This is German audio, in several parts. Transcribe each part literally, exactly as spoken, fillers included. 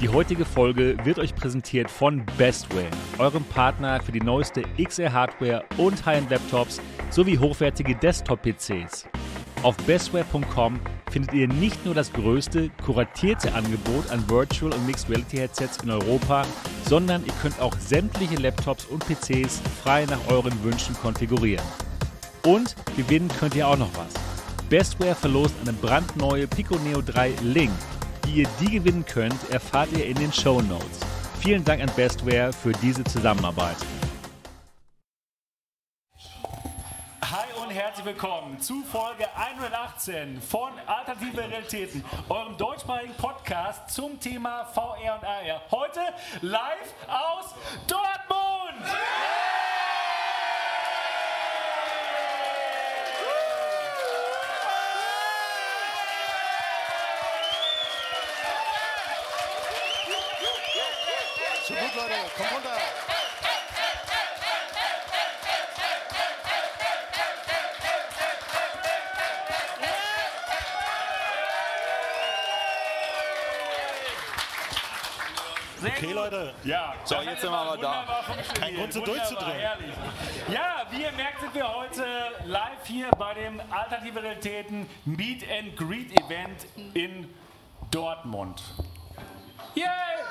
Die heutige Folge wird euch präsentiert von Bestware, eurem Partner für die neueste X R-Hardware und High-End-Laptops sowie hochwertige Desktop-P Cs. Auf bestware punkt com findet ihr nicht nur das größte, kuratierte Angebot an Virtual- und Mixed-Reality-Headsets in Europa, sondern ihr könnt auch sämtliche Laptops und P Cs frei nach euren Wünschen konfigurieren. Und gewinnen könnt ihr auch noch was. Bestware verlost eine brandneue Pico Neo drei Link. Wie ihr die gewinnen könnt, erfahrt ihr in den Shownotes. Vielen Dank an Bestware für diese Zusammenarbeit. Hi und herzlich willkommen zu Folge hundertachtzehn von Alternative Realitäten, eurem deutschsprachigen Podcast zum Thema V R und A R. Heute live aus Dortmund! Schon gut, Leute, kommt runter! Okay, Leute. Ja, so, das jetzt hat sind wir aber da. wunderbar funktioniert. Kein Grund, so Wunderbar, durchzudrehen. herrlich. Ja, wie ihr merkt, sind wir heute live hier bei dem Alternative Realitäten Meet and Greet Event in Dortmund. Yay!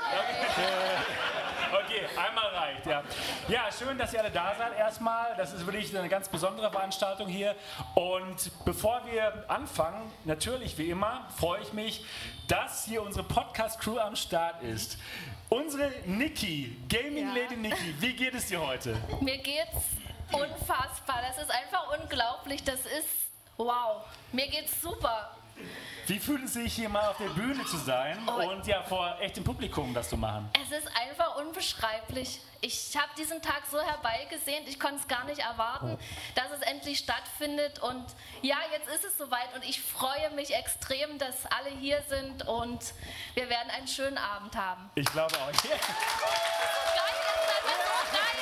Okay, einmal reicht, ja. Ja, schön, dass ihr alle da seid erstmal. Das ist wirklich eine ganz besondere Veranstaltung hier. Und bevor wir anfangen, natürlich wie immer, freue ich mich, dass hier unsere Podcast-Crew am Start ist. Unsere Niki, Gaming Ja. Lady Niki, wie geht es dir heute? Mir geht's unfassbar. Das ist einfach unglaublich. Das ist wow. Mir geht's super. Wie fühlt es sich, hier mal auf der Bühne zu sein Oh. und ja vor echtem Publikum das zu machen? Es ist einfach unbeschreiblich. Ich habe diesen Tag so herbeigesehnt. Ich konnte es gar nicht erwarten, dass es endlich stattfindet. Und ja, jetzt ist es soweit. Und ich freue mich extrem, dass alle hier sind. Und wir werden einen schönen Abend haben. Ich glaube auch. Geil, das ist so geil.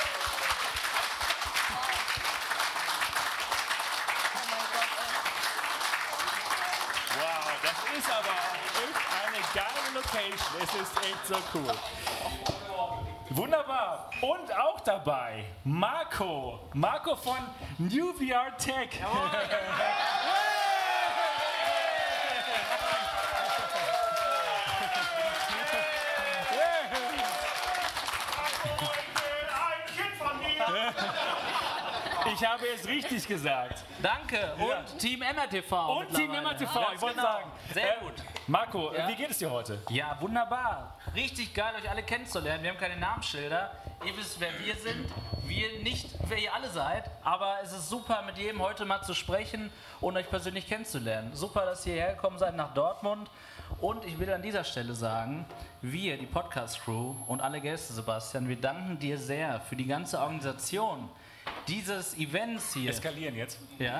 Wow, das ist aber echt eine geile Location. Es ist echt so cool. Wunderbar. Und auch dabei Marco. Marco von New V R Tech. Ich habe es richtig gesagt. Danke. Und Ja. Team M R T V. Und Team M R T V, Ganz ich wollte genau. sagen. Sehr Äh, gut. Marco, Ja. wie geht es dir heute? Ja, wunderbar. Richtig geil, euch alle kennenzulernen. Wir haben keine Namensschilder. Ihr wisst, wer wir sind. Wir nicht, wer ihr alle seid. Aber es ist super, mit jedem heute mal zu sprechen und euch persönlich kennenzulernen. Super, dass ihr hierher gekommen seid nach Dortmund. Und ich will an dieser Stelle sagen, wir, die Podcast-Crew und alle Gäste, Sebastian, wir danken dir sehr für die ganze Organisation dieses Events hier. Eskalieren jetzt. Ja,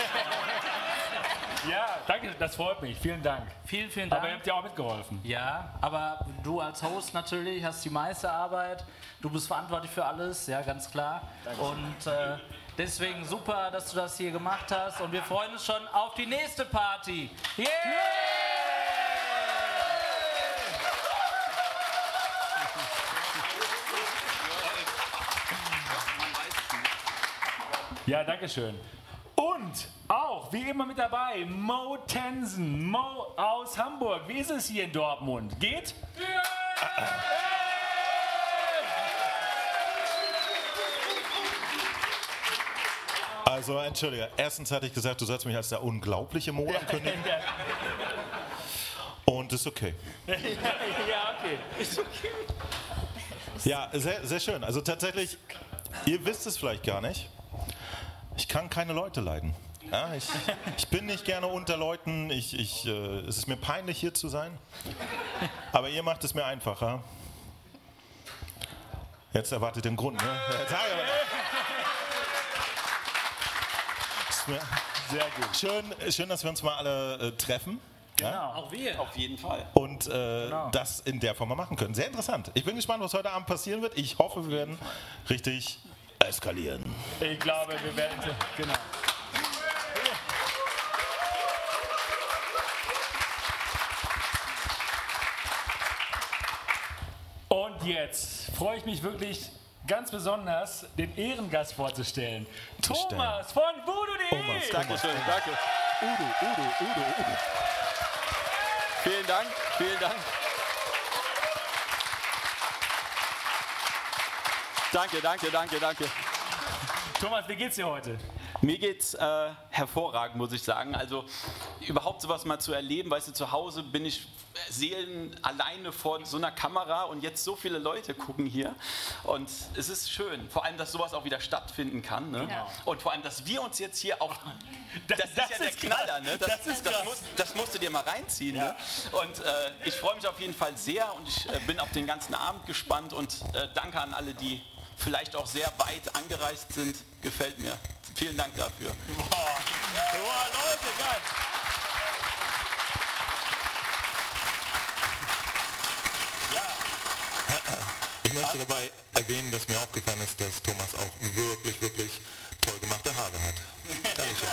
Ja, danke, das freut mich. Vielen Dank. vielen, vielen Dank. Aber ihr habt ja auch mitgeholfen. Ja, aber du als Host natürlich hast die meiste Arbeit. Du bist verantwortlich für alles, ja, ganz klar. Und äh, deswegen super, dass du das hier gemacht hast. Und wir freuen uns schon auf die nächste Party. Yeah! Ja, danke schön. Und auch, wie immer mit dabei, Mo Tensen. Mo aus Hamburg. Wie ist es hier in Dortmund? Geht? Also, entschuldige, erstens hatte ich gesagt, du sollst mich als der unglaubliche Mo ankündigen. Und ist okay. Ja, okay. Ja, sehr, sehr schön. Also tatsächlich, ihr wisst es vielleicht gar nicht, ich kann keine Leute leiden. Ja, ich, ich bin nicht gerne unter Leuten, ich, ich, äh, es ist mir peinlich, hier zu sein. Aber ihr macht es mir einfacher. Jetzt erwartet ihr den Grund, ne? Jetzt sag ich- Ist mir- Sehr gut. Schön, schön, dass wir uns mal alle äh, treffen. Ja? Auch wir. Auf jeden Fall. Und äh, das in der Form mal machen können. Sehr interessant. Ich bin gespannt, was heute Abend passieren wird. Ich hoffe, wir werden richtig eskalieren. Ich glaube, wir werden... Genau. Und jetzt freue ich mich wirklich ganz besonders, den Ehrengast vorzustellen. Thomas von voodoo punkt de. Dankeschön, danke. Udo, Udo, Udo, Udo. Vielen Dank, vielen Dank. Danke, danke, danke, danke. Thomas, wie geht's dir heute? Mir geht's äh, hervorragend, muss ich sagen. Also überhaupt sowas mal zu erleben, weißt du, zu Hause bin ich Seelen alleine vor so einer Kamera und jetzt so viele Leute gucken hier und es ist schön, vor allem, dass sowas auch wieder stattfinden kann, ne? Ja. Und vor allem, dass wir uns jetzt hier auch, das, Das- ist das ja der ist Knaller, ne? Das, Das ist das, krass. musst, das musst du dir mal reinziehen, ne? Und äh, ich freue mich auf jeden Fall sehr und ich äh, bin auf den ganzen Abend gespannt und äh, danke an alle, die vielleicht auch sehr weit angereist sind, gefällt mir. Vielen Dank dafür. Boah, Boah Leute, geil. Ich möchte dabei erwähnen, dass mir aufgefallen ist, dass Thomas auch wirklich, wirklich toll gemachte Haare hat. Dankeschön.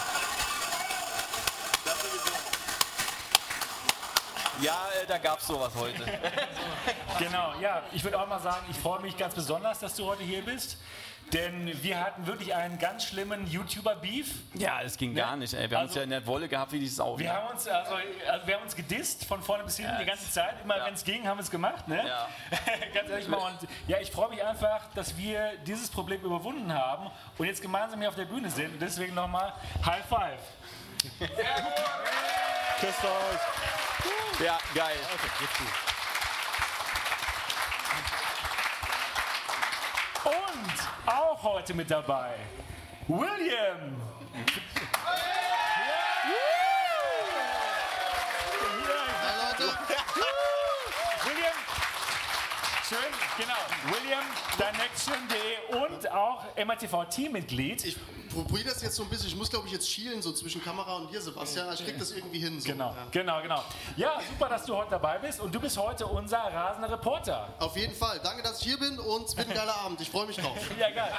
Ja, äh, da gab es sowas heute. Genau, ja, ich würde auch mal sagen, ich freue mich ganz besonders, dass du heute hier bist. Denn wir hatten wirklich einen ganz schlimmen YouTuber-Beef. Ja, es ging gar nicht, ey. Wir haben uns Also- ja in der Wolle gehabt wie dieses Auge. Wir haben uns, also, also wir haben uns gedisst von vorne bis hinten Ja, die ganze Zeit. Immer ja. wenn es ging, haben wir es gemacht. Ne? Ja. Ganz ehrlich mal. Und ja, ich freue mich einfach, dass wir dieses Problem überwunden haben und jetzt gemeinsam hier auf der Bühne sind. Und deswegen nochmal High Five. Küsst euch. Ja, geil. Und auch heute mit dabei William. Hi Leute. William, schön, genau. William, Dinection punkt de und auch M A T V-Teammitglied. Ich probiere das jetzt so ein bisschen. Ich muss, glaube ich, jetzt schielen, so zwischen Kamera und dir, Sebastian. Ich krieg das irgendwie hin. So. Genau, Ja. genau, genau. Ja, super, dass du heute dabei bist und du bist heute unser rasender Reporter. Auf jeden Fall. Danke, dass ich hier bin und es wird ein geiler Abend. Ich freue mich drauf. Ja, geil.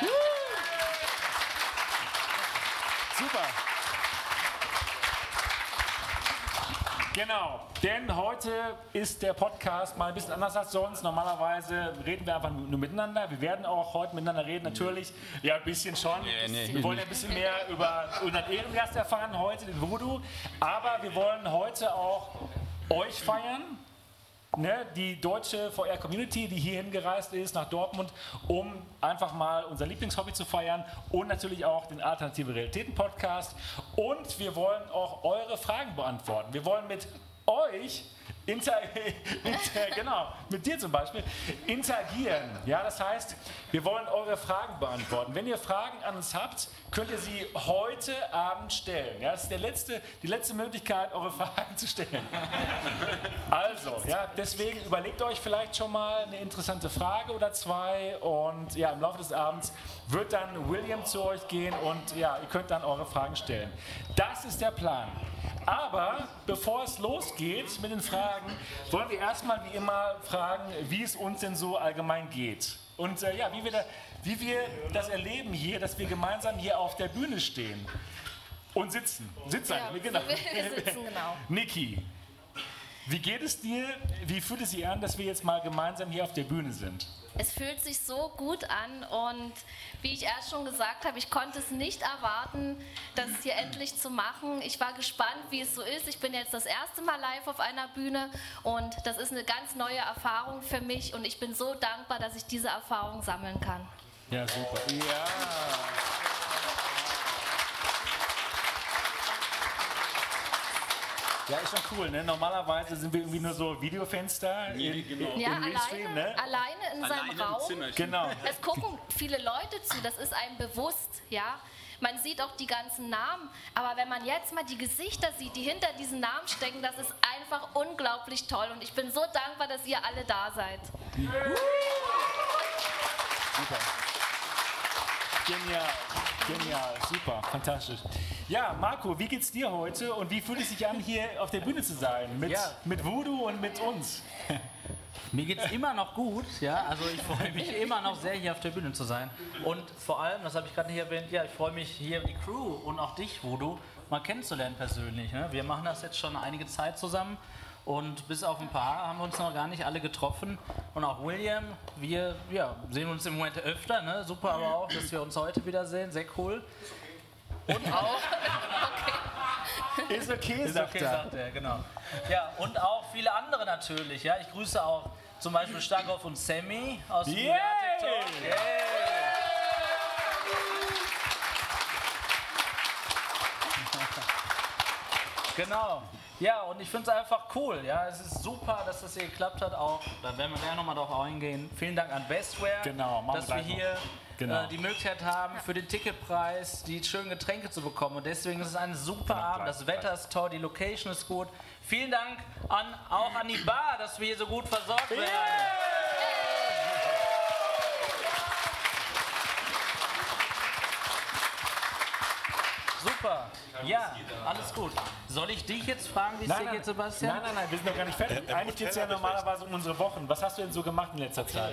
Super. Genau, denn heute ist der Podcast mal ein bisschen anders als sonst. Normalerweise reden wir einfach nur miteinander. Wir werden auch heute miteinander reden, natürlich. Ja, ein bisschen schon. Nee, nee. Wir wollen ja ein bisschen mehr über unseren Ehrengast erfahren heute, den Voodoo. Aber wir wollen heute auch euch feiern. Ne, die deutsche V R-Community, die hier hingereist ist nach Dortmund, um einfach mal unser Lieblingshobby zu feiern und natürlich auch den Alternative Realitäten Podcast. Und wir wollen auch eure Fragen beantworten. Wir wollen mit euch inter, inter, genau, mit dir zum Beispiel interagieren. Ja, das heißt, wir wollen eure Fragen beantworten. Wenn ihr Fragen an uns habt, könnt ihr sie heute Abend stellen. Ja, das ist der letzte, die letzte Möglichkeit, eure Fragen zu stellen. Also, ja, deswegen überlegt euch vielleicht schon mal eine interessante Frage oder zwei und ja, im Laufe des Abends wird dann William zu euch gehen und ja, ihr könnt dann eure Fragen stellen. Das ist der Plan. Aber bevor es losgeht mit den Fragen, wollen wir erstmal wie immer fragen, wie es uns denn so allgemein geht. Und äh, ja, wie wir, da, wie wir das erleben hier, dass wir gemeinsam hier auf der Bühne stehen und sitzen. Sitzen, Ja, genau. wir sitzen, genau. Niki, wie geht es dir? Wie fühlt es sich an, dass wir jetzt mal gemeinsam hier auf der Bühne sind? Es fühlt sich so gut an und wie ich erst schon gesagt habe, ich konnte es nicht erwarten, das hier endlich zu machen. Ich war gespannt, wie es so ist. Ich bin jetzt das erste Mal live auf einer Bühne und das ist eine ganz neue Erfahrung für mich und ich bin so dankbar, dass ich diese Erfahrung sammeln kann. Ja, super. Ja. Ja, ist schon cool, ne? Normalerweise sind wir irgendwie nur so Videofenster in, Nee, genau. in, Ja, im Restream, alleine, ne? alleine in seinem Alleine im Raum. Zimmerchen. Genau. Es gucken viele Leute zu, das ist einem bewusst, ja. Man sieht auch die ganzen Namen, aber wenn man jetzt mal die Gesichter sieht, die hinter diesen Namen stecken, das ist einfach unglaublich toll und ich bin so dankbar, dass ihr alle da seid. Super. Genial, genial, super, fantastisch. Ja, Marco, wie geht's dir heute und wie fühlt es sich an, hier auf der Bühne zu sein? Mit, Ja. mit Voodoo und mit uns? Mir geht es immer noch gut, ja, also ich freue mich immer noch sehr, hier auf der Bühne zu sein. Und vor allem, das habe ich gerade nicht erwähnt, ja, ich freue mich hier die Crew und auch dich, Voodoo, mal kennenzulernen persönlich. Ne? Wir machen das jetzt schon einige Zeit zusammen Und bis auf ein paar haben wir uns noch gar nicht alle getroffen. Und auch William, wir ja, sehen uns im Moment öfter. Ne? Super aber auch, dass wir uns heute wiedersehen. Sehr cool. Und auch... Ist okay, Ist sagt okay, er. sagt er, genau. Ja, und auch viele andere natürlich. Ja? Ich grüße auch zum Beispiel Starkov und Sammy aus dem Yay! Mediatek Talk. Yay! Genau. Ja, und ich finde es einfach cool. Ja, es ist super, dass das hier geklappt hat. Auch, da werden wir gleich nochmal drauf eingehen. Vielen Dank an Bestware, Genau, machen dass wir wir gleich hier Genau. äh, die Möglichkeit haben, für den Ticketpreis die schönen Getränke zu bekommen. Und deswegen ist es ein super Abend. gleich, Das Wetter ist toll, die Location ist gut. Vielen Dank an, auch an die Bar, dass wir hier so gut versorgt werden. Super. Ja, alles gut. Soll ich dich jetzt fragen, wie es Nein, dir nein, geht, Sebastian? nein, nein, nein, wir sind noch gar nicht fertig. Äh, im Eigentlich geht es ja Hotel hab ich normalerweise um unsere Wochen. Was hast du denn so gemacht in letzter Zeit?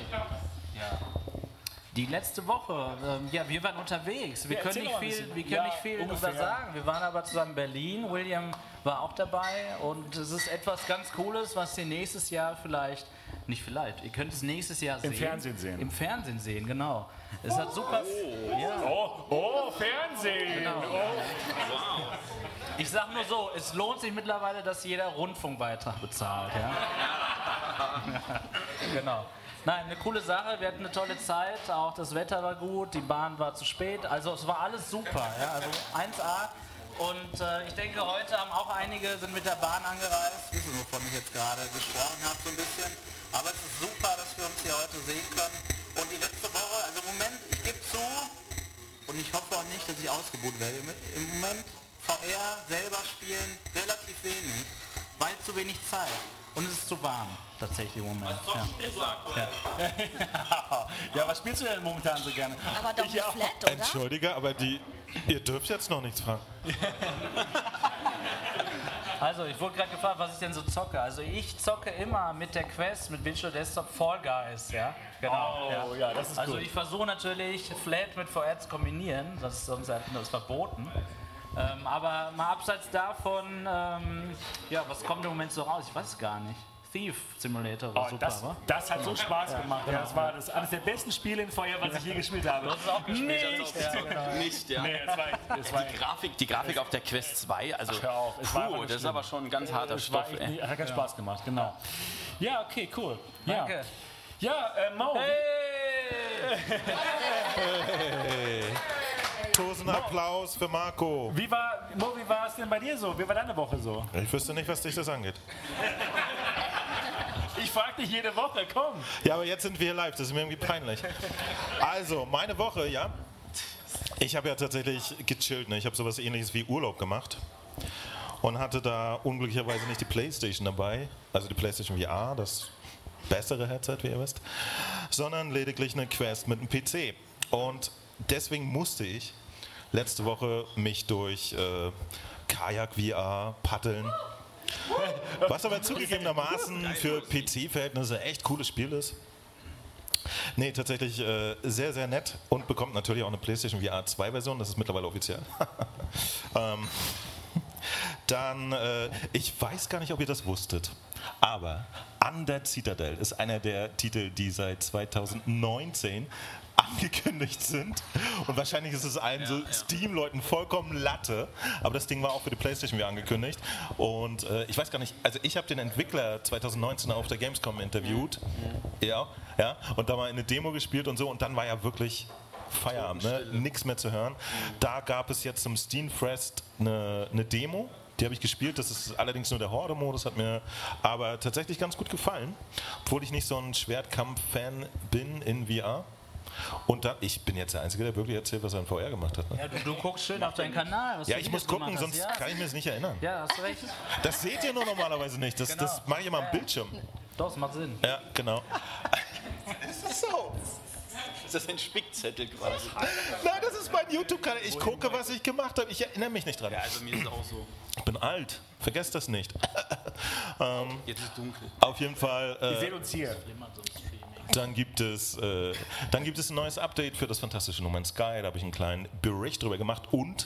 Die letzte Woche, ähm, ja, wir waren unterwegs. Wir Ja, können erzähl nicht doch mal ein viel, bisschen. wir können Ja, nicht viel ungefähr. darüber sagen. Wir waren aber zusammen in Berlin. William war auch dabei und es ist etwas ganz Cooles, was ihr nächstes Jahr vielleicht, nicht vielleicht, ihr könnt es nächstes Jahr sehen. Im Fernsehen sehen. Im Fernsehen sehen, genau. Es hat super. Ja. Oh, oh, Fernsehen! Genau. Oh. Ich sag nur so, es lohnt sich mittlerweile, dass jeder Rundfunkbeitrag bezahlt. Ja? Genau. Nein, eine coole Sache, wir hatten eine tolle Zeit, auch das Wetter war gut, die Bahn war zu spät, also es war alles super, ja? Also eins A. Und äh, ich denke, heute haben auch einige, sind mit der Bahn angereist, wissen, wovon ich jetzt gerade gesprochen habe, so ein bisschen. Aber es ist super, dass wir uns hier heute sehen können. Und die letzte Woche, also im Moment, ich gebe zu, und ich hoffe auch nicht, dass ich ausgebucht werde, im Moment V R selber spielen relativ wenig, weil zu wenig Zeit. Und es ist zu warm, tatsächlich im Moment. Ja. Ja, was spielst du denn momentan so gerne? Aber doch Ich nicht auch. flat, oder? Entschuldige, aber die, ihr dürft jetzt noch nichts fragen. Also, ich wurde gerade gefragt, was ich denn so zocke. Also, ich zocke immer mit der Quest, mit Visual Desktop Fall Guys, ja? Genau. Oh, ja, das ist Also, gut. ich versuche natürlich, Flat mit V R zu kombinieren, das ist sonst das ist verboten. Ähm, aber mal abseits davon, ähm, ja, was kommt im Moment so raus? Ich weiß es gar nicht. Thief Simulator war Oh, super, das, wa? das hat so Spaß gemacht. Ja, das war das eines der besten Spiele in V R, was ich je gespielt habe. Das ist auch gespielt. Nicht! Ja, genau. Nicht, ja. Nee, es war, es war, Die Grafik, die Grafik auf der Quest zwei, also hör auf, es war puh, einfach das ist schlimm. aber schon ein ganz harter es war Stoff. echt, Ey. nicht- hat keinen Spaß gemacht, genau. Ja, okay, cool. Ja, Danke. ja äh, Mo, Hey! Tausend Applaus für Marco. wie war, Mo, wie war es denn bei dir so? Wie war deine Woche so? Ich wüsste nicht, was dich das angeht. Ich frage dich jede Woche, komm. Ja, aber jetzt sind wir hier live, das ist mir irgendwie peinlich. Also, meine Woche, ja. Ich habe ja tatsächlich gechillt, ne? Ich habe sowas ähnliches wie Urlaub gemacht und hatte da unglücklicherweise nicht die PlayStation dabei, also die PlayStation V R, das bessere Headset, wie ihr wisst, sondern lediglich eine Quest mit einem P C. Und deswegen musste ich letzte Woche mich durch äh, Kajak V R paddeln. Was aber zugegebenermaßen für P C-Verhältnisse echt cooles Spiel ist. Nee, tatsächlich äh, sehr, sehr nett und bekommt natürlich auch eine PlayStation V R zwei Version, das ist mittlerweile offiziell. ähm, dann, äh, ich weiß gar nicht, ob ihr das wusstet, aber Undead Citadel ist einer der Titel, die seit zweitausendneunzehn angekündigt sind. Und wahrscheinlich ist es allen so Steam-Leuten vollkommen Latte. Aber das Ding war auch für die PlayStation V R angekündigt. Und äh, ich weiß gar nicht, also ich habe den Entwickler zweitausendneunzehn auf der Gamescom interviewt. Ja, ja. Und da mal eine Demo gespielt und so. Und dann war ja wirklich Feierabend, ne? Nichts mehr zu hören. Da gab es jetzt zum Steamfest eine, eine Demo. Die habe ich gespielt, das ist allerdings nur der Horde-Modus, hat mir aber tatsächlich ganz gut gefallen. Obwohl ich nicht so ein Schwertkampf-Fan bin in V R. Und da, ich bin jetzt der Einzige, der wirklich erzählt, was er in V R gemacht hat. Ne? Ja, du, du guckst schön auf deinen Kanal. Was Ja, du ich muss Videos gucken, gemacht hast. sonst Ja. kann ich mir das nicht erinnern. Ja, hast recht. Das seht ihr nur normalerweise nicht, das, Genau. das mache ich immer am Bildschirm. Doch, das macht Sinn. Ja, genau. Das ist so. Ist das ein Spickzettel quasi? Nein, das ist mein YouTube-Kanal. Ich gucke, was ich gemacht habe. Ich erinnere mich nicht dran. Ja, also mir ist es auch so. Ich bin alt, vergesst das nicht. ähm, Jetzt ist dunkel. auf jeden Fall. Wir Äh, sehen uns hier. Dann gibt es, äh, dann gibt es ein neues Update für das fantastische No Man's Sky. Da habe ich einen kleinen Bericht drüber gemacht. Und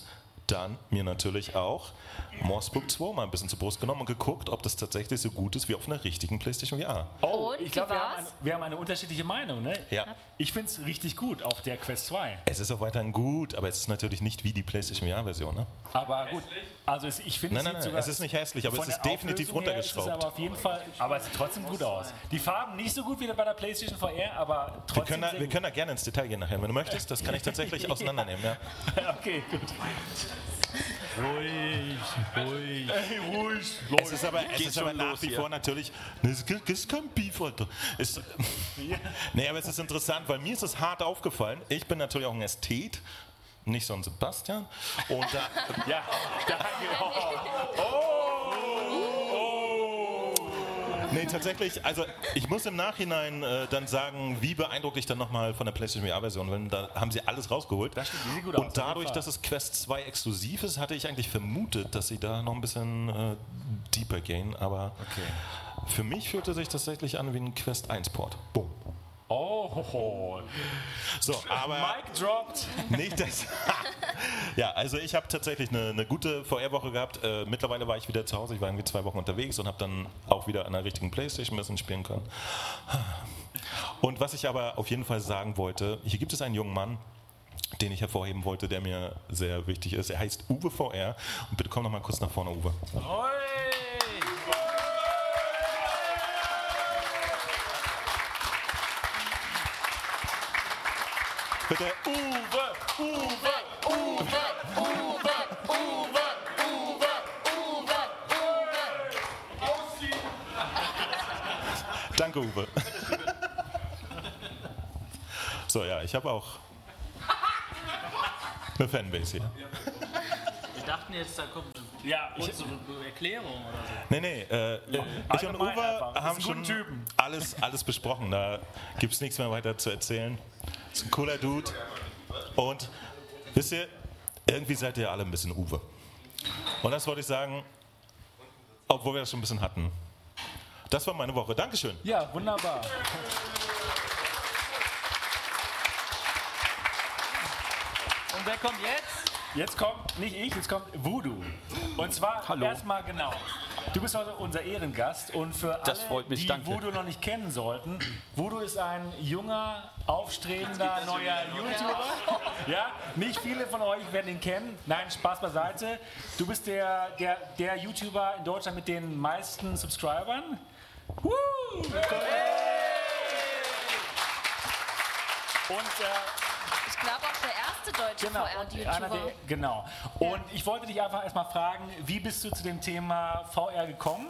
dann mir natürlich auch Morsebook zwei mal ein bisschen zur Brust genommen und geguckt, ob das tatsächlich so gut ist wie auf einer richtigen PlayStation V R. Oh, Und, ich glaube, wie wir, haben war's? eine- wir haben eine unterschiedliche Meinung. Ne? Ja. Ich finde es richtig gut auf der Quest zwei. Es ist auch weiterhin gut, aber es ist natürlich nicht wie die PlayStation V R-Version. Ne? Aber gut, also es, ich finde Nein, es nein, sieht nein, sogar es ist nicht hässlich, aber von es ist der definitiv Auflösung her ist es runtergeschraubt. aber auf jeden Fall, aber es sieht trotzdem gut aus. Die Farben nicht so gut wie bei der PlayStation V R, aber Wir trotzdem können, da, sehr wir gut. können da gerne ins Detail gehen nachher, wenn du möchtest. Das kann ich tatsächlich auseinandernehmen. Ja. Okay, gut. Ruhig, ruhig. Hey, ruhig. Es ist aber, es Geht ist aber schon nach los wie hier. vor natürlich, ne, es ist- es ist kein Beef, Alter. Es, nee, aber es ist interessant, weil mir ist es hart aufgefallen. Ich bin natürlich auch ein Ästhet, nicht so ein Sebastian. Und da, Ja, danke. Oh. nee, tatsächlich, also ich muss im Nachhinein äh, dann sagen, wie beeindruckt ich dann nochmal von der PlayStation V R-Version, weil da haben sie alles rausgeholt. Das stimmt, die sieht gut aus, auf Und jeden dadurch, Fall. dass es Quest zwei exklusiv ist, hatte ich eigentlich vermutet, dass sie da noch ein bisschen äh, deeper gehen, aber für mich fühlte sich tatsächlich an wie ein Quest eins Port. Boom. Oh. So, aber Mic dropped. nicht das. Ja, also ich habe tatsächlich eine, eine gute V R-Woche gehabt. Äh, mittlerweile war ich wieder zu Hause. Ich war irgendwie zwei Wochen unterwegs und habe dann auch wieder an der richtigen PlayStation ein bisschen spielen können. Und was ich aber auf jeden Fall sagen wollte, hier gibt es einen jungen Mann, den ich hervorheben wollte, der mir sehr wichtig ist. Er heißt Uwe V R. Und bitte komm noch mal kurz nach vorne, Uwe. Oi. Bitte. Uwe, Uwe, Uwe, Uwe, Uwe, Uwe, Uwe, Uwe. Danke, Uwe. So, ja, ich habe auch eine Fanbase hier. Wir dachten jetzt, da kommt Ja, ich, unsere Erklärung oder so. Nee, nee, äh, ich und allgemein Uwe einfach. Das haben ist ein schon guter Typen. alles, alles besprochen. Da gibt es nichts mehr weiter zu erzählen. Ist ein cooler Dude. Und wisst ihr, irgendwie seid ihr alle ein bisschen Uwe. Und das wollte ich sagen, obwohl wir das schon ein bisschen hatten. Das war meine Woche. Dankeschön. ja, wunderbar. Und wer kommt jetzt? Jetzt kommt nicht ich, jetzt kommt Voodoo. Und zwar Hallo. erstmal genau. Du bist heute unser Ehrengast und für Das alle, freut mich, die danke. Voodoo noch nicht kennen sollten, Voodoo ist ein junger, aufstrebender, neuer YouTuber. Ja, nicht viele von euch werden ihn kennen. Nein, Spaß beiseite. Du bist der, der, der YouTuber in Deutschland mit den meisten Subscribern. Woo! Und äh, Ich glaube auch der erste deutsche Genau, und einer V R-YouTuber. der, genau. Und ich wollte dich einfach erstmal fragen, wie bist du zu dem Thema V R gekommen?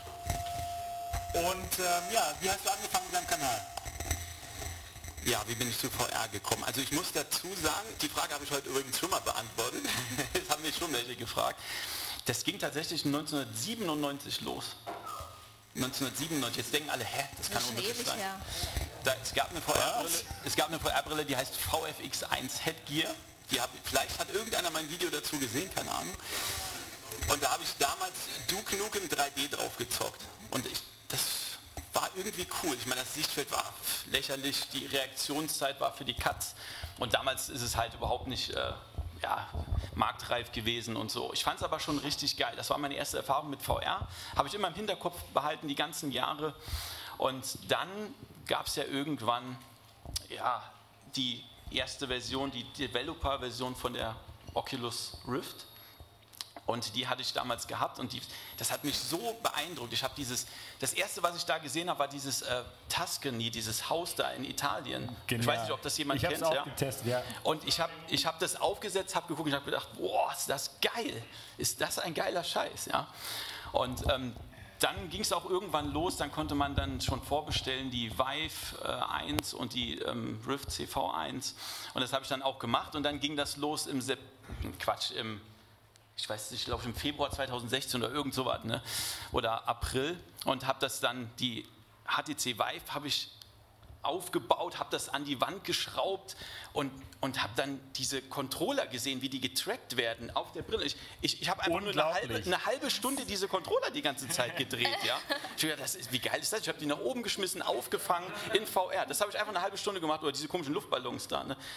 Und ähm, ja, wie hast du angefangen mit deinem Kanal? Ja, wie bin ich zu V R gekommen? Also ich muss dazu sagen, die Frage habe ich heute übrigens schon mal beantwortet. Das haben mich schon welche gefragt. Das ging tatsächlich neunzehnhundertsiebenundneunzig los. neunzehnhundertsiebenundneunzig, jetzt denken alle, hä, das kann Das ist schon unmöglich ewig sein. her. Da, es gab eine V R-Brille, es gab eine V R-Brille, die heißt V F X eins Headgear. Die hab, vielleicht hat irgendeiner mein Video dazu gesehen, keine Ahnung. Und da habe ich damals Duke Nukem drei D drauf gezockt. Und ich, das war irgendwie cool. Ich meine, das Sichtfeld war lächerlich, die Reaktionszeit war für die Cuts. Und damals ist es halt überhaupt nicht äh, ja, marktreif gewesen und so. Ich fand es aber schon richtig geil. Das war meine erste Erfahrung mit V R. Habe ich immer im Hinterkopf behalten, die ganzen Jahre. Und dann gab es ja irgendwann ja, die erste Version, die Developer-Version von der Oculus Rift. Und die hatte ich damals gehabt und die, das hat mich so beeindruckt. Ich habe dieses, das erste, was ich da gesehen habe, war dieses äh, Tuscany, dieses Haus da in Italien. Ich weiß nicht, ob das jemand ich hab's kennt. auch Ja? getestet, ja. Und ich habe ich hab das aufgesetzt, habe geguckt und habe gedacht, boah, ist das geil. Ist das ein geiler Scheiß. Ja? Und ähm, dann ging es auch irgendwann los, dann konnte man dann schon vorbestellen, die Vive äh, eins und die ähm, Rift C V eins. Und das habe ich dann auch gemacht und dann ging das los im Sep Quatsch, im ich weiß nicht, ich glaube im Februar zweitausendsechzehn oder irgend sowas, ne? Oder April und habe das dann, die H T C Vive habe ich aufgebaut, habe das an die Wand geschraubt und, und habe dann diese Controller gesehen, wie die getrackt werden auf der Brille. Ich, ich, ich habe einfach nur eine halbe, eine halbe Stunde diese Controller die ganze Zeit gedreht. Ja? Ich hab gedacht, das ist, wie geil ist das? Ich habe die nach oben geschmissen, aufgefangen in V R. Das habe ich einfach eine halbe Stunde gemacht, oder diese komischen Luftballons da. Ne?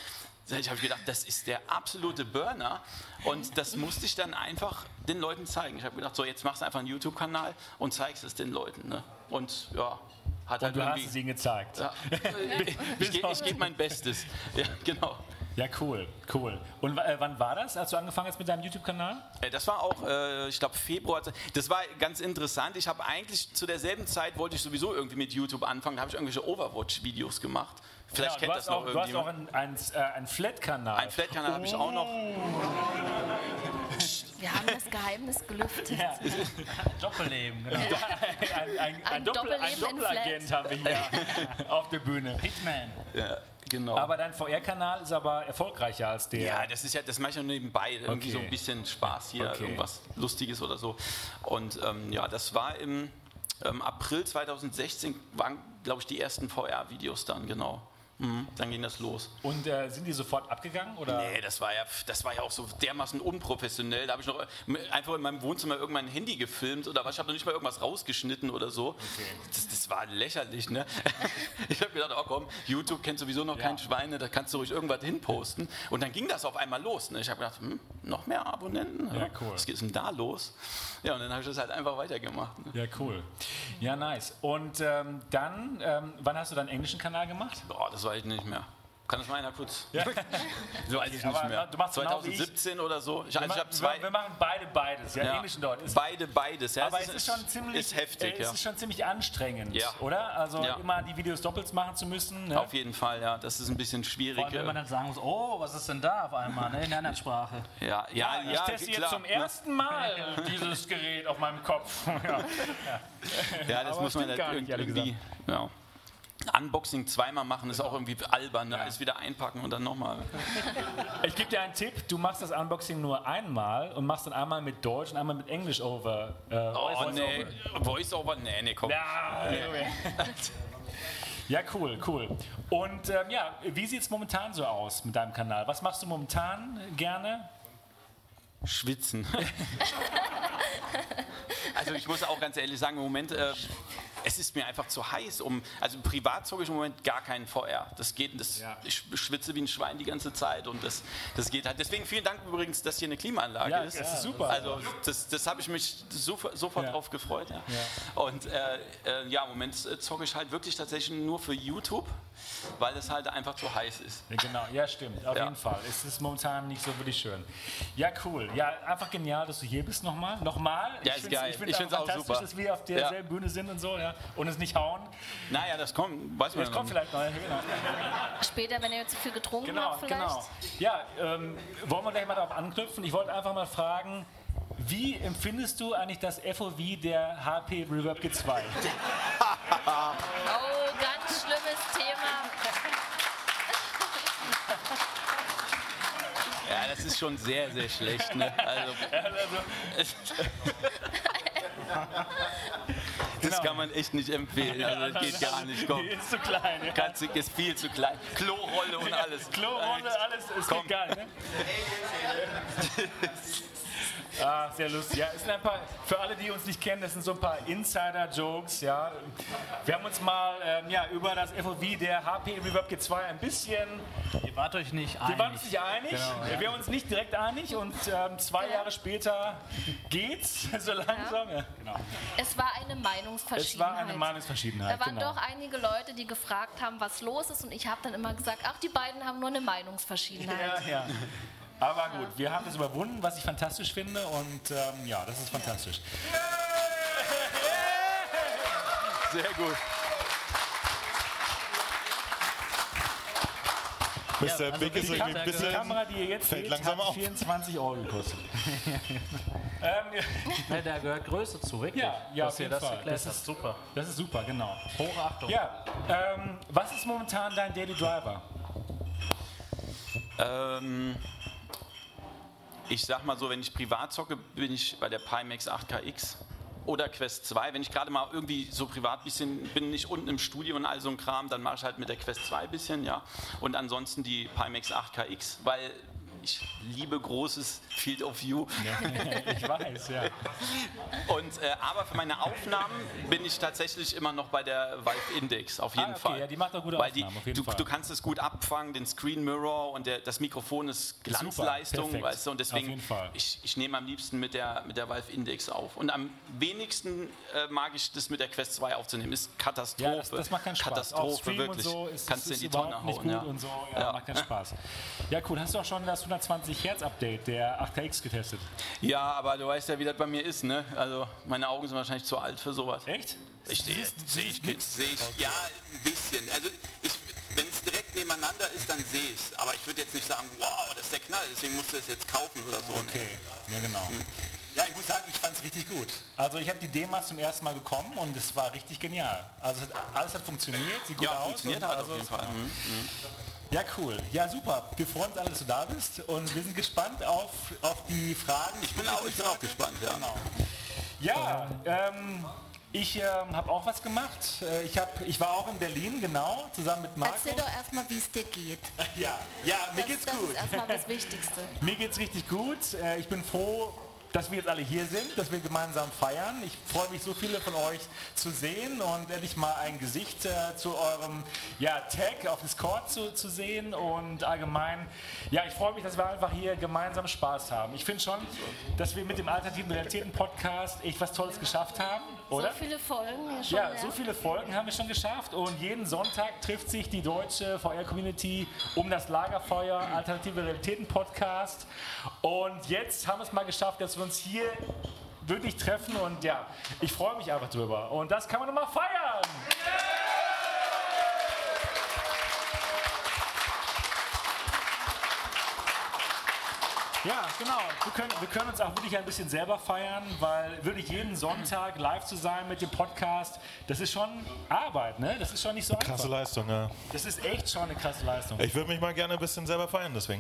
Ich habe gedacht, das ist der absolute Burner und das musste ich dann einfach den Leuten zeigen. Ich habe gedacht, so jetzt machst du einfach einen YouTube-Kanal und zeigst es den Leuten. Ne? Und ja, hat halt Und du irgendwie... hast es ihnen gezeigt. Ja, ich gebe geb mein Bestes. Ja, genau. Ja, cool, cool. Und äh, wann war das, als du angefangen hast mit deinem YouTube-Kanal? Äh, Das war auch, äh, ich glaube, Februar. Das war ganz interessant. Ich habe eigentlich zu derselben Zeit, wollte ich sowieso irgendwie mit YouTube anfangen, da habe ich irgendwelche Overwatch-Videos gemacht. Vielleicht ja, kennt du das hast noch auch, Du hast auch irgendjemand. einen ein, ein Flat-Kanal. Ein Flat-Kanal habe ich auch noch. Wir haben das Geheimnis gelüftet. Ja. Doppelleben, genau. ein, ein, ein, Ein Doppel, ein Doppelleben in Doppelagent haben wir hier auf der Bühne. Hitman. Ja, genau. Aber dein V R-Kanal ist aber erfolgreicher als der. Ja, das ist ja, das mache ich ja nebenbei, irgendwie Okay. so ein bisschen Spaß hier, Okay. irgendwas Lustiges oder so. Und ähm, ja, das war im ähm, April zweitausendsechzehn, waren, glaube ich, die ersten V R-Videos dann, genau. Mhm, dann ging das los. Und äh, sind die sofort abgegangen? Oder? Nee, das war ja, das war ja auch so dermaßen unprofessionell. Da habe ich noch einfach in meinem Wohnzimmer irgendwann ein Handy gefilmt oder was. Ich habe noch nicht mal irgendwas rausgeschnitten oder so. Okay. Das, das war lächerlich, ne? Ich habe gedacht, oh komm, YouTube kennt sowieso noch Ja. kein Schweine, da kannst du ruhig irgendwas hinposten. Und dann ging das auf einmal los. Ne? Ich habe gedacht, hm, noch mehr Abonnenten? Ja, cool. Was ist denn da los? Ja, und dann habe ich das halt einfach weitergemacht. Ne? Ja, cool. Ja, nice. Und ähm, dann, ähm, wann hast du deinen englischen Kanal gemacht? Boah, das weiß ich nicht mehr. Kann das mal einer kurz? Ja. So weiß ich Aber, nicht mehr. du machst genau wie ich. zweitausendsiebzehn oder so. Ich, Wir, also ich ma- habe zwei. wir, wir machen beide beides, ja, Ja. Englisch und Deutsch. Ist, Beide, beides. Ja, aber es ist schon ziemlich, ist heftig, äh, es ja. ist schon ziemlich anstrengend, Ja. oder? Also Ja. immer die Videos doppelt machen zu müssen. Ne? Auf jeden Fall, ja. Das ist ein bisschen schwierig. Vor allem, wenn man dann sagen muss, oh, was ist denn da auf einmal, ne, in einer anderen Sprache. Ja, ja, Ja, ja, ich teste klar, jetzt zum ne? ersten Mal dieses Gerät auf meinem Kopf. ja. Ja, das Aber muss man stimmt halt gar nicht, ehrlich irgendwie. Ja. Unboxing zweimal machen ist auch irgendwie albern, ne? Alles wieder einpacken und dann nochmal. Ich gebe dir einen Tipp, du machst das Unboxing nur einmal und machst dann einmal mit Deutsch und einmal mit Englisch over. Äh, Oh, Voice nee. over. Voice-over? Nee, nee, komm. Ja, ja, cool, cool. Und ähm, ja, wie sieht es momentan so aus mit deinem Kanal? Was machst du momentan gerne? Schwitzen. Also ich muss auch ganz ehrlich sagen, im Moment, äh, es ist mir einfach zu heiß. Um, also privat zocke ich im Moment gar keinen V R. Das geht, das, Ja. ich schwitze wie ein Schwein die ganze Zeit und das, das geht halt. Deswegen vielen Dank übrigens, dass hier eine Klimaanlage Ja, ist. das ist super. Also das, das habe ich mich sofort, sofort Ja. drauf gefreut. Ja. Ja. Und äh, äh, ja, im Moment äh, zocke ich halt wirklich tatsächlich nur für YouTube, weil es halt einfach zu heiß ist. Ja, genau, ja, stimmt, auf Ja. jeden Fall. Es ist momentan nicht so wirklich schön. Ja, cool. Ja, einfach genial, dass du hier bist nochmal. Nochmal. Ja, ist geil. Ich finde Ich es find's auch fantastisch, super. dass wir auf Ja. derselben Bühne sind und so, ja. Und es nicht hauen. Naja, das kommt, weiß man Das ja kommt noch vielleicht noch. Ja, genau. Später, wenn ihr zu viel getrunken Genau, habt, vielleicht. genau. Ja, ähm, wollen wir gleich mal darauf anknüpfen. Ich wollte einfach mal fragen, wie empfindest du eigentlich das F O V der H P Reverb G zwei? Oh, ganz schlimmes Thema. Ja, das ist schon sehr, sehr schlecht. Ne? Also, das kann man echt nicht empfehlen. Also, das geht gar nicht. Komm. Die ist zu klein. Ja. Katzig ist viel zu klein. Klorolle und alles. Klorolle, alles, es Komm. geht gar nicht. Ne? Ah, sehr lustig. Ja, es sind ein paar, für alle, die uns nicht kennen, das sind so ein paar Insider-Jokes. Ja. Wir haben uns mal ähm, ja, über das F O V der H P Reverb G zwei ein bisschen. Ihr wart euch nicht Wir waren einig. uns nicht einig. Genau, ja. Wir waren uns nicht direkt einig und ähm, zwei Jahre später geht's so langsam. Ja. Genau. Es war eine Meinungsverschiedenheit. Es war eine Meinungsverschiedenheit. Da waren genau. doch einige Leute, die gefragt haben, was los ist. Und ich habe dann immer gesagt, ach, die beiden haben nur eine Meinungsverschiedenheit. Ja, ja. Aber gut, wir haben das überwunden, was ich fantastisch finde und ähm, ja, das ist fantastisch. Sehr gut. Mister also Big die ist irgendwie ein Kamera- Die bisschen... Kamera, die ihr jetzt fällt seht, langsam hat auf. vierundzwanzig Euro gekostet. ähm, Ne, da gehört Größe zu, wirklich. Ja, ja, dass auf ihr jeden das Fall. erklärt Das habt. ist- Super. das ist super, genau. Hohe Achtung. Ja, ähm, was ist momentan dein Daily Driver? Ähm, ich sag mal so, wenn ich privat zocke, bin ich bei der Pimax acht K X oder Quest zwei. Wenn ich gerade mal irgendwie so privat bisschen bin, nicht unten im Studio und all so ein Kram, dann mache ich halt mit der Quest zwei ein bisschen, ja. Und ansonsten die Pimax acht K X, weil ich liebe großes Field of View. Ja, ich weiß, ja. Und, äh, aber für meine Aufnahmen bin ich tatsächlich immer noch bei der Valve Index, auf jeden Ah, okay, Fall. ja, die macht auch gute Weil die, Aufnahmen, auf jeden du, Fall. du kannst es gut abfangen, den Screen Mirror und der, das Mikrofon ist Glanzleistung, perfekt. weißt du, und deswegen, Auf jeden Fall. ich, ich nehme am liebsten mit der, mit der Valve Index auf. Und am wenigsten äh, mag ich das mit der Quest zwei aufzunehmen, ist Katastrophe. Ja, das, das macht keinen Spaß. Katastrophe, Auch Stream wirklich. Und so ist, Kannst du ist in die Tonne überhaupt nicht hauen. gut Ja. und so, ja, Ja. macht keinen Spaß. Ja, cool. Hast du auch schon das hundertzwanzig Hertz Update der acht X getestet? Ja, aber du weißt ja, wie das bei mir ist, ne? Also meine Augen sind wahrscheinlich zu alt für sowas. Echt? Ich sehe seh ich, Sehe ich, ja, ein bisschen. Also ich, wenn es direkt nebeneinander ist, dann sehe ich es. Aber ich würde jetzt nicht sagen, wow, das ist der Knall, deswegen musst du es jetzt kaufen oder so. Okay, ja genau. Ja, ich muss sagen, ich fand es richtig gut. Also ich habe die D-Max zum ersten Mal bekommen und es war richtig genial. Also es hat, alles hat funktioniert, sieht gut Ja, aus. funktioniert und halt also auf jeden es- Fall. Mhm. Ja, cool. Ja, super. Wir freuen uns alle, dass du da bist und wir sind gespannt auf, auf die Fragen. Ich bin auch, ich bin auch gespannt, ja. Genau. Ja, ähm, ich ähm, habe auch was gemacht. Äh, Ich, hab, ich war auch in Berlin, genau, zusammen mit Marco. Erzähl doch erstmal, wie es dir geht. Ja, ja, mir Das, geht's das gut. ist erstmal das Wichtigste. Mir geht's richtig gut. Äh, Ich bin froh, dass wir jetzt alle hier sind, dass wir gemeinsam feiern. Ich freue mich, so viele von euch zu sehen und endlich mal ein Gesicht äh, zu eurem ja, Tag auf Discord zu, zu sehen und allgemein, ja, ich freue mich, dass wir einfach hier gemeinsam Spaß haben. Ich finde schon, dass wir mit dem Alternativen Realitäten Podcast echt was Tolles geschafft haben, oder? So viele Folgen hier schon. Ja, so viele Folgen haben wir schon geschafft und jeden Sonntag trifft sich die deutsche V R-Community um das Lagerfeuer Alternative Realitäten Podcast und jetzt haben wir es mal geschafft, dass wir uns hier wirklich treffen und ja, ich freue mich einfach drüber und das kann man doch mal feiern! Ja, genau. Wir können, wir können uns auch wirklich ein bisschen selber feiern, weil wirklich jeden Sonntag live zu sein mit dem Podcast, das ist schon Arbeit, ne? Das ist schon nicht so einfach. Krasse Leistung, ja. Das ist echt schon eine krasse Leistung. Ich würde mich mal gerne ein bisschen selber feiern, deswegen.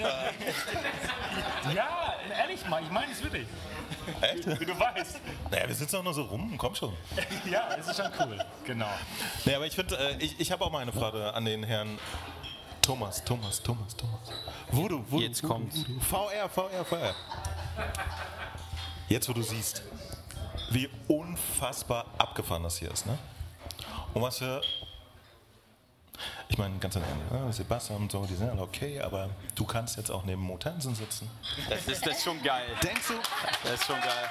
Ja, ehrlich mal, ich meine es wirklich. Echt? Wie du weißt. Naja, wir sitzen doch nur so rum, komm schon. Ja, es ist schon cool. Genau. Nee, aber ich finde, äh, ich, ich habe auch mal eine Frage an den Herrn Thomas, Thomas, Thomas, Thomas. Voodoo, Voodoo, Jetzt Voodoo, kommt's. Voodoo. V R, V R, V R. Jetzt, wo du siehst, wie unfassbar abgefahren das hier ist, ne? Und was für... Ich meine, ganz am Ende, ne? Sebastian und so, die sind alle okay, aber du kannst jetzt auch neben Mo Tensen sitzen. Das ist, das ist schon geil. Denkst du? Das ist schon geil.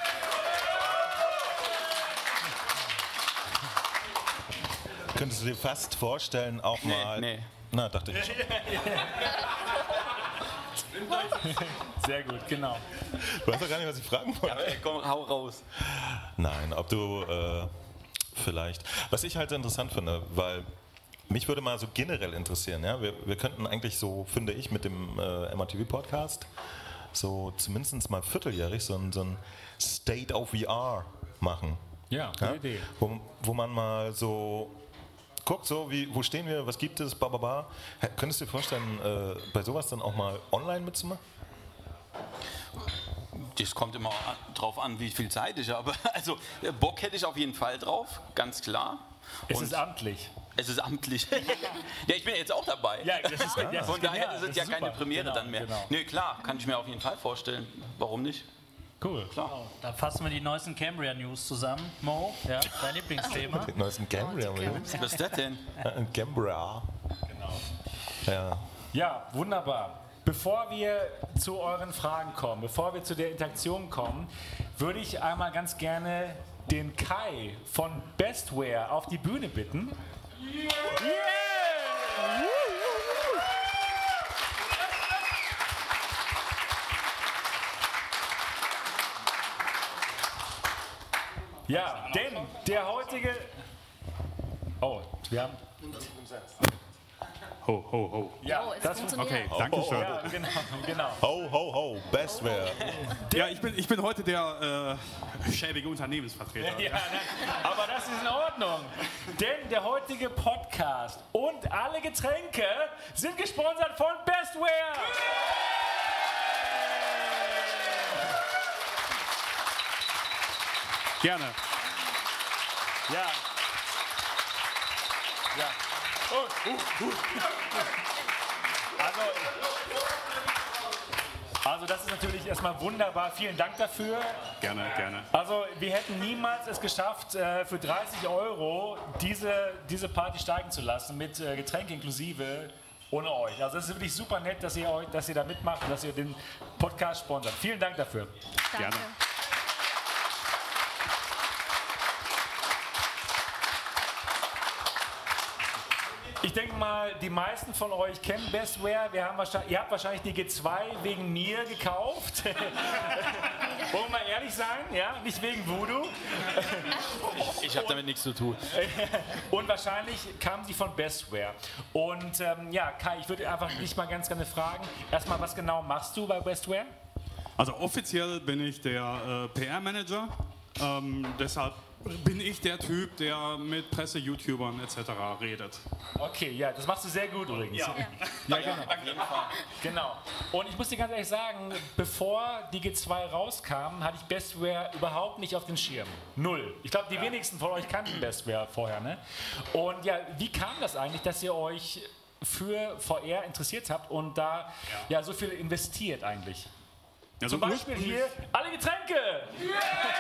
Könntest du dir fast vorstellen, auch Nee, mal... nee. Na, dachte ich. Sehr gut, genau. Du weißt doch gar nicht, was ich fragen wollte. Aber komm, hau raus. Nein, ob du äh, vielleicht... Was ich halt interessant finde, weil mich würde mal so generell interessieren, ja, wir, wir könnten eigentlich so, finde ich, mit dem äh, M R T V-Podcast so zumindest mal vierteljährig so ein, so ein State of V R machen. Ja, gute Ja? Idee. Wo, wo man mal so guckt, so wie, wo stehen wir, was gibt es, ba, ba, ba. Hä, Könntest du dir vorstellen, äh, bei sowas dann auch mal online mitzumachen? Das kommt immer an- drauf an, wie viel Zeit ich habe. Also äh, Bock hätte ich auf jeden Fall drauf, ganz klar. Es Und ist amtlich. es ist amtlich. Ja, ich bin ja jetzt auch dabei. Ja, das ist, das ist Von daher genial, ist es das ja ist keine super. Premiere Genau, dann mehr. Genau. Nee, klar, kann ich mir auf jeden Fall vorstellen. Warum nicht? Cool. Da fassen wir die neuesten Cambria News zusammen. Mo, ja, dein Lieblingsthema. Den neuesten Cambria. Was ist das denn? Cambria. Ja. Ja, wunderbar. Bevor wir zu euren Fragen kommen, bevor wir zu der Interaktion kommen, würde ich einmal ganz gerne den Kai von Bestware auf die Bühne bitten. Ja, denn der heutige... Oh, wir haben... Ho, ho, ho. Ja, Oh, es das funktioniert. Okay, danke schön. Ja, genau, genau. Ho, ho, ho, Bestware. Ja, ich bin, ich bin heute der äh, schäbige Unternehmensvertreter. Ja, nein, aber das ist in Ordnung. Denn der heutige Podcast und alle Getränke sind gesponsert von Bestware. Gerne. Ja. Ja. Oh, uh, uh. Also, also das ist natürlich erstmal wunderbar. Vielen Dank dafür. Gerne, gerne. Also wir hätten niemals es geschafft, äh, für dreißig Euro diese, diese Party steigen zu lassen, mit äh, Getränke inklusive, ohne euch. Also es ist wirklich super nett, dass ihr, euch, dass ihr da mitmacht und dass ihr den Podcast sponsert. Vielen Dank dafür. Danke. Gerne. Ich denke mal, die meisten von euch kennen Bestware. Wir haben wahrscheinlich, ihr habt wahrscheinlich die G zwei wegen mir gekauft. Wollen wir mal ehrlich sein, ja? Nicht wegen Voodoo. Ich habe damit nichts zu tun. Und wahrscheinlich kamen sie von Bestware. Und ähm, ja, Kai, ich würde einfach dich mal ganz gerne fragen. Erstmal, was genau machst du bei Bestware? Also offiziell bin ich der äh, P R-Manager. Ähm, deshalb bin ich der Typ, der mit Presse, YouTubern et cetera redet. Okay, ja, das machst du sehr gut übrigens. Ja, ja genau. Auf jeden Fall. Genau. Und ich muss dir ganz ehrlich sagen, bevor die G zwei rauskam, hatte ich Bestware überhaupt nicht auf den Schirm. Null. Ich glaube, die ja. wenigsten von euch kannten Bestware vorher. Ne? Und ja, wie kam das eigentlich, dass ihr euch für V R interessiert habt und da ja, ja so viel investiert eigentlich? Ja, Zum Beispiel hier alle Getränke! Yeah!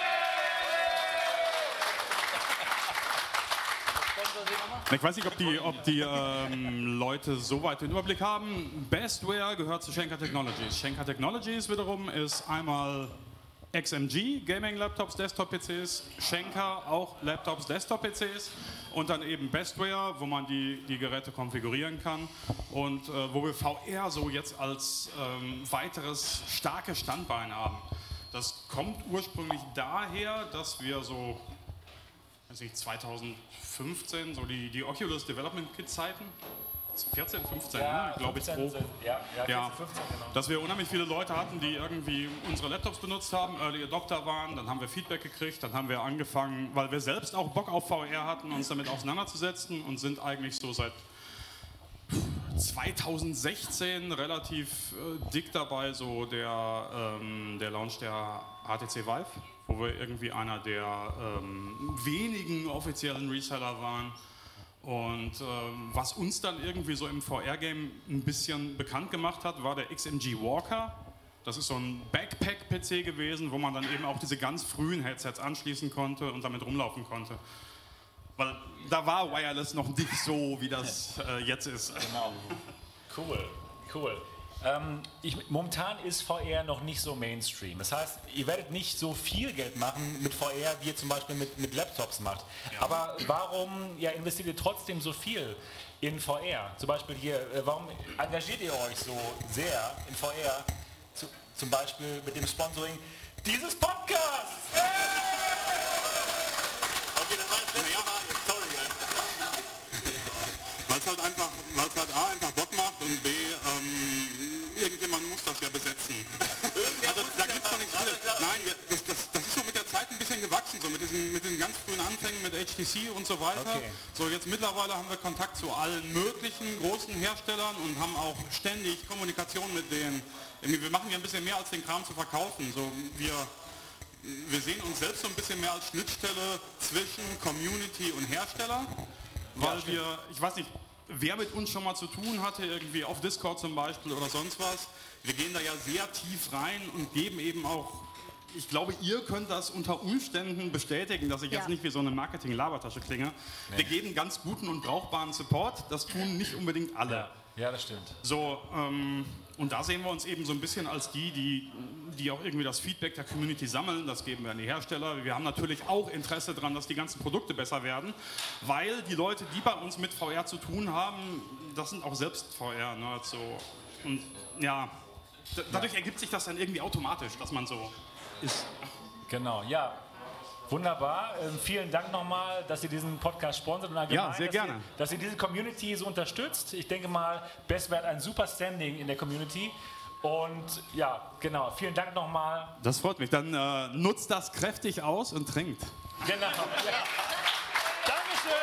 Ich weiß nicht, ob die, ob die ähm, Leute so weit den Überblick haben. Bestware gehört zu Schenker Technologies. Schenker Technologies wiederum ist einmal X M G, Gaming Laptops, Desktop-P Cs, Schenker, auch Laptops, Desktop-P Cs und dann eben Bestware, wo man die, die Geräte konfigurieren kann und äh, wo wir V R so jetzt als ähm, weiteres starkes Standbein haben. Das kommt ursprünglich daher, dass wir so weiß nicht, zweitausendfünfzehn, so die, die Oculus Development Kit Zeiten, vierzehn, fünfzehn, ja, ne, glaube ich, grob. Ja, ja, vierzehn, ja, fünfzehn, genau. Dass wir unheimlich viele Leute hatten, die irgendwie unsere Laptops benutzt haben, Early Adopter waren, dann haben wir Feedback gekriegt, dann haben wir angefangen, weil wir selbst auch Bock auf V R hatten, uns damit auseinanderzusetzen und sind eigentlich so seit zweitausendsechzehn relativ äh, dick dabei, so der, ähm, der Launch der H T C Vive, wo wir irgendwie einer der ähm, wenigen offiziellen Reseller waren. Und ähm, was uns dann irgendwie so im V R-Game ein bisschen bekannt gemacht hat, war der X M G Walker. Das ist so ein Backpack-P C gewesen, wo man dann eben auch diese ganz frühen Headsets anschließen konnte und damit rumlaufen konnte. Weil da war Wireless noch nicht so, wie das äh, jetzt ist. Genau. Cool, cool. Ähm, ich, momentan ist V R noch nicht so Mainstream. Das heißt, ihr werdet nicht so viel Geld machen mit V R, wie ihr zum Beispiel mit, mit Laptops macht. Ja. Aber warum ja, investiert ihr trotzdem so viel in V R? Zum Beispiel hier, äh, warum engagiert ihr euch so sehr in V R? Zu, zum Beispiel mit dem Sponsoring dieses Podcasts! Hey! Okay, dann war das letzte Mal. Sorry, weil es halt einfach, weil es halt A einfach Bock macht und B, ähm, irgendjemand muss das ja besetzen. Also da gibt es doch nichts anderes. Nein, das, das, das ist so mit der Zeit ein bisschen gewachsen, so mit diesen, mit den ganz frühen Anfängen mit H T C und so weiter. Okay. So jetzt mittlerweile haben wir Kontakt zu allen möglichen großen Herstellern und haben auch ständig Kommunikation mit denen. Wir machen ja ein bisschen mehr als den Kram zu verkaufen. So wir Wir sehen uns selbst so ein bisschen mehr als Schnittstelle zwischen Community und Hersteller, weil ja, wir, ich weiß nicht, wer mit uns schon mal zu tun hatte, irgendwie auf Discord zum Beispiel oder sonst was, wir gehen da ja sehr tief rein und geben eben auch, ich glaube, ihr könnt das unter Umständen bestätigen, dass ich ja. jetzt nicht wie so eine Marketing-Labertasche klinge. Nee. Wir geben ganz guten und brauchbaren Support, das tun nicht unbedingt alle. Ja, ja das stimmt. So, ähm, und da sehen wir uns eben so ein bisschen als die, die, die auch irgendwie das Feedback der Community sammeln. Das geben wir an die Hersteller. Wir haben natürlich auch Interesse daran, dass die ganzen Produkte besser werden, weil die Leute, die bei uns mit V R zu tun haben, das sind auch selbst V R-Nerds. So. Und ja, d- dadurch ja. ergibt sich das dann irgendwie automatisch, dass man so ist. Genau, ja. Wunderbar. Ähm, vielen Dank nochmal, dass ihr diesen Podcast sponsert und allgemein, ja, sehr dass gerne. Ihr, dass ihr diese Community so unterstützt. Ich denke mal, Bestware hat ein super Standing in der Community. Und ja, genau. Vielen Dank nochmal. Das freut mich. Dann äh, nutzt das kräftig aus und trinkt. Genau. Ja. Dankeschön.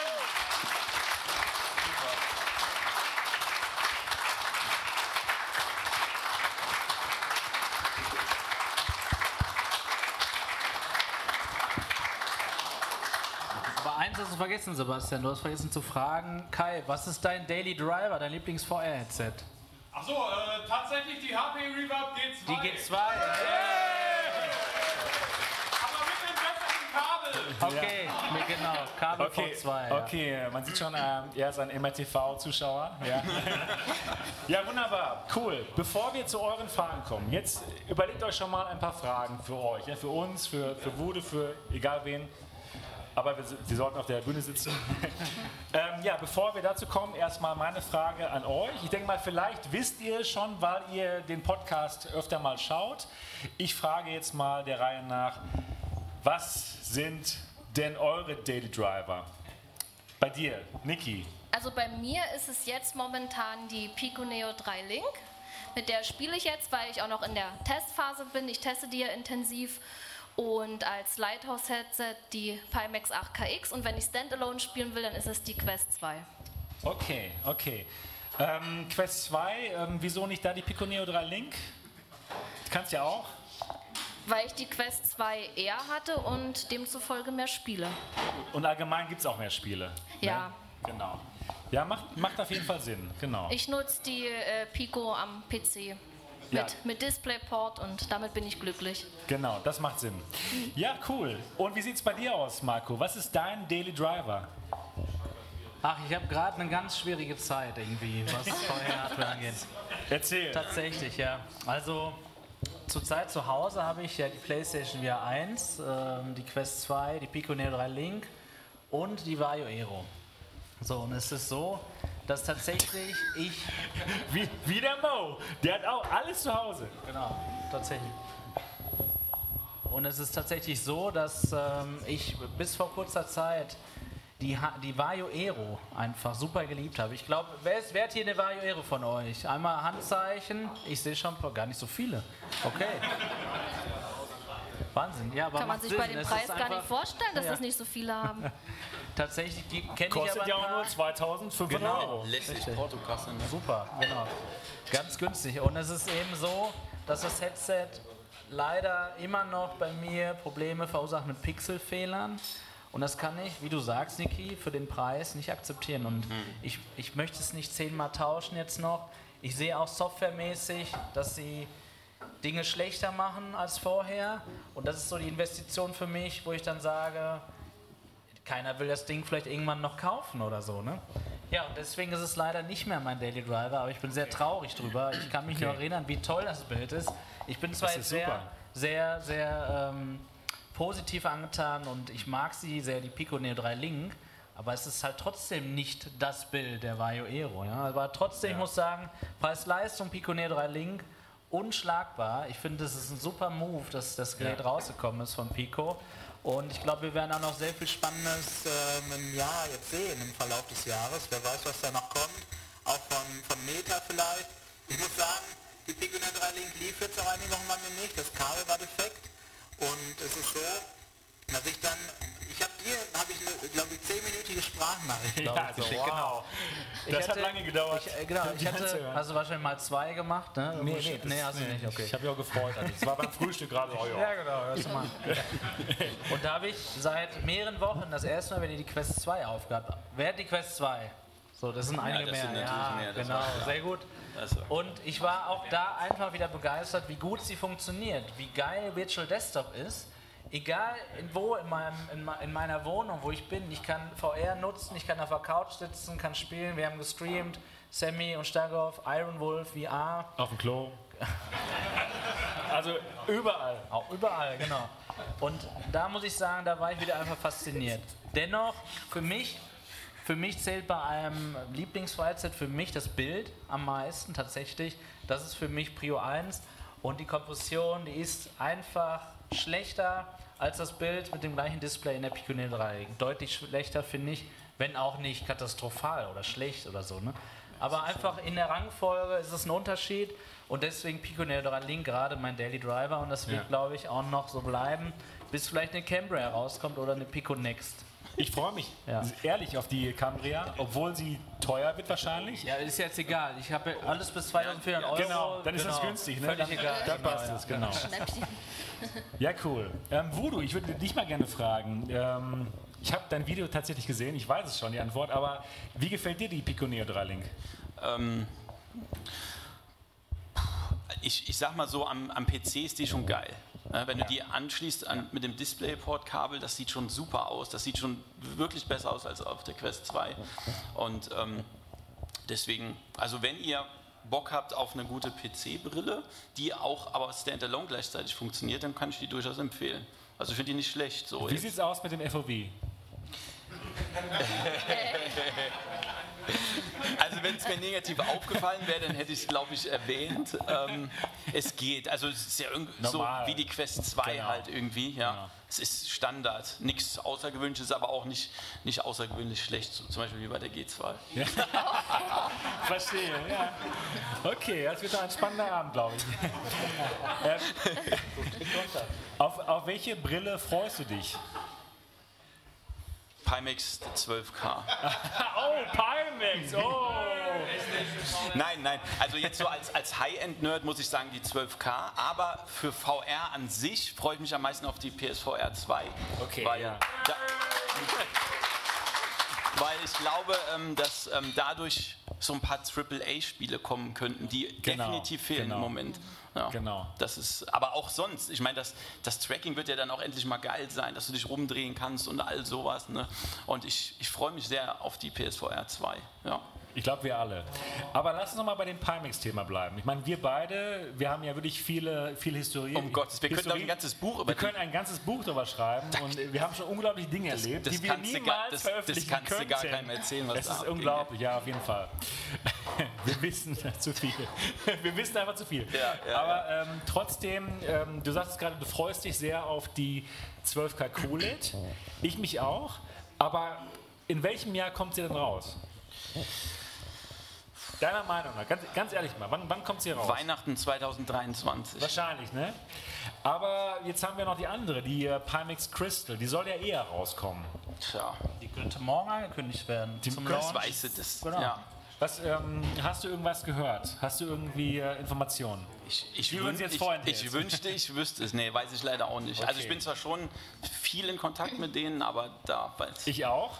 Eins hast du vergessen, Sebastian. Du hast vergessen zu fragen, Kai, was ist dein Daily Driver, dein Lieblings-V R-Headset? Achso, äh, tatsächlich die H P Reverb G zwei. Die G zwei, ja. Aber mit dem besseren Kabel. Okay, ja. Genau, Kabel okay. V zwei. Okay, ja. Man sieht schon, ähm, er ist ein M R T V-Zuschauer. Ja. Ja, wunderbar, cool. Bevor wir zu euren Fragen kommen, jetzt überlegt euch schon mal ein paar Fragen für euch, ja, für uns, für, für Wude, für egal wen. Aber wir, Sie sollten auf der Bühne sitzen. ähm, ja, bevor wir dazu kommen, erstmal meine Frage an euch. Ich denke mal, vielleicht wisst ihr schon, weil ihr den Podcast öfter mal schaut. Ich frage jetzt mal der Reihe nach, was sind denn eure Daily Driver? Bei dir, Niki. Also bei mir ist es jetzt momentan die Pico Neo drei Link. Mit der spiele ich jetzt, weil ich auch noch in der Testphase bin. Ich teste die ja intensiv. Und als Lighthouse-Headset die Pimax acht K X. Und wenn ich Standalone spielen will, dann ist es die Quest zwei. Okay, okay. Ähm, Quest zwei, ähm, wieso nicht da die Pico Neo drei Link? Du kannst ja auch. Weil ich die Quest zwei eher hatte und demzufolge mehr Spiele. Und allgemein gibt es auch mehr Spiele. Ja. Ne? Genau. Ja, macht, macht auf jeden Fall Sinn, genau. Ich nutze die äh, Pico am P C. Mit, Ja. mit DisplayPort und damit bin ich glücklich. Genau, das macht Sinn. Ja, cool. Und wie sieht es bei dir aus, Marco? Was ist dein Daily Driver? Ach, ich habe gerade eine ganz schwierige Zeit irgendwie, was V R-Hardware angeht. Erzähl. Tatsächlich, ja. Also zurzeit zu Hause habe ich ja die PlayStation V R eins, ähm, die Quest zwei, die Pico Neo drei Link und die Vario Aero. So, und es ist so, dass tatsächlich ich... Wie, wie der Mo, der hat auch alles zu Hause. Genau, tatsächlich. Und es ist tatsächlich so, dass ähm, ich bis vor kurzer Zeit die, ha die Vario Aero einfach super geliebt habe. Ich glaube, wer, ist, wer hat hier eine Vario Aero von euch? Einmal Handzeichen. Ich sehe schon gar nicht so viele. Okay. Wahnsinn, ja, aber Kann man macht sich bei Sinn. dem Es Preis ist gar einfach- nicht vorstellen, dass Ja. das nicht so viele haben. Tatsächlich kenne ich Kostet aber ja ein auch paar- nur zweitausendfünfhundert Genau. Euro. Lässig Portokasse. Ne? Super, genau. Ganz günstig. Und es ist eben so, dass das Headset leider immer noch bei mir Probleme verursacht mit Pixelfehlern. Und das kann ich, wie du sagst, Niki, für den Preis nicht akzeptieren. Und ich, ich möchte es nicht zehnmal tauschen jetzt noch. Ich sehe auch softwaremäßig, dass sie Dinge schlechter machen als vorher. Und das ist so die Investition für mich, wo ich dann sage, keiner will das Ding vielleicht irgendwann noch kaufen oder so, ne? Ja, und deswegen ist es leider nicht mehr mein Daily Driver, aber ich bin sehr traurig drüber. Ich kann mich Okay. nur erinnern, wie toll das Bild ist. Ich bin zwar Das jetzt ist sehr, super. sehr, sehr ähm, positiv angetan und ich mag sie sehr, die Pico Neo drei Link, aber es ist halt trotzdem nicht das Bild der Vario Aero. Ja? Aber trotzdem, ich muss sagen, Preis-Leistung Pico Neo drei Link, unschlagbar. Ich finde, es ist ein super Move, dass das Gerät Ja. rausgekommen ist von Pico. Und ich glaube, wir werden auch noch sehr viel Spannendes ähm, im Jahr jetzt sehen, im Verlauf des Jahres. Wer weiß, was da noch kommt. Auch von, von Meta vielleicht. Ich muss sagen, die Pico Neo drei Link lief jetzt auch einige Wochen bei mir nicht. Das Kabel war defekt. Und es ist so, dass ich dann, ich habe dir, habe ich eine, glaube ich, zehnminütige Sprachnachricht, glaube Ja, ich, geschickt. wow. Genau. Das Ich hat lange gedauert. Ich, äh, genau, ich Die hatte, anzuhören. hast du wahrscheinlich mal zwei gemacht, ne? Nee, nee, das- nee hast du nicht, okay. Ich habe mich auch gefreut. Also, es war beim Frühstück gerade. Oh, ja. Ja, genau, hörst du mal. Und da habe ich seit mehreren Wochen das erste Mal, wenn ihr die Quest zwei aufgab, wer hat die Quest zwei? So, das sind einige das mehr. sind natürlich ja, mehr, das genau, war klar. sehr gut. Das war- Und ich war auch da einfach wieder begeistert, wie gut sie funktioniert, wie geil Virtual Desktop ist. Egal in wo in, meinem, in, me- in meiner Wohnung, wo ich bin, ich kann V R nutzen, ich kann auf der Couch sitzen, kann spielen. Wir haben gestreamt, Sammy und Stargov, Iron Wolf, V R. Auf dem Klo. Also überall. Auch überall, genau. Und da muss ich sagen, da war ich wieder einfach fasziniert. Dennoch, für mich, für mich zählt bei einem Lieblingsfreizeit für mich das Bild am meisten tatsächlich. Das ist für mich Prio eins. Und die Komposition, die ist einfach schlechter als das Bild mit dem gleichen Display in der Pico Neo drei. Deutlich schlechter, finde ich, wenn auch nicht katastrophal oder schlecht oder so. Ne? Aber einfach in der Rangfolge ist es ein Unterschied und deswegen Pico Neo drei Link gerade mein Daily Driver und das wird, Ja. glaube ich, auch noch so bleiben, bis vielleicht eine Cambria rauskommt oder eine Pico Next. Ich freue mich Ja. ehrlich auf die Cambria, obwohl sie teuer wird wahrscheinlich. Ja, ist jetzt egal. Ich habe alles bis zweitausendvierhundert Euro. Genau, dann ist das günstig, ne? Völlig Dann- egal. dann passt ja. es, genau. Schnäppchen. Ja, cool. Ähm, Voodoo, ich würde dich mal gerne fragen. Ähm, ich habe dein Video tatsächlich gesehen, ich weiß es schon, die Antwort, aber wie gefällt dir die Pico Neo drei Link? Ähm, ich, ich sag mal so, am, am P C ist die schon geil. Ja, wenn du die anschließt an, mit dem DisplayPort-Kabel, das sieht schon super aus. Das sieht schon wirklich besser aus als auf der Quest zwei. Und ähm, deswegen, also wenn ihr Bock habt auf eine gute P C-Brille, die auch aber standalone gleichzeitig funktioniert, dann kann ich die durchaus empfehlen. Also ich finde die nicht schlecht. So Wie sieht es aus mit dem F O V? Also wenn es mir negativ aufgefallen wäre, dann hätte ich es, glaube ich, erwähnt. Ähm, es geht. Also es ist ja so wie die Quest zwei genau. halt irgendwie. Ja. Genau. Es ist Standard. Nichts Außergewöhnliches, aber auch nicht, nicht außergewöhnlich schlecht. So, zum Beispiel wie bei der G zwei. Ja. Verstehe, ja. Okay, das wird doch ein spannender Abend, glaube ich. ähm, auf, auf welche Brille freust du dich? Pimax zwölf K. Oh, Pimax, oh! Nein, nein, also jetzt so als, als High-End-Nerd muss ich sagen die zwölf K, aber für V R an sich freue ich mich am meisten auf die P S V R zwei. Okay, weil, ja. da, weil ich glaube, ähm, dass ähm, dadurch so ein paar Triple A Spiele kommen könnten, die genau, definitiv fehlen genau. im Moment. Ja, genau. Das ist, aber auch sonst, ich meine, das, das Tracking wird ja dann auch endlich mal geil sein, dass du dich rumdrehen kannst und all sowas. Ne? Und ich, ich freue mich sehr auf die P S V R zwei. Ja. Ich glaube, wir alle. Aber lass uns noch mal bei dem Pimax-Thema bleiben. Ich meine, wir beide, wir haben ja wirklich viele, viele Historie. Um Gottes, wir können doch ein ganzes Buch über Wir können ein ganzes Buch darüber schreiben und wir haben schon unglaubliche Dinge das, erlebt, das die wir niemals gar, das, veröffentlichen das kannst könnten. Das kannst du gar keinem erzählen, was das da ist abging. unglaublich, ja, auf jeden Fall. Wir wissen zu viel. Wir wissen einfach zu viel. Ja, ja, Aber ähm, trotzdem, ähm, du sagst gerade, du freust dich sehr auf die zwölf K Q L E D. Ich mich auch. Aber in welchem Jahr kommt sie denn raus? Deiner Meinung nach, ganz, ganz ehrlich mal, wann, wann kommt sie raus? Weihnachten zwanzig dreiundzwanzig. Wahrscheinlich, ne? Aber jetzt haben wir noch die andere, die äh, Pimax Crystal, die soll ja eher rauskommen. Tja. Die könnte morgen angekündigt werden. Die Zum das weißt du, das, genau. ja. Was, ähm, hast du irgendwas gehört? Hast du irgendwie äh, Informationen? Ich, ich, Die wün jetzt ich, ich wünschte, ich wüsste es. Nee, weiß ich leider auch nicht. Okay. Also ich bin zwar schon viel in Kontakt mit denen, aber da weiß ich auch.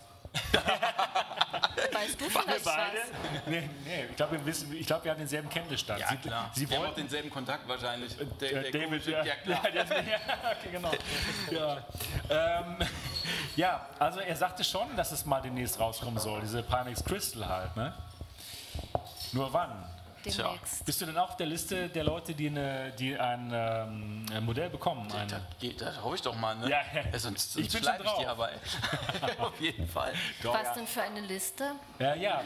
Weißt du Wir vielleicht beide? was? Nee, nee, ich glaube, wir, wissen- ich glaub, wir haben denselben Kenntnisstand. Ja, Sie, klar. Sie Wir haben auch wollten, denselben Kontakt wahrscheinlich. Der, äh, der David, komische- ja, ja, klar. ja, der, ja, okay, genau. Ja. Ähm, ja, also er sagte schon, dass es mal demnächst rauskommen soll, diese Pimax Crystal halt, ne? Nur wann? Demnächst. Bist du denn auch auf der Liste der Leute, die, eine, die ein ähm, ein Modell bekommen? Ein, Da, geht- da hoffe ich doch mal, ne? Ja, ja. Ja, sonst sonst Ich bin schon schleife ich drauf. die aber. Auf jeden Fall. Doch, Was ja. denn für eine Liste? Ja, ja.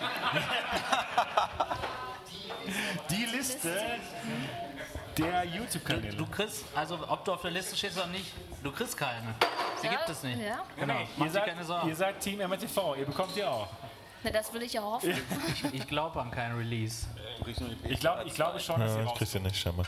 Die Liste der YouTube-Kanäle. Du kriegst, also ob du auf der Liste stehst oder nicht, du kriegst keine. Sie Ja, gibt es nicht. ja. Genau. Ihr Mach dir seid, keine Sorgen. ihr seid Team M R T V, ihr bekommt die auch. Na, das will ich ja hoffen. Ich glaube an kein Release. Ich, glaub, ich glaube schon, dass Ja, ihr ich raus. krieg's ja nicht, scheinbar.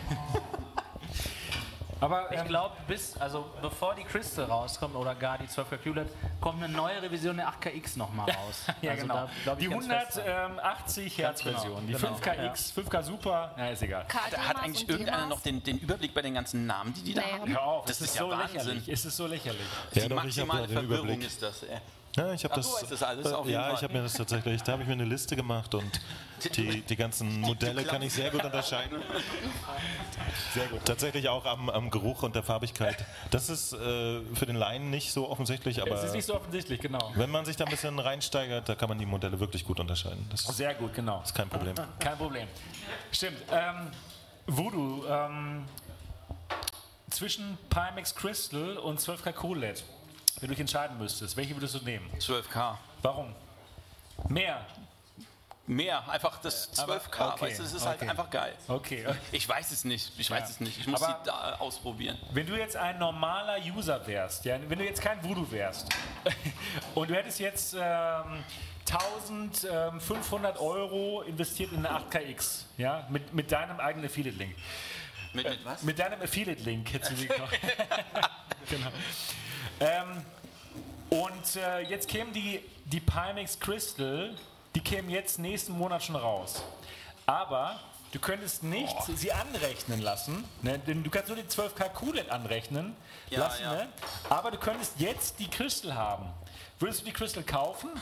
Aber Ich ähm, glaube, bis, also bevor die Crystal rauskommt oder gar die zwölf K Q L E D, kommt eine neue Revision der acht K X nochmal raus. ja, also genau. da glaub ich Die ganz fest dran. hundertachtzig Hertz Ganz genau, Version, die genau. fünf K X, fünf K Super, na ist egal. Da hat eigentlich irgendeiner noch den, den Überblick bei den ganzen Namen, die die da Nee. haben? Hör auf, Das es ist so ja Wahnsinn. lächerlich. Es ist so lächerlich. Ja, Die doch, ich habe maximale da den Verwirrung Überblick. ist das. Ey. Ja, ich habe Ach, das. du weißt das alles auf jeden ja, Fall. ich habe mir das tatsächlich. Da habe ich mir eine Liste gemacht und die, die ganzen Modelle kann ich sehr gut unterscheiden. Sehr gut. Tatsächlich auch am, am Geruch und der Farbigkeit. Das ist äh, für den Laien nicht so offensichtlich, aber Es ist nicht so offensichtlich, genau. wenn man sich da ein bisschen reinsteigert, da kann man die Modelle wirklich gut unterscheiden. Das ist Sehr gut, genau. kein Problem. Kein Problem. Stimmt. Ähm, Voodoo, ähm, zwischen Pimax Crystal und zwölf K Q L E D, wenn du dich entscheiden müsstest, welche würdest du nehmen? zwölf K. Warum? Mehr. Mehr, einfach das zwölf K, okay, weißt du, das ist okay. halt einfach geil. Okay. Ich weiß es nicht, ich weiß Ja. es nicht. Ich muss Aber- sie da ausprobieren. Wenn du jetzt ein normaler User wärst, ja, wenn du jetzt kein Voodoo wärst und du hättest jetzt ähm, eintausendfünfhundert Euro investiert in eine acht K X, ja, mit, mit deinem eigenen Affiliate-Link. Mit, mit was? Mit deinem Affiliate-Link hättest du sie noch. Genau. Ähm, und äh, jetzt kämen die, die Pimax Crystal, die kämen jetzt nächsten Monat schon raus. Aber du könntest nicht sie anrechnen lassen, ne? Denn du kannst nur die zwölf K Q L E D anrechnen Ja, lassen, ja. ne? Aber du könntest jetzt die Crystal haben. Würdest du die Crystal kaufen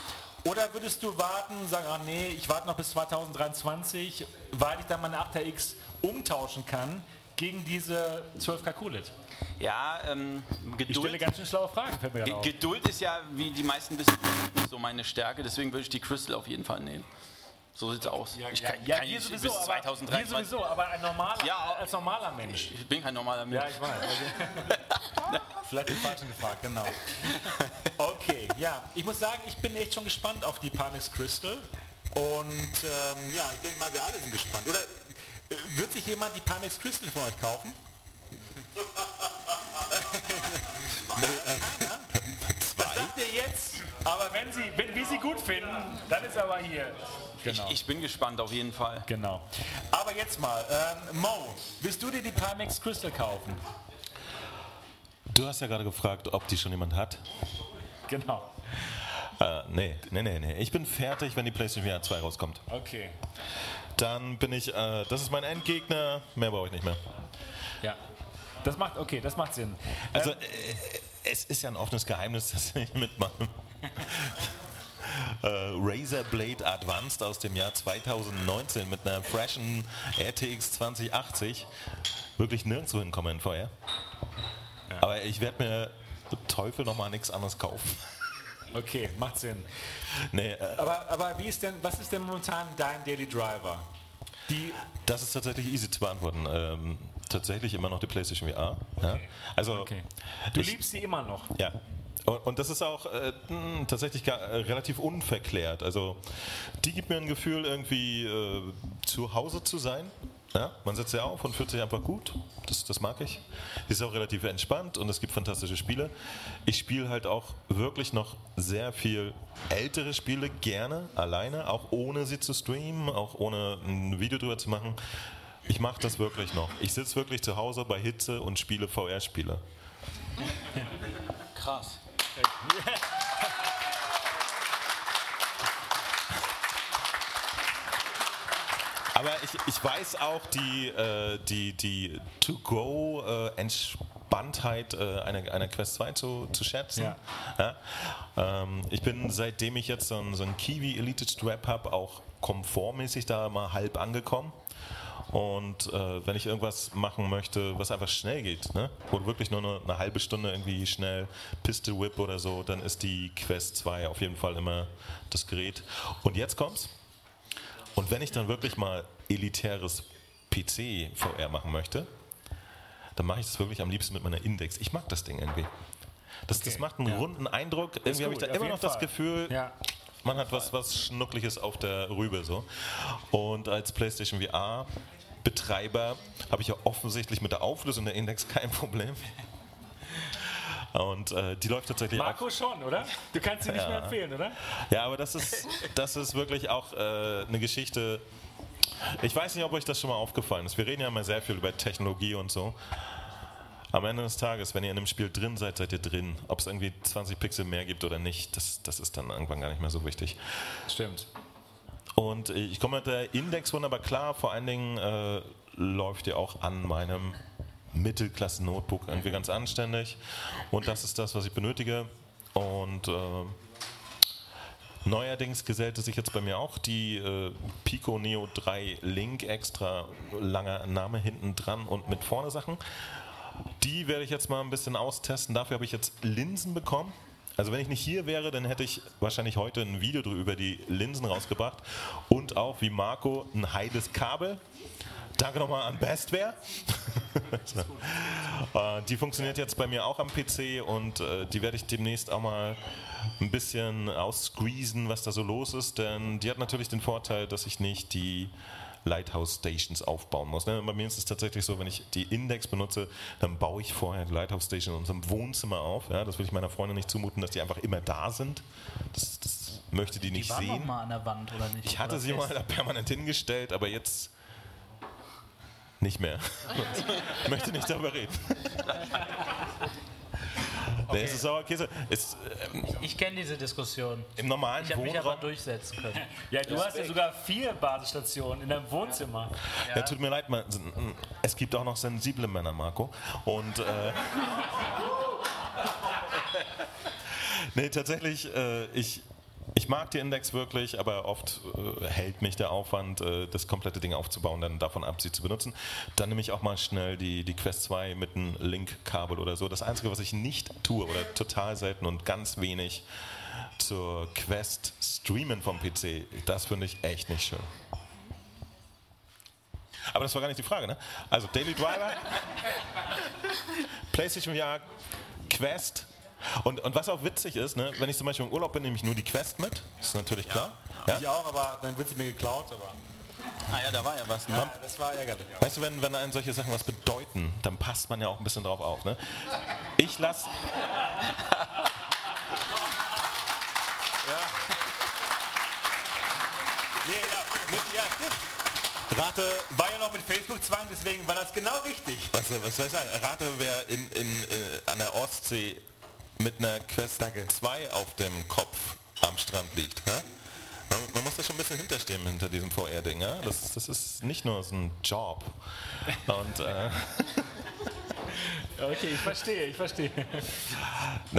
Oder würdest du warten, sagen, ach nee, ich warte noch bis zweitausenddreiundzwanzig, weil ich dann meine acht R X umtauschen kann gegen diese zwölf K QLED? Ja, ähm, Geduld. Ich stelle ganz schön schlaue Fragen, fällt mir gerade auf. Geduld ist ja, wie die meisten wissen, nicht so meine Stärke, deswegen würde ich die Crystal auf jeden Fall nehmen. So sieht's aus. Ja, ich ja, kann, ja, kann hier nicht sowieso, bis aber, zweitausenddreiundzwanzig. hier sowieso, aber ein normaler, ja, als normaler Mensch. Ich bin kein normaler Mensch. Ja, ich weiß. Also, vielleicht den falschen gefragt, genau. Okay, ja, ich muss sagen, ich bin echt schon gespannt auf die Pimax Crystal. Und ähm, Ja, ich denke mal, wir alle sind gespannt. oder äh, wird sich jemand die Pimax Crystal von euch kaufen? Das sagt ihr jetzt, aber wenn sie, wenn wir sie gut finden, dann ist aber hier. Genau. Ich, ich bin gespannt auf jeden Fall. Genau. Aber jetzt mal, ähm, Mo, willst du dir die Pimax Crystal kaufen? Du hast ja gerade gefragt, ob die schon jemand hat. Genau. Äh, nee, nee, nee, nee. Ich bin fertig, wenn die PlayStation V R zwei rauskommt. Okay. Dann bin ich, äh, das ist mein Endgegner, mehr brauche ich nicht mehr. Ja. Das macht, okay, das macht Sinn. Also, Ähm, äh, es ist ja ein offenes Geheimnis, dass ich mit meinem äh, Razer Blade Advanced aus dem Jahr zweitausendneunzehn mit einer freshen R T X zwanzig achtzig wirklich nirgendwo hinkomme in V R. Ja. Aber ich werde mir Teufel nochmal nichts anderes kaufen. Okay, macht Sinn. Nee, äh, aber, aber wie ist denn, was ist denn momentan dein Daily Driver? Die das ist tatsächlich easy zu beantworten. Ähm, tatsächlich immer noch die PlayStation V R. Okay. Ja? Also, okay. Du ich, liebst sie immer noch? Ja. Und, und das ist auch äh, mh, tatsächlich gar, äh, relativ unverklärt. Also die gibt mir ein Gefühl, irgendwie äh, zu Hause zu sein. Ja? Man setzt ja auf und fühlt sich einfach gut. Das, das mag ich. Die ist auch relativ entspannt und es gibt fantastische Spiele. Ich spiele halt auch wirklich noch sehr viel ältere Spiele gerne, alleine, auch ohne sie zu streamen, auch ohne ein Video drüber zu machen. Ich mache das wirklich noch. Ich sitze wirklich zu Hause bei Hitze und spiele V R-Spiele. Krass. Aber ich, ich weiß auch die, äh, die, die To-Go-Entspanntheit äh, einer, einer Quest zwei zu, zu schätzen. Ja. Ja? Ähm, ich bin, seitdem ich jetzt so einen, so einen Kiwi Elite Strap habe, auch komfortmäßig da mal halb angekommen. Und äh, wenn ich irgendwas machen möchte, was einfach schnell geht, ne? Wo du wirklich nur eine, eine halbe Stunde irgendwie schnell Pistol Whip oder so, dann ist die Quest zwei auf jeden Fall immer das Gerät. Und jetzt kommt's. Und wenn ich dann wirklich mal elitäres P C-V R machen möchte, dann mache ich das wirklich am liebsten mit meiner Index. Ich mag das Ding irgendwie. Das, okay. das macht einen ja. runden Eindruck. Irgendwie habe ich da immer noch Fall. das Gefühl, ja. man hat was, was Schnuckliges auf der Rübe. So. Und als PlayStation V R-Betreiber habe ich ja offensichtlich mit der Auflösung der Index kein Problem. Und äh, die läuft tatsächlich Marco auch. schon, oder? Du kannst sie nicht ja. mehr empfehlen, oder? Ja, aber das ist, das ist wirklich auch äh, eine Geschichte. Ich weiß nicht, ob euch das schon mal aufgefallen ist. Wir reden ja immer sehr viel über Technologie und so. Am Ende des Tages, wenn ihr in einem Spiel drin seid, seid ihr drin. Ob es irgendwie zwanzig Pixel mehr gibt oder nicht, das, das ist dann irgendwann gar nicht mehr so wichtig. Stimmt. Und ich komme mit der Index wunderbar klar. Vor allen Dingen äh, läuft ihr auch an meinem Mittelklasse-Notebook irgendwie ganz anständig. Und das ist das, was ich benötige. Und äh, neuerdings gesellte sich jetzt bei mir auch die äh, Pico Neo drei Link, extra langer Name hinten dran und mit vorne Sachen. Die werde ich jetzt mal ein bisschen austesten. Dafür habe ich jetzt Linsen bekommen. Also wenn ich nicht hier wäre, dann hätte ich wahrscheinlich heute ein Video über die Linsen rausgebracht. Und auch, wie Marco, ein heiles Kabel. Danke nochmal an Bestware. äh, die funktioniert jetzt bei mir auch am P C und äh, die werde ich demnächst auch mal ein bisschen aussqueezen, was da so los ist, denn die hat natürlich den Vorteil, dass ich nicht die Lighthouse Stations aufbauen muss. Ne? Bei mir ist es tatsächlich so, wenn ich die Index benutze, dann baue ich vorher die Lighthouse Station in unserem Wohnzimmer auf. Ja? Das will ich meiner Freundin nicht zumuten, dass die einfach immer da sind. Das, das möchte die, die nicht waren sehen. Noch mal an der Wand, oder nicht? Ich hatte oder sie mal da permanent hingestellt, aber jetzt nicht mehr. Ich möchte nicht darüber reden. Okay. Nee, es ist Sauerkäse. Es, ähm, ich ich kenne diese Diskussion. Im normalen ich Wohnraum. Ich habe mich aber durchsetzen können. Ja, du hast ja sogar vier Basisstationen in deinem Wohnzimmer. Ja. Ja, tut mir leid, man, es gibt auch noch sensible Männer, Marco. Und äh, nee, tatsächlich, äh, ich ich mag die Index wirklich, aber oft äh, hält mich der Aufwand, äh, das komplette Ding aufzubauen, dann davon ab, sie zu benutzen. Dann nehme ich auch mal schnell die, die Quest zwei mit einem Link-Kabel oder so. Das Einzige, was ich nicht tue oder total selten und ganz wenig zur Quest streamen vom P C, das finde ich echt nicht schön. Aber das war gar nicht die Frage, ne? Also Daily Driver, PlayStation V R, Quest. Und, und was auch witzig ist, ne, wenn ich zum Beispiel im Urlaub bin, nehme ich nur die Quest mit. Das ist natürlich klar. Ja, ich auch, aber dann wird sie mir geklaut. Aber Ah ja, da war ja was. Ne? ja, das war ärgerlich. Weißt du, wenn, wenn einem solche Sachen was bedeuten, dann passt man ja auch ein bisschen drauf auf. Ne? Ich lasse... Nee, ja, mit, ja, stimmt. Rate war ja noch mit Facebook-Zwang, deswegen war das genau richtig. Was, was soll ich sagen? Rate, wer in, in, äh, an der Ostsee mit einer Quest zwei auf dem Kopf am Strand liegt. Ne? Man, man muss da schon ein bisschen hinterstehen hinter diesem V R-Ding. Ja? Das, das ist nicht nur so ein Job. Und, äh, okay, ich verstehe, ich verstehe. Na,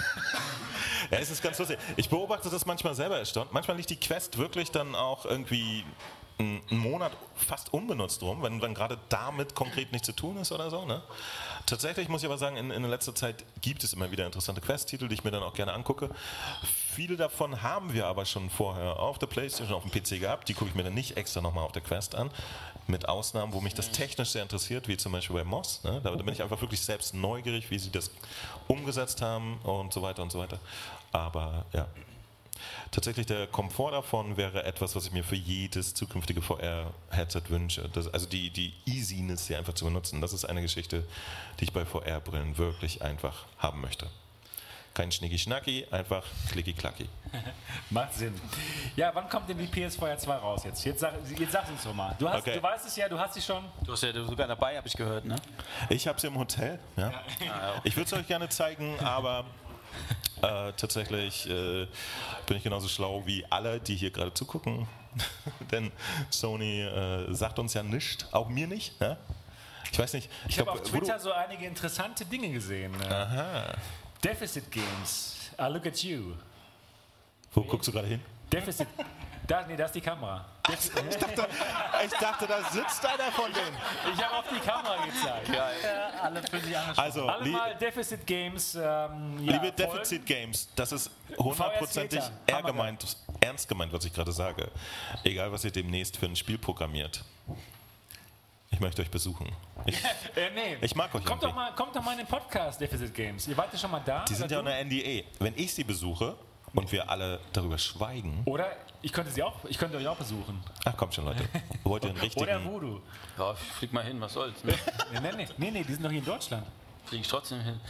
ja, es ist ganz lustig. Ich beobachte das manchmal selber erstaunt. Manchmal liegt die Quest wirklich dann auch irgendwie einen Monat fast unbenutzt rum, wenn dann gerade damit konkret nichts zu tun ist oder so. Ne? Tatsächlich muss ich aber sagen, in, in letzter Zeit gibt es immer wieder interessante Quest-Titel, die ich mir dann auch gerne angucke. Viele davon haben wir aber schon vorher auf der PlayStation, auf dem P C gehabt. Die gucke ich mir dann nicht extra nochmal auf der Quest an. Mit Ausnahmen, wo mich das technisch sehr interessiert, wie zum Beispiel bei Moss. Ne? Da, da bin ich einfach wirklich selbst neugierig, wie sie das umgesetzt haben und so weiter und so weiter. Aber ja, tatsächlich der Komfort davon wäre etwas, was ich mir für jedes zukünftige V R-Headset wünsche. Das, also die, die Easiness hier einfach zu benutzen, das ist eine Geschichte, die ich bei V R-Brillen wirklich einfach haben möchte. Kein Schnicki-Schnacki, einfach Klicki-Klacki. Macht Sinn. Ja, wann kommt denn die P S V R zwei raus jetzt? Jetzt sag, jetzt sag uns doch mal. Du, hast, Okay. du weißt es ja, du hast sie schon. Du hast ja sogar dabei, habe ich gehört, ne? Ich habe sie im Hotel. Ja. Ich würde es euch gerne zeigen, aber äh, tatsächlich äh, bin ich genauso schlau wie alle, die hier gerade zugucken. Denn Sony äh, sagt uns ja nichts, auch mir nicht. Ja? Ich weiß nicht. Ich, ich habe auf Twitter so einige interessante Dinge gesehen. Ne? Aha. Deficit Games. I look at you. Wo guckst du gerade hin? Deficit. Da, nee, da ist die Kamera. Ich dachte, ich dachte, da sitzt einer von denen. Ich habe auf die Kamera gezeigt. Ja, ja, alle für sich angesprochen. Also, alle mal Deficit Games. Ähm, ja, liebe Deficit Games, das ist hundertprozentig gemeint, ernst gemeint, was ich gerade sage. Egal, was ihr demnächst für ein Spiel programmiert. Ich möchte euch besuchen. Ich, äh, nee. ich mag euch. Kommt doch, mal, kommt doch mal in den Podcast Deficit Games. Ihr wart ja schon mal da. Die sind ja unter N D A. Wenn ich sie besuche und wir alle darüber schweigen. Oder ich könnte sie auch, ich könnte euch auch besuchen. Ach komm schon, Leute. Wollt ihr einen richtigen... Oder Voodoo. Ja, flieg mal hin, was soll's. Ne? nee, nee, nee, nee, die sind doch hier in Deutschland. Flieg ich trotzdem hin.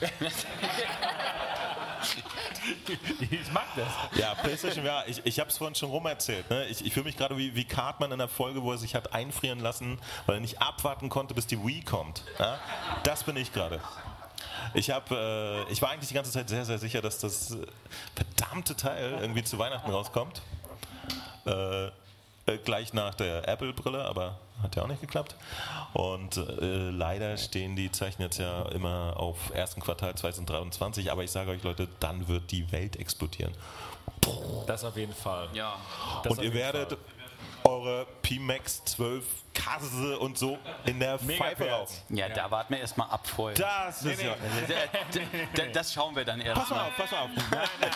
Ich mag das. Ja, PlayStation, ja, ich, ich habe es vorhin schon rum erzählt. Ne? Ich, ich fühle mich gerade wie, wie Cartman in der Folge, wo er sich hat einfrieren lassen, weil er nicht abwarten konnte, bis die Wii kommt. Ja? Das bin ich gerade. Ich, hab, äh, ich war eigentlich die ganze Zeit sehr, sehr sicher, dass das äh, verdammte Teil irgendwie zu Weihnachten rauskommt. Äh, äh, gleich nach der Apple-Brille, aber hat ja auch nicht geklappt. Und äh, leider stehen die Zeichen jetzt ja immer auf ersten Quartal zwanzig dreiundzwanzig, aber ich sage euch, Leute, dann wird die Welt explodieren. Das auf jeden Fall. Ja. Das Und ihr werdet eure Pimax zwölf Kasse und so in der Pfeife rauchen. Ja, ja, da warten wir erstmal ab vorher. Das ist nee, ja... Nee. Das schauen wir dann erst Pass mal auf, pass mal auf. Nein, nein, nein.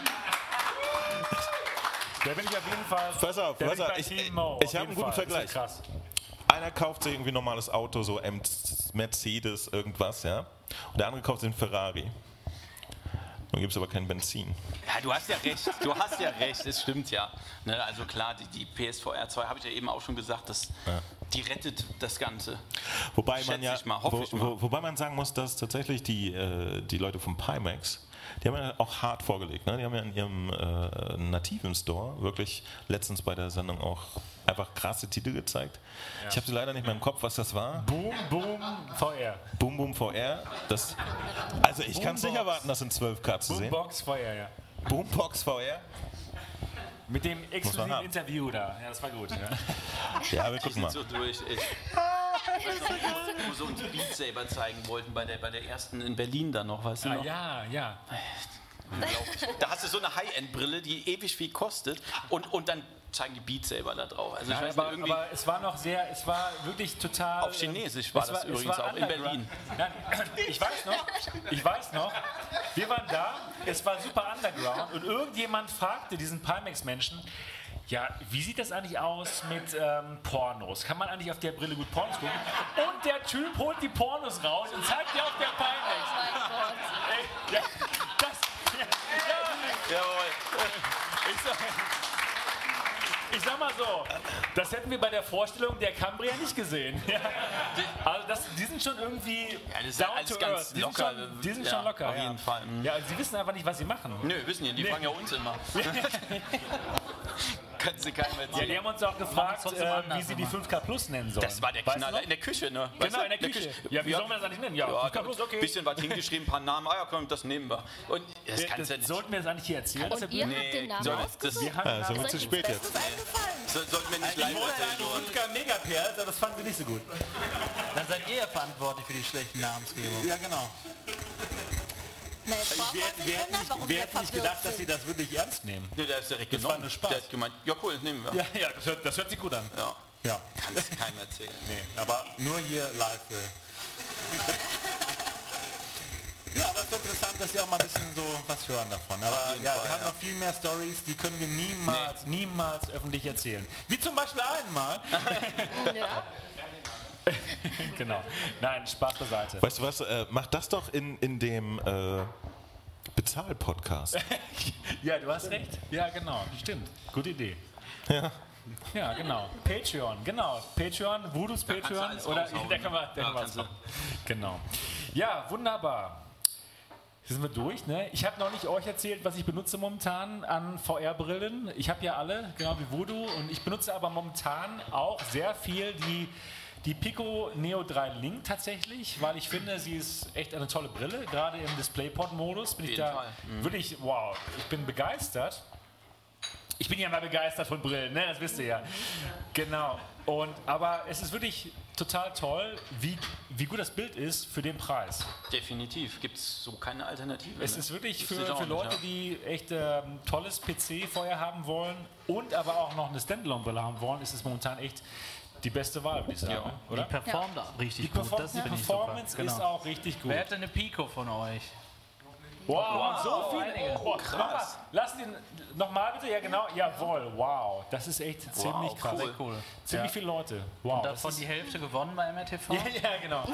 Da bin ich auf jeden Fall... Pass auf, pass auf. Ich, ich, ich habe einen guten Vergleich. Krass. Einer kauft sich irgendwie ein normales Auto, so Mercedes, irgendwas, ja. Und der andere kauft sich einen Ferrari. Dann gibt es aber kein Benzin. Ja, du hast ja recht, du hast ja recht, es stimmt ja. Ne, also klar, die, die P S V R zwei, habe ich ja eben auch schon gesagt, das, ja. die rettet das Ganze. Wobei man Schätze ja, ich mal, hoffe wo, ich mal. Wo, wobei man sagen muss, dass tatsächlich die, äh, die Leute von Pimax, die haben ja auch hart vorgelegt. Ne? Die haben ja in ihrem äh, nativen Store wirklich letztens bei der Sendung auch einfach krasse Titel gezeigt. Ja. Ich habe sie leider nicht mehr im Kopf, was das war. Boom, Boom, V R. Boom, Boom, V R. Das, also ich kann es nicht erwarten, das in zwölf K zu sehen. Boombox V R, ja. Boombox V R. Mit dem exklusiven Interview da. Ja, das war gut. Ja, ja wir gucken mal. So durch. Ich, wo so uns Beat Saber zeigen wollten bei der, bei der ersten in Berlin dann noch, weißt du ah, noch? Ja, ja. Da hast du so eine High-End-Brille, die ewig viel kostet und, und dann zeigen die Beat Saber da drauf. Also ich Nein, weiß aber, nicht, irgendwie aber es war noch sehr, es war wirklich total... auf Chinesisch war es das es übrigens war auch in Berlin. Nein, ich weiß noch, ich weiß noch, wir waren da, es war super underground und irgendjemand fragte diesen Pimax-Menschen, ja, wie sieht das eigentlich aus mit ähm, Pornos? Kann man eigentlich auf der Brille gut Pornos gucken? Und der Typ holt die Pornos raus und zeigt die auf der Pimax. Oh mein Gott. Ey, ja, das... Ja, Jawohl. ich sag, ich sag mal so, das hätten wir bei der Vorstellung der Cambria nicht gesehen. Ja. Also das, die sind schon irgendwie Ja, das ist down alles to ganz earth. Die locker. Sind schon, die sind Ja, schon locker. auf ja. jeden Fall. Mhm. Ja, sie wissen einfach nicht, was sie machen. Nö, wissen die, die Nee. fragen ja uns immer. Können sie keinem Ja, erzählen. die haben uns auch gefragt, trotzdem äh, anders wie sie die immer. fünf K Plus nennen sollen. Das war der Weißt du Knaller noch? in der Küche, ne? Genau, Weißt du? in der Küche. Ja, wie soll man das eigentlich nennen? Ja, Ja, fünf K Plus, okay. Ein bisschen was hingeschrieben, ein paar Namen. Ah ja, komm, das nehmen wir. Und das Wir- kannst das du ja nicht. sollten wir das eigentlich hier erzählen? Und ihr Nee, habt den Namen soll- ausgesucht? das- Wir haben Ja, sind wir Ist zu euch spät nichts jetzt. Besseres eingefallen? So, sollten wir nicht Ich live wollte erzählen. einen fünf K Megaperl, aber das fanden sie nicht so gut. Dann seid ihr ja verantwortlich für die schlechten Namensgebung. Ja, genau. Na, jetzt brauchen wir uns nicht wundern, warum wir wir hätten nicht verwirrt gedacht, dass sie sind. das wirklich ernst nehmen. Nee, der ist direkt Das war genommen. nur Spaß. Der hat gemeint, ja cool, nehmen wir. Ja, ja, das hört, das hört sich gut an. Ja. Ja. Kannst keinem erzählen. Nee, aber nur hier live. äh. Ja, aber es ist interessant, dass Sie auch mal ein bisschen so was hören davon. Aber jeden ja, Fall, wir haben ja. noch viel mehr Stories, die können wir niemals. Niemals öffentlich erzählen. Wie zum Beispiel einmal. Ja. Genau. Nein, Spaß beiseite. Weißt du was, äh, mach das doch in, in dem äh, Bezahl-Podcast. Ja, du hast recht. Ja, genau. Stimmt. Gute Idee. Ja. Ja, genau. Patreon, genau. Patreon, Voodoos kannst du Patreon. alles Oder raushauen, da kann man, ne? da Ja, kann man kannst du. Genau. Ja, wunderbar. Hier sind wir durch. Ne? Ich habe noch nicht euch erzählt, was ich benutze momentan an V R-Brillen. Ich habe ja alle, genau wie Voodoo. Und ich benutze aber momentan auch sehr viel die, die Pico Neo drei Link tatsächlich, weil ich finde, sie ist echt eine tolle Brille. Gerade im DisplayPort-Modus bin ich jeden da Fall. Mhm. wirklich, wow, ich bin begeistert. Ich bin ja mal begeistert von Brillen, ne? Das wisst ihr ja. Genau. Und, aber es ist wirklich total toll, wie, wie gut das Bild ist für den Preis. Definitiv. Gibt es so keine Alternative. Es ne? ist wirklich Das für, ist auch für nicht, Leute, ja. die echt ähm, tolles P C vorher haben wollen und aber auch noch eine Standalone-Brille haben wollen, ist es momentan echt die beste Wahl, würde ich sagen. Ja. Oder? Die performt auch richtig Die, gut. Perform Das die finde ich Performance super. Genau. ist auch richtig gut. Wer hätte eine Pico von euch? Wow, so viele. einige. Oh, krass. Lass den nochmal bitte. Ja, genau. Jawohl. Wow. Das ist echt ziemlich krass. cool. Cool. Ziemlich Ja. viele Leute. Wow. Und das davon ist- die Hälfte gewonnen bei M R T V? Ja, ja, genau.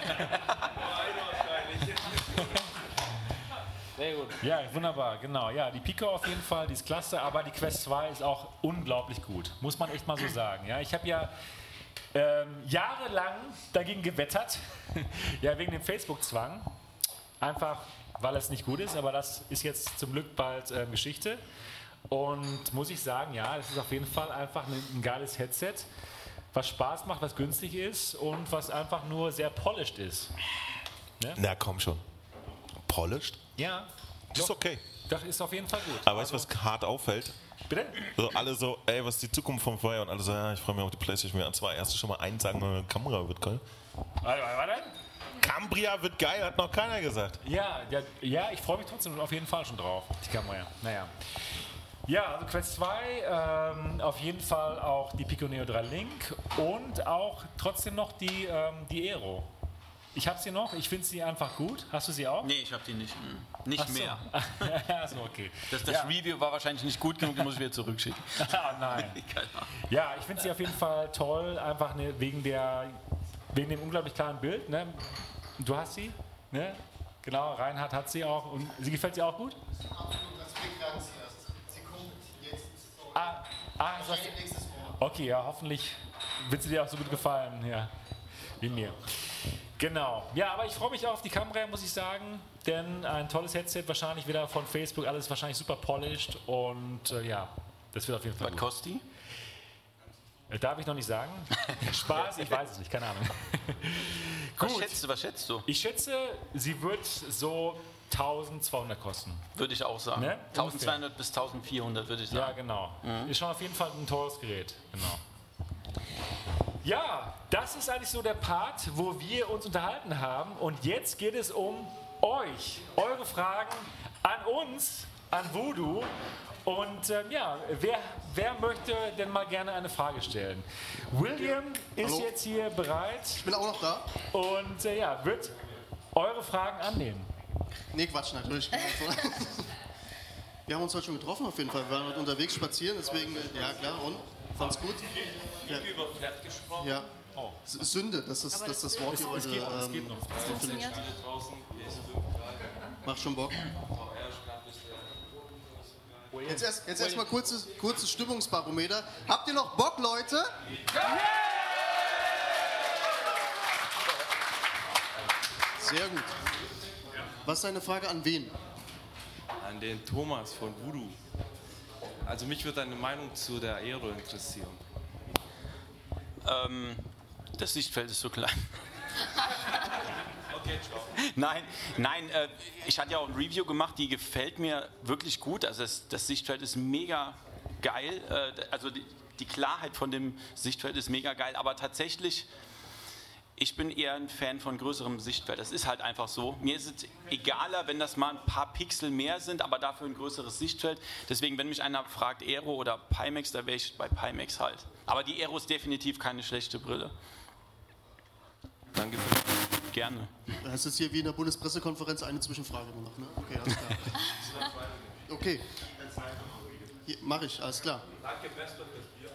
Sehr gut. Ja, wunderbar, genau. Ja, die Pico auf jeden Fall, die ist klasse, aber die Quest zwei ist auch unglaublich gut. Muss man echt mal so sagen. Ja, ich habe ja ähm, jahrelang dagegen gewettert, ja, wegen dem Facebook-Zwang. Einfach, weil es nicht gut ist, aber das ist jetzt zum Glück bald ähm, Geschichte. Und muss ich sagen, ja, das ist auf jeden Fall einfach ein, ein geiles Headset, was Spaß macht, was günstig ist und was einfach nur sehr polished ist. Na komm schon. Polished? Ja, Das ist okay. das ist auf jeden Fall gut. Aber weißt du, was hart auffällt? Bitte? So, alle so, ey, was ist die Zukunft von Fire? Und alle so, ja, ich freue mich auf die PlayStation V R zwei. Erst schon mal eins sagen, eine Kamera wird geil. Warte, warte, warte. Cambria wird geil, hat noch keiner gesagt. Ja, ja, ja, ich freue mich trotzdem auf jeden Fall schon drauf. Die Kamera, naja. Ja, also Quest zwei, ähm, auf jeden Fall auch die Pico Neo drei Link und auch trotzdem noch die, ähm, die Aero. Ich habe sie noch, ich finde sie einfach gut. Hast du sie auch? Nee, ich habe die nicht. hm, Nicht Ach so. mehr. Achso, okay. Das, das Ja. Review war wahrscheinlich nicht gut genug, die muss ich wieder zurückschicken. Ah, nein. Keine Ahnung. Ja, ich finde sie auf jeden Fall toll, einfach ne, wegen, der, wegen dem unglaublich klaren Bild. Ne? Du hast sie, ne? Genau, Reinhard hat sie auch. Und sie gefällt dir auch gut? Ah, ah das hast du- okay, ja, hoffentlich wird sie dir auch so gut gefallen, ja, wie mir. Genau. Ja, aber ich freue mich auch auf die Kamera, muss ich sagen, denn ein tolles Headset, wahrscheinlich wieder von Facebook, alles wahrscheinlich super polished und äh, ja, das wird auf jeden Fall Was gut. kostet die? Äh, Darf ich noch nicht sagen? Spaß, ich weiß es nicht, keine Ahnung. Was Gut. schätzt du, was schätzt du? Ich schätze, sie wird so tausendzweihundert kosten. Würde ich auch sagen. Ne? eintausendzweihundert bis eintausendvierhundert würde ich Ja, sagen. genau. Mhm. Ist schon auf jeden Fall ein teures Gerät. Genau. Ja, das ist eigentlich so der Part, wo wir uns unterhalten haben. Und jetzt geht es um euch, eure Fragen an uns, an Voodoo. Und ähm, ja, wer, wer möchte denn mal gerne eine Frage stellen? William ist Hallo? jetzt hier bereit. Ich bin auch noch da. Und äh, ja, wird eure Fragen annehmen. Nee, Quatsch, natürlich. Wir haben uns heute schon getroffen auf jeden Fall. Wir waren heute unterwegs spazieren, deswegen, ja klar, und? Fand's gut? Ja. Ja. S- Sünde, das ist das, ist das Wort hier heute. Ähm, funktioniert. Macht schon Bock. Jetzt erst, jetzt erstmal kurzes, kurzes Stimmungsbarometer. Habt ihr noch Bock, Leute? Sehr gut. Was ist deine Frage an wen? An den Thomas von Voodoo. Also mich würde deine Meinung zu der Aero interessieren. Ähm, das Sichtfeld ist so klein. Okay, ciao. Nein, nein, äh, ich hatte ja auch ein Review gemacht, die gefällt mir wirklich gut. Also das, das Sichtfeld ist mega geil. Äh, also die, die Klarheit von dem Sichtfeld ist mega geil. Aber tatsächlich, ich bin eher ein Fan von größerem Sichtfeld. Das ist halt einfach so. Mir ist es egaler, wenn das mal ein paar Pixel mehr sind, aber dafür ein größeres Sichtfeld. Deswegen, wenn mich einer fragt, Aero oder Pimax, da wäre ich bei Pimax halt. Aber die Aero ist definitiv keine schlechte Brille. Danke. Gerne. Das ist hier wie in der Bundespressekonferenz eine Zwischenfrage nur noch, ne? Okay, alles klar. Okay. Hier, mach ich, alles klar. Danke, Bester, fürs Bier.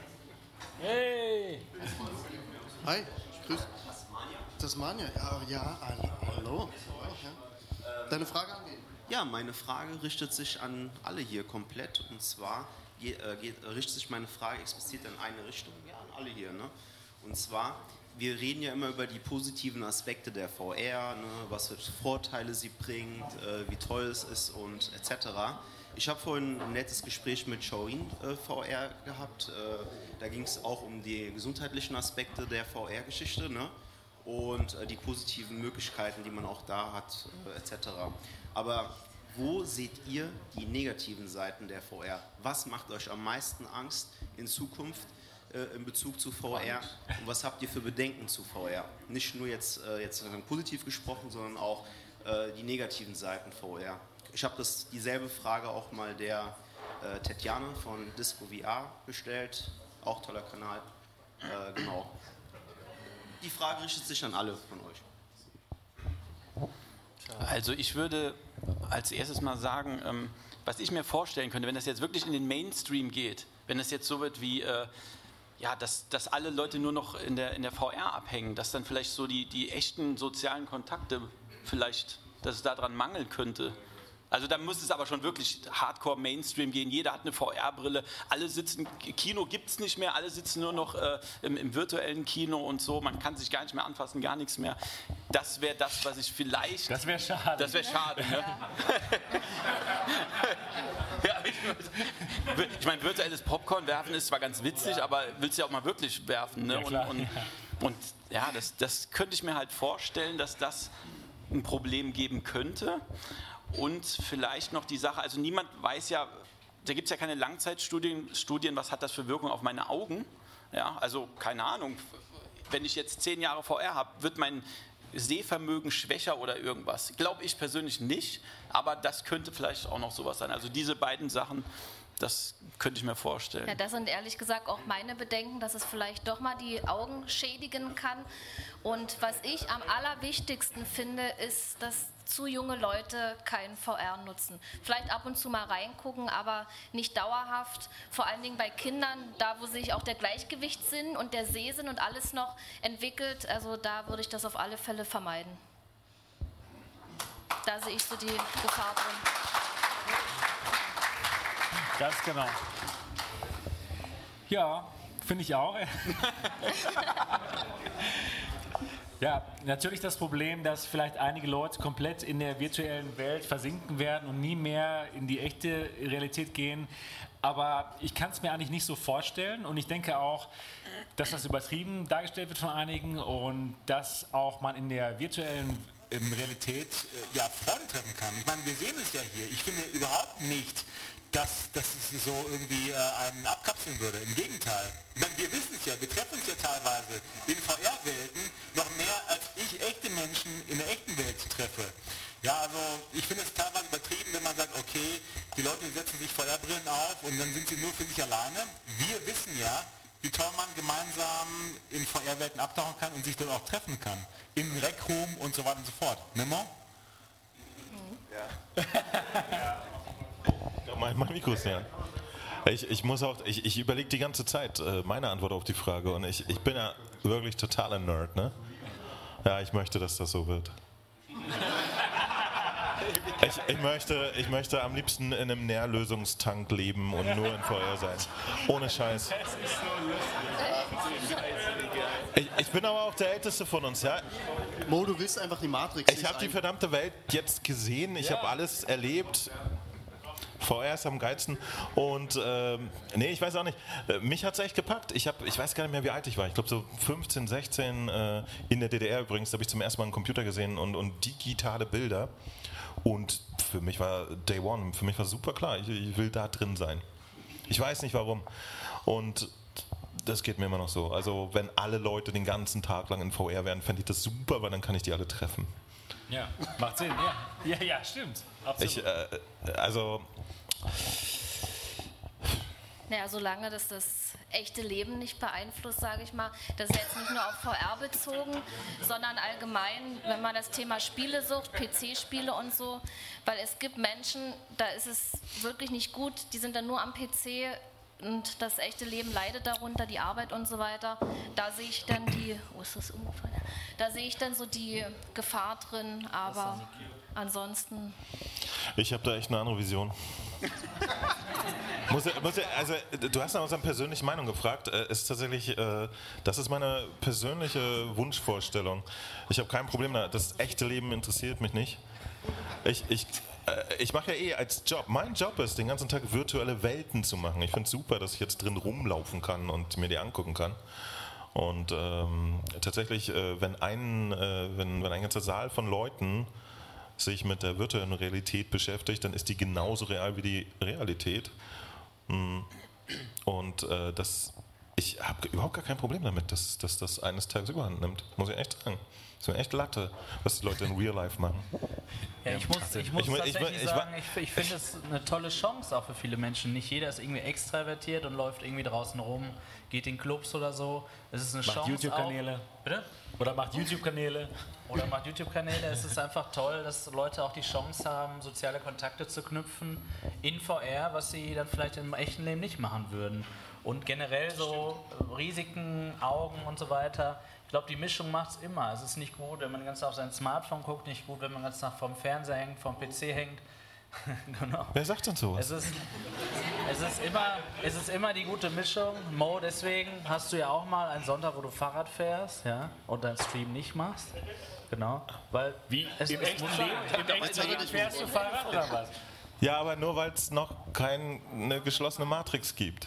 Hey! Hi, grüß. Tasmania? Ja, ja, hallo. Ja. Deine Frage an wen? Ja, meine Frage richtet sich an alle hier komplett. Und zwar ge- äh, geht, richtet sich meine Frage explizit in eine Richtung. Ja, an alle hier. Ne? Und zwar, wir reden ja immer über die positiven Aspekte der V R, ne? Was für Vorteile sie bringt, äh, wie toll es ist und et cetera. Ich habe vorhin ein nettes Gespräch mit Shorin äh, V R gehabt. Äh, da ging es auch um die gesundheitlichen Aspekte der V R-Geschichte, ne? Und äh, die positiven Möglichkeiten, die man auch da hat, äh, et cetera. Aber wo seht ihr die negativen Seiten der V R? Was macht euch am meisten Angst in Zukunft äh, in Bezug zu V R? Und was habt ihr für Bedenken zu V R? Nicht nur jetzt, äh, jetzt positiv gesprochen, sondern auch äh, die negativen Seiten V R. Ich habe das dieselbe Frage auch mal der äh, Tetjana von Disco V R gestellt. Auch toller Kanal. Äh, genau. Die Frage richtet sich an alle von euch. Also ich würde als erstes mal sagen, ähm, was ich mir vorstellen könnte, wenn das jetzt wirklich in den Mainstream geht, wenn das jetzt so wird wie, äh, ja, dass, dass alle Leute nur noch in der, in der V R abhängen, dass dann vielleicht so die, die echten sozialen Kontakte vielleicht, dass es daran mangeln könnte. Also da muss es aber schon wirklich Hardcore Mainstream gehen. Jeder hat eine V R-Brille. Alle sitzen, Kino gibt es nicht mehr. Alle sitzen nur noch äh, im, im virtuellen Kino und so. Man kann sich gar nicht mehr anfassen, gar nichts mehr. Das wäre das, was ich vielleicht... Das wäre schade. Das wäre schade, ne? Ja, ich ich meine, virtuelles Popcorn werfen ist zwar ganz witzig, ja, aber willst du ja auch mal wirklich werfen, ne? Ja, klar. Und, und, und ja, das, das könnte ich mir halt vorstellen, dass das ein Problem geben könnte. Und vielleicht noch die Sache, also niemand weiß ja, da gibt es ja keine Langzeitstudien, Studien, was hat das für Wirkung auf meine Augen? Ja, also keine Ahnung, wenn ich jetzt zehn Jahre V R habe, wird mein Sehvermögen schwächer oder irgendwas? Glaube ich persönlich nicht, aber das könnte vielleicht auch noch sowas sein. Also diese beiden Sachen, das könnte ich mir vorstellen. Ja, das sind ehrlich gesagt auch meine Bedenken, dass es vielleicht doch mal die Augen schädigen kann. Und was ich am allerwichtigsten finde, ist, dass zu junge Leute kein V R nutzen. Vielleicht ab und zu mal reingucken, aber nicht dauerhaft. Vor allen Dingen bei Kindern, da wo sich auch der Gleichgewichtssinn und der Sehsinn und alles noch entwickelt. Also da würde ich das auf alle Fälle vermeiden. Da sehe ich so die Gefahr drin. Ganz genau. Ja, finde ich auch. Ja, natürlich das Problem, dass vielleicht einige Leute komplett in der virtuellen Welt versinken werden und nie mehr in die echte Realität gehen. Aber ich kann es mir eigentlich nicht so vorstellen und ich denke auch, dass das übertrieben dargestellt wird von einigen und dass auch man in der virtuellen ähm, Realität äh, ja, Freunde treffen kann. Ich meine, wir sehen es ja hier. Ich finde überhaupt nicht, dass, dass es so irgendwie äh, einen abkapseln würde. Im Gegenteil. Ich meine, wir wissen es ja, wir treffen uns ja teilweise in V R-Welten noch mehr, als ich echte Menschen in der echten Welt treffe. Ja, also ich finde es teilweise übertrieben, wenn okay, die Leute setzen sich V R-Brillen auf und dann sind sie nur für sich alleine. Wir wissen ja, wie toll man gemeinsam in V R-Welten abtauchen kann und sich dort auch treffen kann. Im Rec Room und so weiter und so fort. Nimmer? Ja. ja. Mein, mein Mikro ist ja. Ich, ich muss auch, ich, ich überlege die ganze Zeit äh, meine Antwort auf die Frage und ich, ich bin ja wirklich totaler Nerd, ne? Ja, ich möchte, dass das so wird. Ich, ich, möchte, ich möchte am liebsten in einem Nährlösungstank leben und nur in V R sein. Ohne Scheiß. Das ist so lustig. Ich, ich bin aber auch der Älteste von uns, ja? Mo, du willst einfach die Matrix. Ich habe die verdammte Welt jetzt gesehen, ich ja. habe alles erlebt. V R ist am geilsten und ähm, nee, ich weiß auch nicht, mich hat es echt gepackt. Ich, hab, ich weiß gar nicht mehr, wie alt ich war. Ich glaube so fünfzehn, sechzehn äh, in der D D R übrigens, da habe ich zum ersten Mal einen Computer gesehen und, und digitale Bilder. Und für mich war Day One, für mich war super klar, ich, ich will da drin sein. Ich weiß nicht warum. Und das geht mir immer noch so. Also wenn alle Leute den ganzen Tag lang in V R wären, fände ich das super, weil dann kann ich die alle treffen. Ja, macht Sinn, ja. Ja, ja, stimmt. Absolut. Ich, äh, also... Naja, solange das das echte Leben nicht beeinflusst, sage ich mal, das ist jetzt nicht nur auf V R bezogen, sondern allgemein, wenn man das Thema Spielesucht, P C-Spiele und so, weil es gibt Menschen, da ist es wirklich nicht gut, die sind dann nur am P C und das echte Leben leidet darunter, die Arbeit und so weiter. Da sehe ich dann die, oh ist das umgefallen? Da sehe ich dann so die Gefahr drin, aber ansonsten... Ich habe da echt eine andere Vision. muss, muss, also, du hast nach unserer persönlichen Meinung gefragt. Äh, ist tatsächlich, äh, das ist meine persönliche Wunschvorstellung. Ich habe kein Problem da. Das echte Leben interessiert mich nicht. Ich, ich, äh, ich mache ja eh als Job. Mein Job ist, den ganzen Tag virtuelle Welten zu machen. Ich finde es super, dass ich jetzt drin rumlaufen kann und mir die angucken kann. Und ähm, tatsächlich, äh, wenn, ein, äh, wenn, wenn ein ganzer Saal von Leuten sich mit der virtuellen Realität beschäftigt, dann ist die genauso real wie die Realität. Und äh, das, ich habe überhaupt gar kein Problem damit, dass, dass das eines Tages überhand nimmt, muss ich echt sagen. Das ist mir echt Latte, was die Leute in Real Life machen. Ja, ich muss, ich muss ich, tatsächlich ich, ich, sagen, ich, ich finde es eine tolle Chance auch für viele Menschen. Nicht jeder ist irgendwie extravertiert und läuft irgendwie draußen rum, geht in Clubs oder so. Es ist eine macht Chance YouTube-Kanäle. auch. Bitte? Oder macht YouTube-Kanäle. Oder macht YouTube-Kanäle. Es ist einfach toll, dass Leute auch die Chance haben, soziale Kontakte zu knüpfen in V R, was sie dann vielleicht im echten Leben nicht machen würden. Und generell so Risiken, Augen und so weiter. Ich glaube, die Mischung macht es immer. Es ist nicht gut, wenn man ganz auf sein Smartphone guckt, nicht gut, wenn man ganz nach vom Fernseher hängt, vom P C hängt. Genau. Wer sagt denn sowas? Es ist, es, ist immer, es ist immer die gute Mischung. Mo, deswegen hast du ja auch mal einen Sonntag, wo du Fahrrad fährst, ja, und deinen Stream nicht machst. Genau. Weil Wie? Es Im ist echten Leben, im echten Leben fährst du Fahrrad oder was? Ja, aber nur weil es noch keine geschlossene Matrix gibt.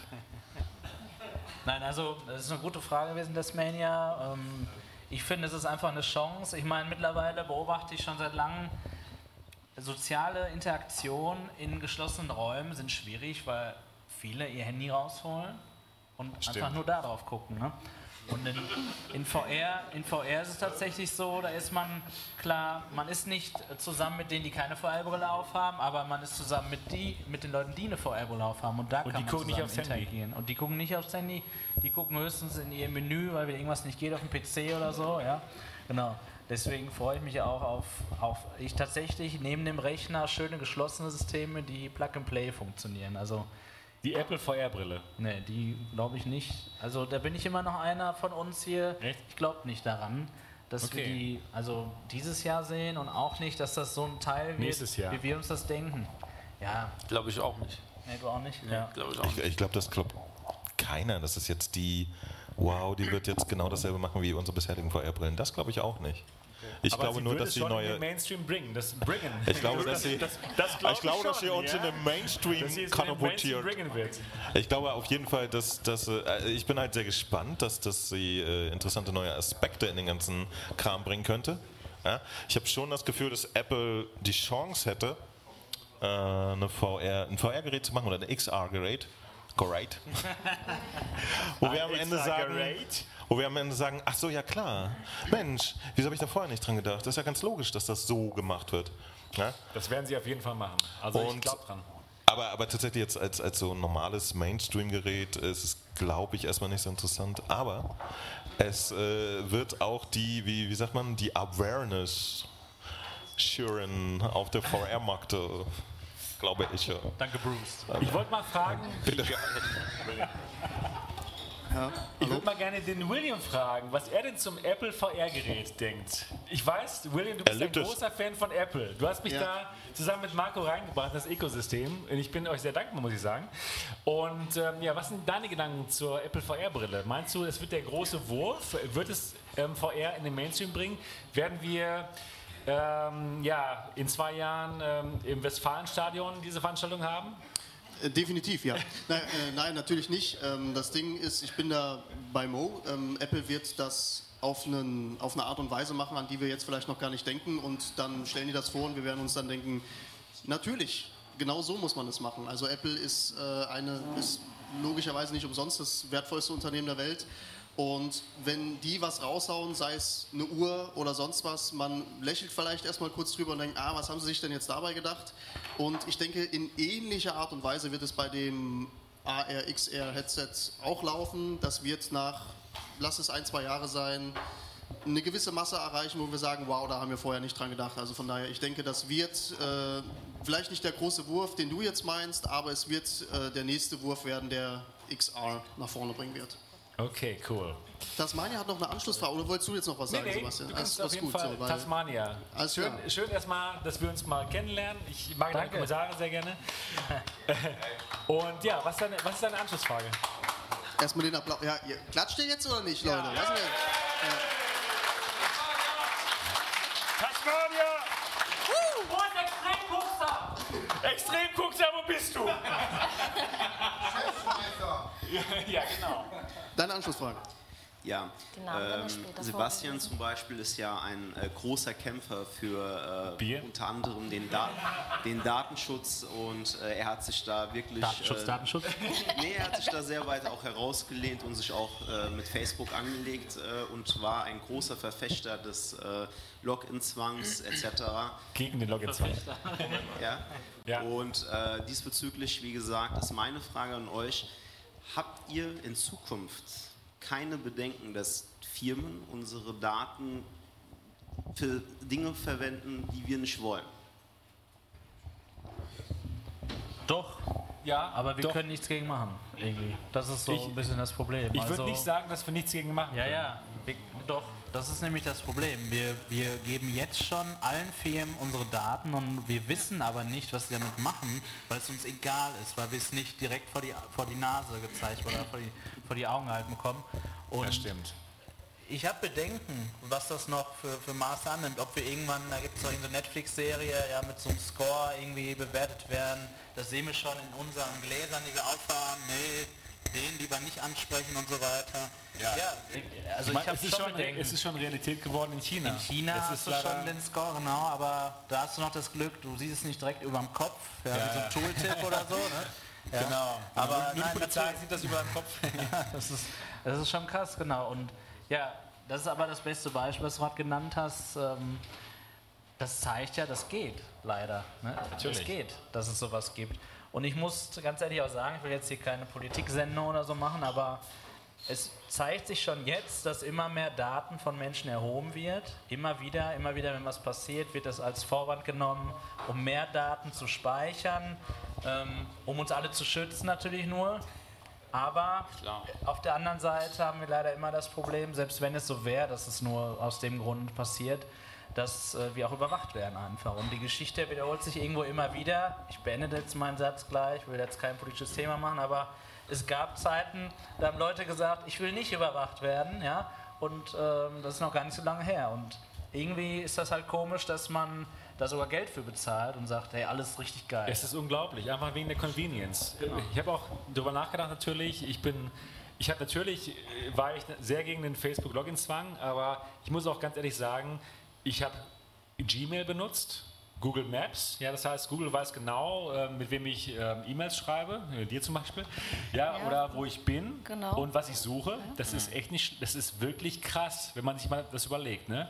Nein, also das ist eine gute Frage gewesen, Tasmania. Ähm, ich finde, es ist einfach eine Chance. Ich meine, mittlerweile beobachte ich schon seit langem, soziale Interaktionen in geschlossenen Räumen sind schwierig, weil viele ihr Handy rausholen und Stimmt. einfach nur da drauf gucken. Ne? Und in, in, V R, in V R ist es tatsächlich so, da ist man, klar, man ist nicht zusammen mit denen, die keine V R-Brille aufhaben, aber man ist zusammen mit, die, mit den Leuten, die eine V R-Brille aufhaben. Und da Und kann die man gucken nicht zusammen aufs Handy. interagieren. Und die gucken nicht aufs Handy, die gucken höchstens in ihr Menü, weil wieder irgendwas nicht geht auf dem P C oder so. Ja? Genau. Deswegen freue ich mich auch auf, auf ich tatsächlich neben dem Rechner schöne geschlossene Systeme, die Plug-and-Play funktionieren. Also die Apple V R-Brille? Ne, die glaube ich nicht. Also da bin ich immer noch einer von uns hier. Echt? Ich glaube nicht daran, dass Okay. wir die also dieses Jahr sehen und auch nicht, dass das so ein Teil wird, Nächstes Jahr. wie wir uns das denken. Ja. Glaube ich auch nicht. Ne, du auch nicht? Ja, glaube ich auch Ich, ich glaube, das glaubt keiner. Das ist jetzt die, wow, die wird jetzt genau dasselbe machen wie unsere bisherigen V R-Brillen. Das glaube ich auch nicht. Ich Aber glaube sie nur, würde dass es die schon in neue. den Mainstream bringen. Das bringen. Ich glaube, dass sie, das, das glaub ich glaube, dass sie schon, uns ja? in den Mainstream Dass sie es in den Mainstream katapultiert. bringen wird. Ich glaube auf jeden Fall, dass, dass äh, ich bin halt sehr gespannt, dass, dass sie äh, interessante neue Aspekte in den ganzen Kram bringen könnte. Ja? Ich habe schon das Gefühl, dass Apple die Chance hätte, äh, eine V R, ein V R-Gerät zu machen oder ein X R-Gerät. Gerät. Wo wir am Ende sagen, wo wir am Ende sagen, ach so, ja klar, Mensch, wieso habe ich da vorher nicht dran gedacht? Das ist ja ganz logisch, dass das so gemacht wird. Ja? Das werden sie auf jeden Fall machen. Also ich Und- glaube dran. Aber, aber tatsächlich jetzt als, als so ein normales Mainstream-Gerät ist es, glaube ich, erstmal nicht so interessant. Aber es äh, wird auch die, wie, wie sagt man, die Awareness schüren auf der V R-Markt, glaube ich. Ja. Danke, Bruce. Ich wollte mal fragen, Bitte. Ja, ich würde mal gerne den William fragen, was er denn zum Apple V R-Gerät denkt. Ich weiß, William, du bist ein liebt es. großer Fan von Apple. Du hast mich Ja. da zusammen mit Marco reingebracht in das Ökosystem. Und ich bin euch sehr dankbar, muss ich sagen. Und ähm, ja, was sind deine Gedanken zur Apple V R-Brille? Meinst du, es wird der große Wurf? Wird es ähm, V R in den Mainstream bringen? Werden wir ähm, ja, in zwei Jahren ähm, im Westfalenstadion diese Veranstaltung haben? Äh, Definitiv, ja. Nein, äh, nein, natürlich nicht. Ähm, das Ding ist, ich bin da bei Mo. Ähm, Apple wird das auf, einen, auf eine Art und Weise machen, an die wir jetzt vielleicht noch gar nicht denken. Und dann stellen die das vor und wir werden uns dann denken, natürlich, genau so muss man es machen. Also Apple ist, äh, eine, ist logischerweise nicht umsonst das wertvollste Unternehmen der Welt. Und wenn die was raushauen, sei es eine Uhr oder sonst was, man lächelt vielleicht erstmal kurz drüber und denkt, ah, was haben sie sich denn jetzt dabei gedacht? Und ich denke, in ähnlicher Art und Weise wird es bei dem A R X R-Headset auch laufen. Das wird nach, lass es ein, zwei Jahre sein, eine gewisse Masse erreichen, wo wir sagen, wow, da haben wir vorher nicht dran gedacht. Also von daher, ich denke, das wird äh, vielleicht nicht der große Wurf, den du jetzt meinst, aber es wird äh, der nächste Wurf werden, der X R nach vorne bringen wird. Okay, cool. Tasmania hat noch eine Anschlussfrage, oder wolltest du jetzt noch was sagen, Nee, nee, Sebastian? du kannst Alles- auf jeden alles Fall so, weil- Tasmania. Alles schön, klar. schön erstmal, dass wir uns mal kennenlernen. Ich mag deine Danke. Kommentare sehr gerne. Und ja, was ist deine, was ist deine Anschlussfrage? Erstmal den Applaus. Ja, ihr klatscht ihr jetzt oder nicht, Leute? Lassen wir, ja. Tasmania! Wo ist Extremkuxer? Extremkuxer, wo bist du? Ja, genau. Deine Anschlussfrage. Ja, Den Namen werden wir ähm, später Sebastian vorlesen. zum Beispiel ist ja ein äh, großer Kämpfer für äh, Bier? unter anderem den, Da- den Datenschutz und äh, er hat sich da wirklich... Datenschutz, äh, Datenschutz. Nee, er hat sich da sehr weit auch herausgelehnt und sich auch äh, mit Facebook angelegt äh, und war ein großer Verfechter des äh, Login-Zwangs et cetera. Gegen den Login-Zwang. Ja? Ja. Und äh, diesbezüglich, wie gesagt, ist meine Frage an euch, habt ihr in Zukunft keine Bedenken, dass Firmen unsere Daten für Dinge verwenden, die wir nicht wollen? Doch. Ja, Aber wir doch. können nichts gegen machen, irgendwie. Das ist so Ich- ein bisschen das Problem. Ich würde Also- nicht sagen, dass wir nichts gegen machen Ja, können. ja, wir, doch, das ist nämlich das Problem. Wir, wir geben jetzt schon allen Firmen unsere Daten und wir wissen aber nicht, was sie damit machen, weil es uns egal ist, weil wir es nicht direkt vor die, vor die Nase gezeigt oder vor die, vor die Augen gehalten bekommen. Und Das stimmt. ich habe Bedenken, was das noch für, für Maße annimmt. Ob wir irgendwann, da gibt es noch eine Netflix-Serie, ja, mit so einem Score irgendwie bewertet werden. Das sehen wir schon in unseren Gläsern, die wir auffahren. Nee, den lieber nicht ansprechen und so weiter. Ja, also Ich meine, ich habe es, ist schon schon, Bedenken. es ist schon Realität geworden in China. In China Es hast ist du leider- schon den Score, genau, aber da hast du noch das Glück, du siehst es nicht direkt über dem Kopf, ja, Ja, wie so ein ja. Tooltip oder so. Ne? Ja. Genau. Aber nur, nur nein, die Polizei natürlich- sieht das über den Kopf. Ja, das ist, das ist schon krass, genau. Und ja, das ist aber das beste Beispiel, was du gerade genannt hast. Ähm, das zeigt ja, das geht, leider. Ne? Natürlich. Es geht, dass es sowas gibt. Und ich muss ganz ehrlich auch sagen, ich will jetzt hier keine Politiksendung oder so machen, aber es zeigt sich schon jetzt, dass immer mehr Daten von Menschen erhoben wird. Immer wieder, immer wieder, wenn was passiert, wird das als Vorwand genommen, um mehr Daten zu speichern, ähm, um uns alle zu schützen natürlich nur. Aber auf der anderen Seite haben wir leider immer das Problem, selbst wenn es so wäre, dass es nur aus dem Grund passiert, dass äh, wir auch überwacht werden einfach. Und die Geschichte wiederholt sich irgendwo immer wieder. Ich beende jetzt meinen Satz gleich, will jetzt kein politisches Thema machen, aber es gab Zeiten, da haben Leute gesagt, ich will nicht überwacht werden, ja, und ähm, das ist noch gar nicht so lange her. Und irgendwie ist das halt komisch, dass man da sogar Geld für bezahlt und sagt, hey, alles richtig geil. Es ist unglaublich, einfach wegen der Convenience. Ich habe auch darüber nachgedacht natürlich, ich bin, ich habe natürlich, äh, war ich sehr gegen den Facebook-Login-Zwang, aber ich muss auch ganz ehrlich sagen, ich habe Gmail benutzt, Google Maps, ja, das heißt, Google weiß genau, äh, mit wem ich äh, E-Mails schreibe, äh, dir zum Beispiel, ja, Ja. oder wo ich bin Genau. und was ich suche. Das ist echt nicht, das ist wirklich krass, wenn man sich mal das überlegt, ne?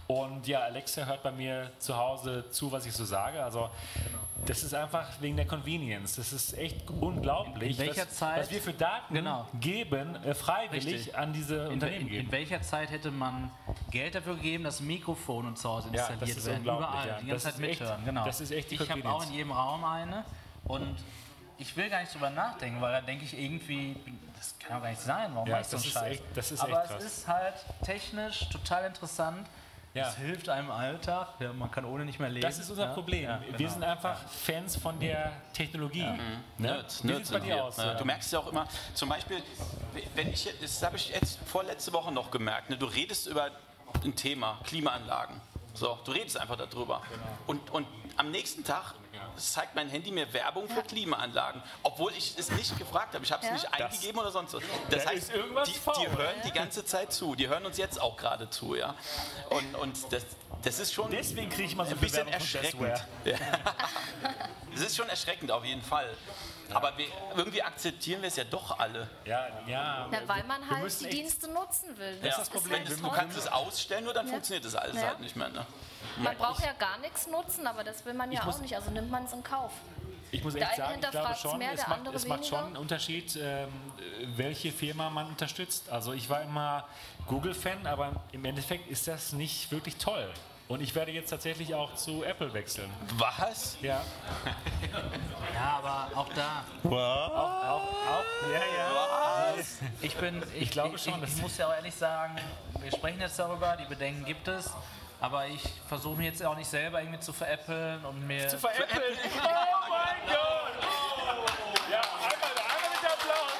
Und ja, Alexa hört bei mir zu Hause zu, was ich so sage. Also das ist einfach wegen der Convenience. Das ist echt unglaublich, in welcher was, Zeit, was wir für Daten genau. geben, äh, freiwillig Richtig. an diese in, Unternehmen in, geben. in welcher Zeit hätte man Geld dafür gegeben, dass Mikrofone zu Hause Ja, installiert das ist werden? unglaublich, Überall, ja. die ganze Das Zeit ist echt- mithören. Genau. das ist echt die ich habe auch Convenience. in jedem Raum eine und ich will gar nicht drüber nachdenken, weil da denke ich irgendwie, das kann doch gar nicht sein, warum Ja, mache ich so das einen ist Scheiß? echt- das ist Aber echt krass. es ist halt technisch total interessant. Ja. Es hilft einem im Alltag, ja, man kann ohne nicht mehr leben. Das ist unser ja? Problem. Ja, Wir genau. sind einfach Fans von der Technologie. Ja. Ne? Nerds, Wie Nerds sieht's bei sind dir wir. aus? Ja, du merkst ja auch immer, zum Beispiel, wenn ich, das habe ich jetzt vorletzte Woche noch gemerkt, ne, du redest über ein Thema, Klimaanlagen. So, du redest einfach darüber. Und, und am nächsten Tag zeigt mein Handy mir Werbung für Klimaanlagen, obwohl ich es nicht gefragt habe. Ich habe es Ja. nicht Das- eingegeben oder sonst was. Das Da heißt, ist irgendwas die, faul. die hören die ganze Zeit zu. Die hören uns jetzt auch gerade zu. Ja? Und, und das, das ist schon Deswegen kriege ich mal so ein viel bisschen Werbung von erschreckend. Ja. Das ist schon erschreckend auf jeden Fall. Aber wir, irgendwie akzeptieren wir es ja doch alle. Ja, ja. Na, weil man wir halt müssen die echt- Dienste nutzen will. Ja, Das ist Wenn halt du, du toll. kannst es ausstellen, nur dann Ja. funktioniert das alles Ja. halt nicht mehr. Ne? Man braucht ja gar nichts nutzen, aber das will man ja Ich auch muss- nicht, also nimmt man es in Kauf. Ich muss Der echt eine sagen, ich glaube hinterfragt's schon, mehr, es der macht, andere es macht schon weniger. einen Unterschied, ähm, welche Firma man unterstützt. Also ich war immer Google-Fan, aber im Endeffekt ist das nicht wirklich toll. Und ich werde jetzt tatsächlich auch zu Apple wechseln. Was? Ja. Ja, aber auch da. Auch, auch, auch, ja, ja. Was? Ich bin, ich, Ich glaube ich, schon, Ich, dass- ich muss ja auch ehrlich sagen, wir sprechen jetzt darüber, die Bedenken gibt es, aber ich versuche mich jetzt auch nicht selber irgendwie zu veräppeln und mir. Zu veräppeln? Oh mein Gott! Ja, einmal, einmal mit Applaus.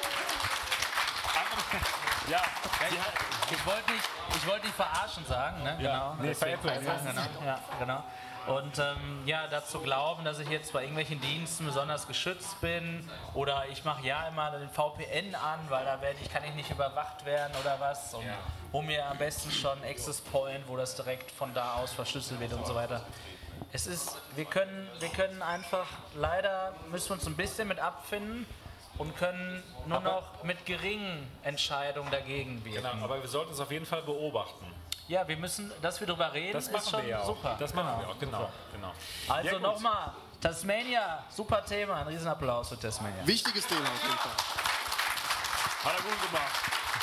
Ja, Ich wollte nicht, ich wollte nicht verarschen sagen, ne? Genau. nee, Deswegen- veräppeln, ja. Genau, ja, genau. Und ähm, ja, dazu glauben, dass ich jetzt bei irgendwelchen Diensten besonders geschützt bin oder ich mache ja immer den V P N an, weil da werde ich, kann ich nicht überwacht werden oder was und Ja. hol mir am besten schon Access Point, wo das direkt von da aus verschlüsselt wird und so weiter. Es ist, wir können, wir können einfach, leider müssen wir uns ein bisschen mit abfinden und können nur Aber- noch mit geringen Entscheidungen dagegen wirken. Genau, aber wir sollten es auf jeden Fall beobachten. Ja, wir müssen, dass wir darüber reden, Das ist machen schon wir ja auch. super. Das machen wir auch, genau. genau. Also Ja, gut. nochmal, Tasmania, super Thema, ein Riesenapplaus für Tasmania. Wichtiges Thema auf jeden Fall. Hat er gut gemacht.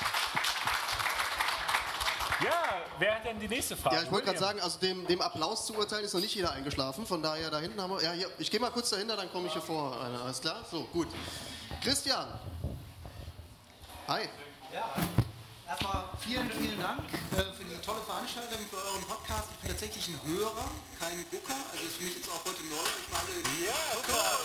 Ja, wer hat denn die nächste Frage? Ja, ich wollte gerade William. sagen, also dem, dem Applaus zu urteilen ist noch nicht jeder eingeschlafen. Von daher, da hinten haben wir. Ja, hier, ich gehe mal kurz dahinter, dann komme ich hier vor. Einer. Alles klar? So, gut. Christian. Hi. Ja, erstmal vielen, vielen Dank äh, für diese tolle Veranstaltung, für euren Podcast. Ich bin tatsächlich ein Hörer, kein Gucker. Also ist für mich jetzt auch heute neu. Ich meine, ja, cool.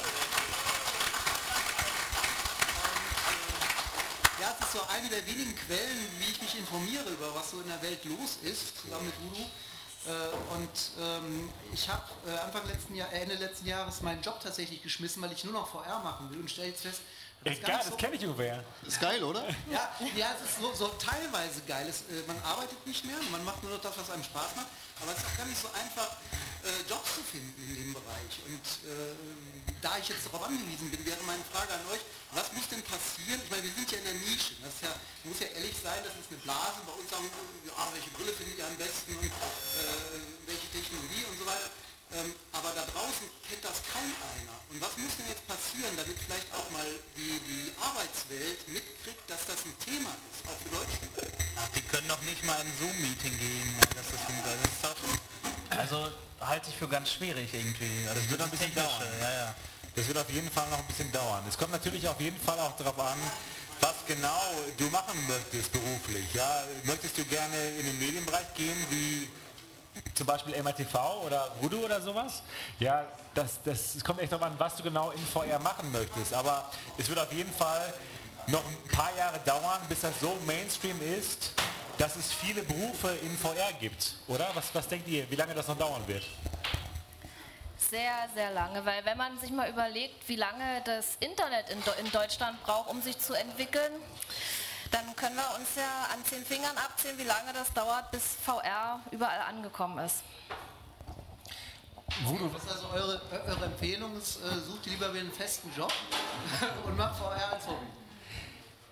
Ja, es ist so eine der wenigen Quellen, wie ich mich informiere über was so in der Welt los ist, zusammen mit Voodoo. Äh, und ähm, ich habe äh, Anfang letzten Jahr, Ende letzten Jahres meinen Job tatsächlich geschmissen, weil ich nur noch V R machen will und stelle jetzt fest, das ist gar Egal, nicht das so- kenne ich irgendwer. Ist geil, oder? ja, ja, es ist so, so teilweise geil. Es, äh, man arbeitet nicht mehr, man macht nur noch das, was einem Spaß macht. Aber es ist auch gar nicht so einfach, äh, Jobs zu finden in dem Bereich. Und äh, da ich jetzt darauf angewiesen bin, wäre meine Frage an euch, was muss denn passieren? Ich meine, wir sind ja in der Nische. Das ist ja, man muss ja ehrlich sein, das ist eine Blase. Bei uns sagen wir, ja, welche Brille findet ihr am besten und äh, welche Technologie und so weiter. Ähm, aber da draußen kennt das kaum einer. Und was muss denn jetzt passieren, damit vielleicht auch mal die, die Arbeitswelt mitkriegt, dass das ein Thema ist, auch für Deutschland? Ach, die können doch nicht mal in ein Zoom-Meeting gehen. Dass das, das ist doch Also halte ich für ganz schwierig irgendwie. Also Das wird noch ein bisschen technische, dauern. Ja, ja. Das wird auf jeden Fall noch ein bisschen dauern. Es kommt natürlich auf jeden Fall auch darauf an, was genau du machen möchtest beruflich. Ja, möchtest du gerne in den Medienbereich gehen, wie Zum Beispiel M R T V oder Voodoo oder sowas? Ja, das, das es kommt echt darauf an, was du genau in V R machen möchtest. aber es wird auf jeden Fall noch ein paar Jahre dauern, bis das so Mainstream ist, dass es viele Berufe in V R gibt, oder? Was, was denkt ihr, wie lange das noch dauern wird? Sehr, sehr lange, weil wenn man sich mal überlegt, wie lange das Internet in, Do in Deutschland braucht, um sich zu entwickeln, dann können wir uns ja an zehn Fingern abzählen, wie lange das dauert, bis V R überall angekommen ist. Voodoo. Das ist also eure, eure Empfehlung ist, äh, sucht lieber wieder einen festen Job und macht V R als Hobby.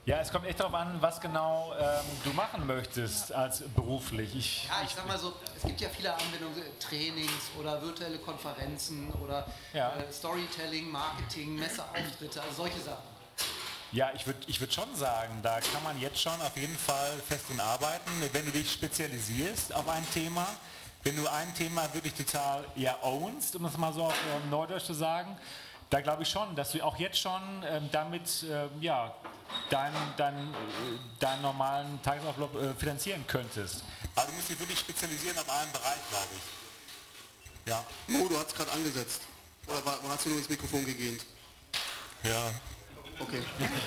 Ja, es kommt echt darauf an, was genau ähm, du machen möchtest als beruflich. Ich, Ja, ich sag mal so, es gibt ja viele Anwendungen, Trainings oder virtuelle Konferenzen oder Ja. äh, Storytelling, Marketing, Messeauftritte, also solche Sachen. Ja, ich würde ich würd schon sagen, da kann man jetzt schon auf jeden Fall fest drin arbeiten, wenn du dich spezialisierst auf ein Thema, wenn du ein Thema wirklich total ja, ownst, um das mal so auf ähm, Neudeutsch zu sagen, da glaube ich schon, dass du auch jetzt schon ähm, damit ähm, ja, deinen dein, äh, deinen normalen Tagesablauf äh, finanzieren könntest. Also du musst dich wirklich spezialisieren auf einen Bereich, glaube ich. Ja. Mo, du hast gerade angesetzt. Oder war, hast du nur ins Mikrofon gegähnt? Ja. Okay.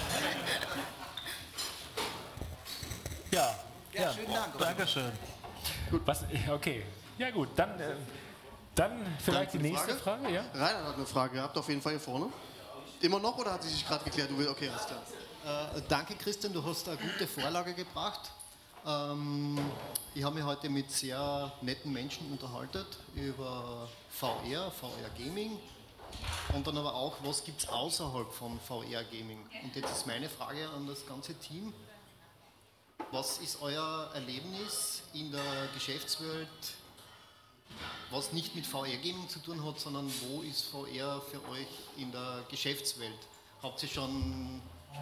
Ja. Ja, schönen Dank. Dankeschön. Gut. Was, okay, ja gut, dann, äh, dann vielleicht die Eine nächste Frage. Frage? ja? Reinhard hat eine Frage gehabt, auf jeden Fall hier vorne. Immer noch oder hat sie sich gerade geklärt? Du willst, okay, alles klar. Äh, danke Christian, du hast eine gute Vorlage gebracht. Ähm, ich habe mich heute mit sehr netten Menschen unterhalten über V R, V R Gaming und dann aber auch, was gibt es außerhalb von V R Gaming. Und jetzt ist meine Frage an das ganze Team. Was ist euer Erlebnis in der Geschäftswelt, was nicht mit V R Gaming zu tun hat, sondern wo ist V R für euch in der Geschäftswelt? Habt ihr schon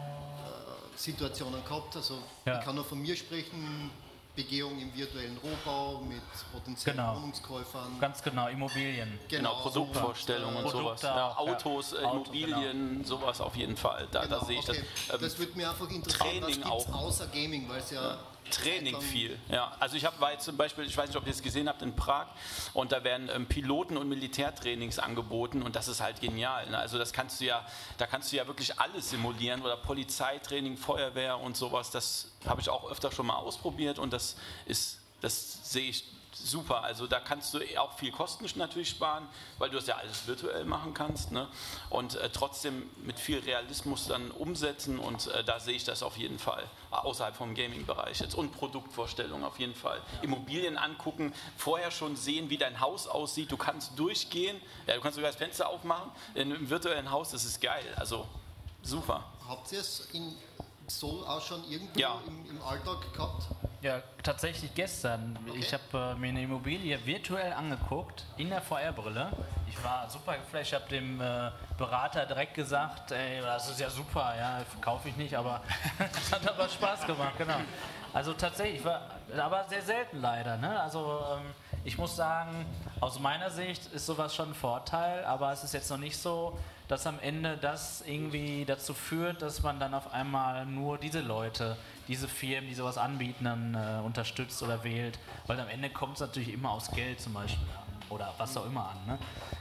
äh, Situationen gehabt? Also Ja. ich kann nur von mir sprechen, Begehung im virtuellen Rohbau mit potenziellen Genau. Wohnungskäufern. Ganz genau, Immobilien. Genau, Produktvorstellungen und sowas. Produkte Ja, auch, Autos, ja. äh, Auto, Immobilien, sowas auf jeden Fall. Da, da sehe ich okay. das. Ähm, Das würde mich einfach interessieren, was Training gibt es auch. außer Gaming, weil es ja... Training viel, ja. Also ich habe war jetzt zum Beispiel, ich weiß nicht, ob ihr es gesehen habt, in Prag und da werden ähm, Piloten- und Militärtrainings angeboten und das ist halt genial. Ne? Also das kannst du ja, da kannst du ja wirklich alles simulieren oder Polizeitraining, Feuerwehr und sowas. Das habe ich auch öfter schon mal ausprobiert und das ist, das sehe ich super. Also da kannst du auch viel Kosten natürlich sparen, weil du das ja alles virtuell machen kannst, ne? Und äh, trotzdem mit viel Realismus dann umsetzen und äh, da sehe ich das auf jeden Fall außerhalb vom Gaming-Bereich jetzt und Produktvorstellungen auf jeden Fall. Immobilien angucken, vorher schon sehen, wie dein Haus aussieht. Du kannst durchgehen, ja, du kannst sogar das Fenster aufmachen in einem virtuellen Haus. Das ist geil. Also super. Habt ihr es in so auch schon irgendwo Ja. im, im Alltag gehabt? Ja, tatsächlich gestern. Ich habe äh, mir eine Immobilie virtuell angeguckt, in der V R-Brille. Ich war super geflasht, ich habe dem äh, Berater direkt gesagt, ey, das ist ja super, ja, kaufe ich nicht, aber es hat aber Spaß gemacht, genau. Also tatsächlich, war, aber sehr selten leider. Ne? Also ähm, ich muss sagen, aus meiner Sicht ist sowas schon ein Vorteil, aber es ist jetzt noch nicht so, dass am Ende das irgendwie dazu führt, dass man dann auf einmal nur diese Leute, diese Firmen, die sowas anbieten, dann äh, unterstützt oder wählt. Weil am Ende kommt es natürlich immer aufs Geld zum Beispiel an oder was auch immer an. Ne?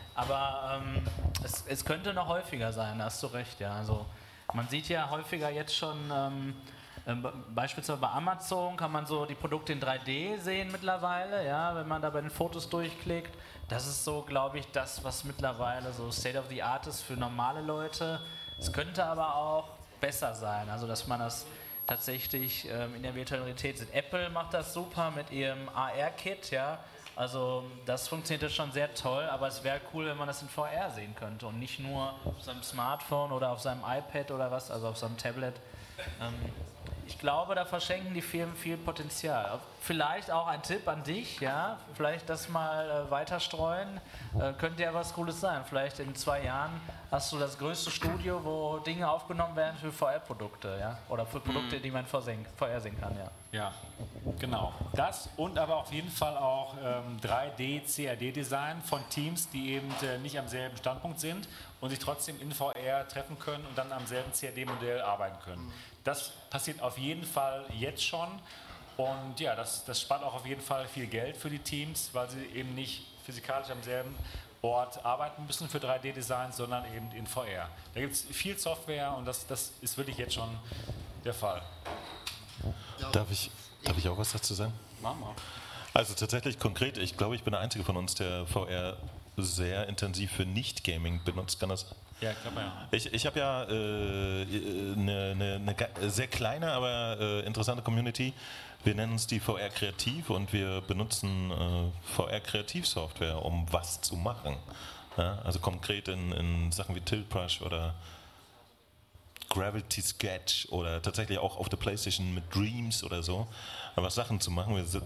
Aber ähm, es, es könnte noch häufiger sein, da hast du recht. Ja. Also, man sieht ja häufiger jetzt schon, ähm, äh, beispielsweise bei Amazon kann man so die Produkte in drei D sehen mittlerweile, ja, wenn man da bei den Fotos durchklickt. Das ist so, glaube ich, das, was mittlerweile so State of the Art ist für normale Leute. Es könnte aber auch besser sein, also dass man das tatsächlich ähm, in der virtuellen Realität sieht. Apple macht das super mit ihrem A R-Kit, ja. Also das funktioniert jetzt schon sehr toll, aber es wäre cool, wenn man das in V R sehen könnte und nicht nur auf seinem Smartphone oder auf seinem iPad oder was, also auf seinem Tablet. Ähm, ich glaube, da verschenken die Firmen viel Potenzial. Vielleicht auch ein Tipp an dich, ja, vielleicht das mal äh, weiter streuen, äh, könnte ja was Cooles sein. Vielleicht in zwei Jahren hast du das größte Studio, wo Dinge aufgenommen werden für V R-Produkte, ja, oder für Produkte, die man in V R sehen kann, ja. Ja, genau. Das und aber auf jeden Fall auch ähm, drei D C A D-Design von Teams, die eben äh, nicht am selben Standpunkt sind und sich trotzdem in V R treffen können und dann am selben C A D-Modell arbeiten können. Das passiert auf jeden Fall jetzt schon und ja, das, das spart auch auf jeden Fall viel Geld für die Teams, weil sie eben nicht physikalisch am selben Ort arbeiten müssen für drei D-Design, sondern eben in V R. Da gibt es viel Software und das, das ist wirklich jetzt schon der Fall. Darf ich, darf ich auch was dazu sagen? Mama. Also tatsächlich konkret, ich glaube, ich bin der Einzige von uns, der V R sehr intensiv für Nicht-Gaming benutzt. Kann das? Ja, klar, ja. Ich, ich habe ja äh, eine, eine, eine sehr kleine, aber äh, interessante Community. Wir nennen uns die V R Kreativ und wir benutzen äh, V R Kreativsoftware, um was zu machen. Ja, also konkret in, in Sachen wie Tilt Brush oder Gravity Sketch oder tatsächlich auch auf der PlayStation mit Dreams oder so, aber Sachen zu machen. Wir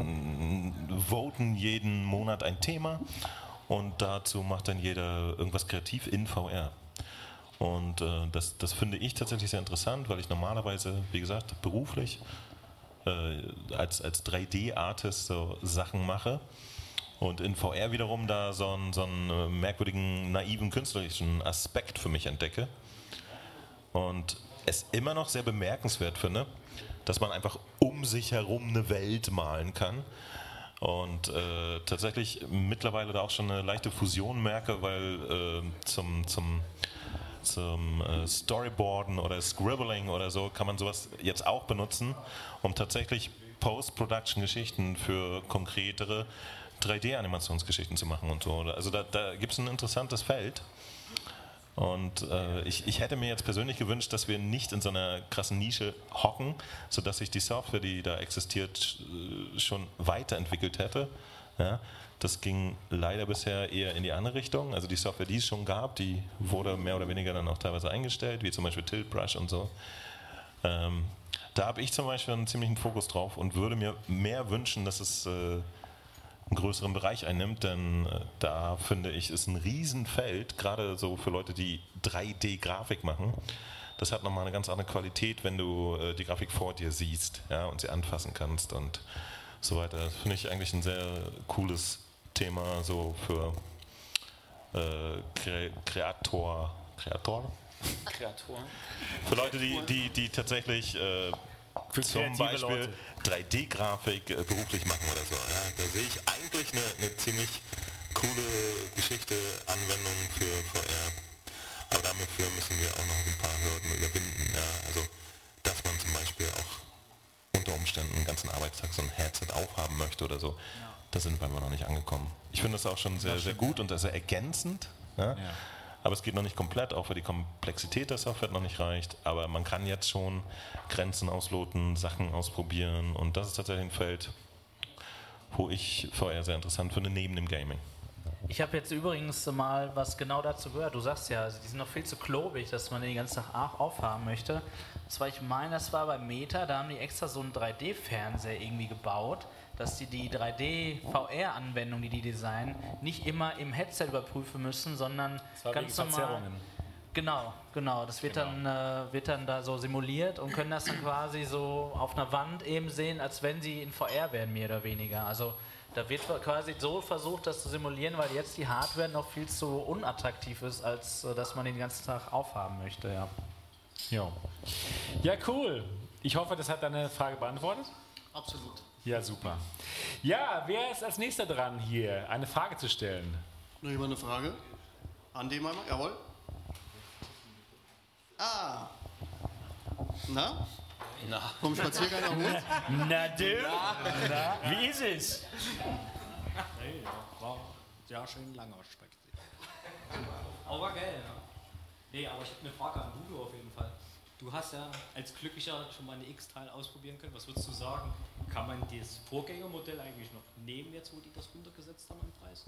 voten jeden Monat ein Thema und dazu macht dann jeder irgendwas kreativ in V R. Und äh, das, das finde ich tatsächlich sehr interessant, weil ich normalerweise, wie gesagt, beruflich äh, als, als drei D-Artist so Sachen mache und in V R wiederum da so einen, so einen merkwürdigen, naiven, künstlerischen Aspekt für mich entdecke. Und es immer noch sehr bemerkenswert finde, dass man einfach um sich herum eine Welt malen kann. Und äh, tatsächlich mittlerweile da auch schon eine leichte Fusion merke, weil äh, zum, zum, zum äh, Storyboarden oder Scribbling oder so kann man sowas jetzt auch benutzen, um tatsächlich Post-Production-Geschichten für konkretere drei D-Animationsgeschichten zu machen und so. Also da, da gibt es ein interessantes Feld. Und äh, ich, ich hätte mir jetzt persönlich gewünscht, dass wir nicht in so einer krassen Nische hocken, sodass sich die Software, die da existiert, schon weiterentwickelt hätte. Ja, das ging leider bisher eher in die andere Richtung. Also die Software, die es schon gab, die wurde mehr oder weniger dann auch teilweise eingestellt, wie zum Beispiel Tilt Brush und so. Ähm, da habe ich zum Beispiel einen ziemlichen Fokus drauf und würde mir mehr wünschen, dass es äh, einen größeren Bereich einnimmt, denn äh, da finde ich, ist ein Riesenfeld, gerade so für Leute, die drei D-Grafik machen. Das hat nochmal eine ganz andere Qualität, wenn du äh, die Grafik vor dir siehst, ja, und sie anfassen kannst und so weiter. Das finde ich eigentlich ein sehr cooles Thema so für äh, Kre Kreator, Kreator? Kreator. Für Leute, die, die, die tatsächlich äh, Für zum Beispiel Leute. drei D-Grafik äh, beruflich machen oder so. Ja, da sehe ich eigentlich eine, eine ziemlich coole Geschichte, Anwendung für V R. Aber dafür müssen wir auch noch ein paar Hürden überwinden. Ja, also, dass man zum Beispiel auch unter Umständen einen ganzen Arbeitstag so ein Headset aufhaben möchte oder so. Ja. Da sind wir noch nicht angekommen. Ich finde das auch schon sehr, sehr gut und sehr ergänzend. Ja? Ja. Aber es geht noch nicht komplett, auch weil die Komplexität der Software noch nicht reicht. Aber man kann jetzt schon Grenzen ausloten, Sachen ausprobieren. Und das ist tatsächlich ein Feld, wo ich V R sehr interessant finde, neben dem Gaming. Ich habe jetzt übrigens mal was genau dazu gehört. Du sagst ja, also die sind noch viel zu klobig, dass man den ganzen Tag aufhaben möchte. Das war, ich meine, das war bei Meta, da haben die extra so einen drei D-Fernseher irgendwie gebaut, dass die die drei D-V R-Anwendung, die die designen, nicht immer im Headset überprüfen müssen, sondern ganz normal. Genau, genau. Das wird, genau. Dann, äh, wird dann da so simuliert und können das dann quasi so auf einer Wand eben sehen, als wenn sie in V R wären, mehr oder weniger. Also da wird quasi so versucht, das zu simulieren, weil jetzt die Hardware noch viel zu unattraktiv ist, als äh, dass man den ganzen Tag aufhaben möchte. Ja. Jo. Ja, cool. Ich hoffe, das hat deine Frage beantwortet. Absolut. Ja, super. Ja, wer ist als nächster dran, hier eine Frage zu stellen? Noch jemand eine Frage? An dem einmal? Jawohl. Ah. Na? Na. Vom Spaziergang erholt? Na du? Na. Na. Wie ist es? Hey, war sehr schön langer Spaziergang. Aber geil, ja. Nee, aber ich habe eine Frage an Udo auf jeden Fall. Du hast ja als Glücklicher schon mal eine X-Teil ausprobieren können. Was würdest du sagen? Kann man das Vorgängermodell eigentlich noch nehmen, jetzt wo die das runtergesetzt haben im Preis?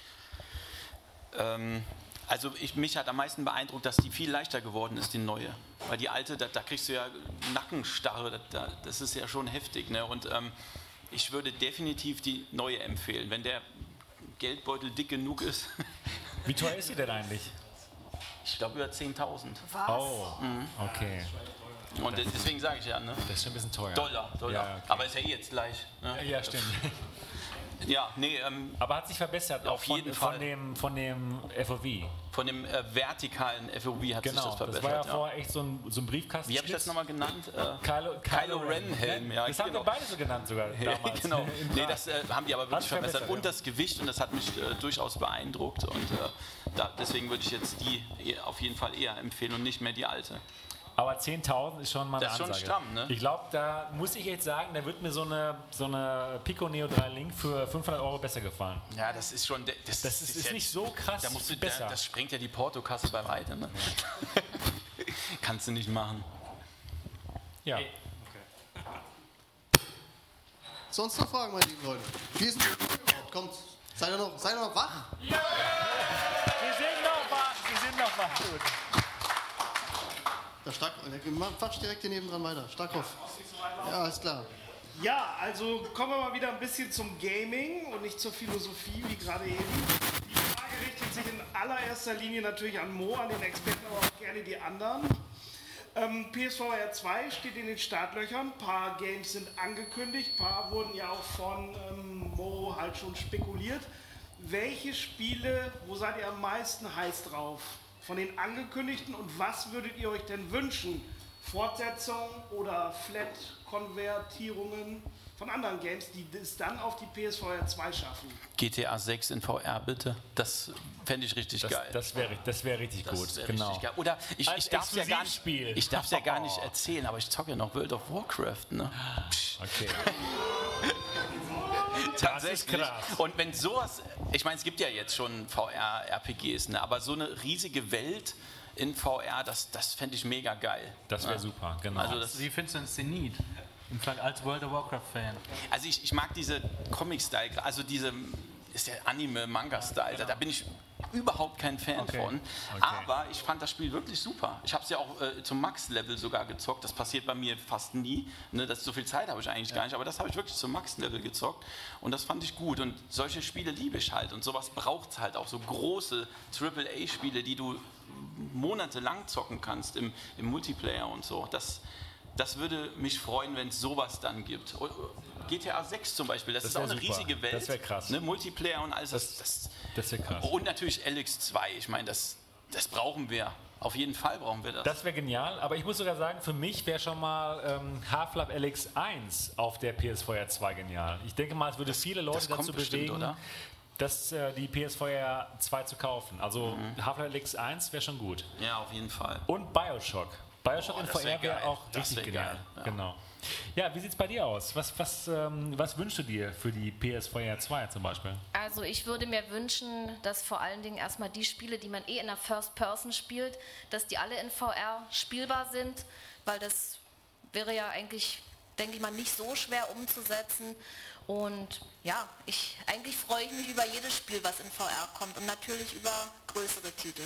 Ähm, also ich, mich hat am meisten beeindruckt, dass die viel leichter geworden ist, die neue. Weil die alte, da, da kriegst du ja Nackenstarre, da, das ist ja schon heftig. Ne? Und ähm, ich würde definitiv die neue empfehlen, wenn der Geldbeutel dick genug ist. Wie teuer ist sie denn eigentlich? Ich glaube über zehntausend. Was? Oh, mhm. Okay. Und deswegen sage ich ja, ne? Das ist schon ein bisschen teuer. Dollar, Dollar. Ja, okay. Aber ist ja eh jetzt gleich. Ne? Ja, stimmt. Ja, nee. Ähm, Aber hat sich verbessert, auf von, jeden von Fall. Dem, von dem F O V. Von dem äh, vertikalen F O V hat genau, sich das verbessert. Das war ja, ja. vorher echt so ein, so ein Briefkasten. Wie habe ich das nochmal genannt? Äh, Kylo, Kylo, Kylo Ren Helm. Ja, das haben genau. wir beide so genannt sogar damals. Genau. Nee, das äh, haben die aber wirklich verbessert. verbessert. Und ja. das Gewicht, und das hat mich äh, durchaus beeindruckt. Und äh, da, deswegen würde ich jetzt die auf jeden Fall eher empfehlen und nicht mehr die alte. Aber zehntausend ist schon mal eine das ist Ansage. Schon stramm, ne? Ich glaube, da muss ich jetzt sagen, da wird mir so eine, so eine Pico Neo drei Link für fünfhundert Euro besser gefallen. Ja, das ist schon... Das, das ist, ist, ist ja, nicht so krass da musst du, besser. Da, das sprengt ja die Portokasse bei weitem. Ne? Kannst du nicht machen. Ja. Hey. Okay. Sonst noch Fragen, meine lieben Leute? Wie ist denn überhaupt? Kommt, seid ihr noch, seid ihr noch wach? Ja! Wir sind noch wach, wir sind noch wach. Gut. Der Stark, fast direkt hier nebendran weiter. Starkhoff. Ja, ist klar. Ja, also kommen wir mal wieder ein bisschen zum Gaming und nicht zur Philosophie, wie gerade eben. Die Frage richtet sich in allererster Linie natürlich an Mo, an den Experten, aber auch gerne die anderen. Ähm, P S V R zwei steht in den Startlöchern, ein paar Games sind angekündigt, ein paar wurden ja auch von ähm, Mo halt schon spekuliert. Welche Spiele, wo seid ihr am meisten heiß drauf? Von den angekündigten und was würdet ihr euch denn wünschen? Fortsetzung oder Flat-Konvertierungen von anderen Games, die es dann auf die P S V R zwei schaffen? G T A sechs in V R bitte, das fände ich richtig das, geil. Das wäre das wär richtig das gut, wär genau. Richtig geil. Oder ich, ich darf es ja, gar nicht, ich darf's ja gar nicht erzählen, aber ich zocke noch World of Warcraft. Ne? Okay. Tatsächlich. Das ist krass. Und wenn sowas, ich meine, es gibt ja jetzt schon V R-R P Gs, ne? Aber so eine riesige Welt in V R, das, das fände ich mega geil. Das wäre ja. super, genau. Also das, wie findest du den Zenit? Als World of Warcraft-Fan. Also ich, ich mag diese Comic-Style, also diese ist der Anime-Manga-Style, genau. Da bin ich überhaupt kein Fan okay. von. Okay. Aber ich fand das Spiel wirklich super. Ich habe es ja auch äh, zum Max-Level sogar gezockt. Das passiert bei mir fast nie. Ne, das, so viel Zeit habe ich eigentlich ja. gar nicht. Aber das habe ich wirklich zum Max-Level gezockt. Und das fand ich gut. Und solche Spiele liebe ich halt. Und sowas braucht es halt auch. So große Triple A Spiele, die du monatelang zocken kannst im, im Multiplayer und so. Das, das würde mich freuen, wenn es sowas dann gibt. G T A sechs zum Beispiel, das, das ist auch eine super. riesige Welt. Das wäre krass. Ne, Multiplayer und alles. Das, das, das wäre krass. Und natürlich L X zwei, ich meine, das, das brauchen wir. Auf jeden Fall brauchen wir das. Das wäre genial, aber ich muss sogar sagen, für mich wäre schon mal ähm, Half-Life L X eins auf der P S V R zwei genial. Ich denke mal, es würde viele Leute dazu bewegen, bestimmt, oder? Das, äh, die P S V R zwei zu kaufen. Also mhm. Half-Life L X eins wäre schon gut. Ja, auf jeden Fall. Und Bioshock. Bioshock oh, in V R wäre auch das richtig wär genial. Geil. Ja. Genau. Ja, wie sieht es bei dir aus? Was, was, ähm, was wünschst du dir für die P S V R zwei zum Beispiel? Also ich würde mir wünschen, dass vor allen Dingen erstmal die Spiele, die man eh in der First Person spielt, dass die alle in V R spielbar sind, weil das wäre ja eigentlich, denke ich mal, nicht so schwer umzusetzen. Und ja, ich, eigentlich freue ich mich über jedes Spiel, was in V R kommt und natürlich über größere Titel.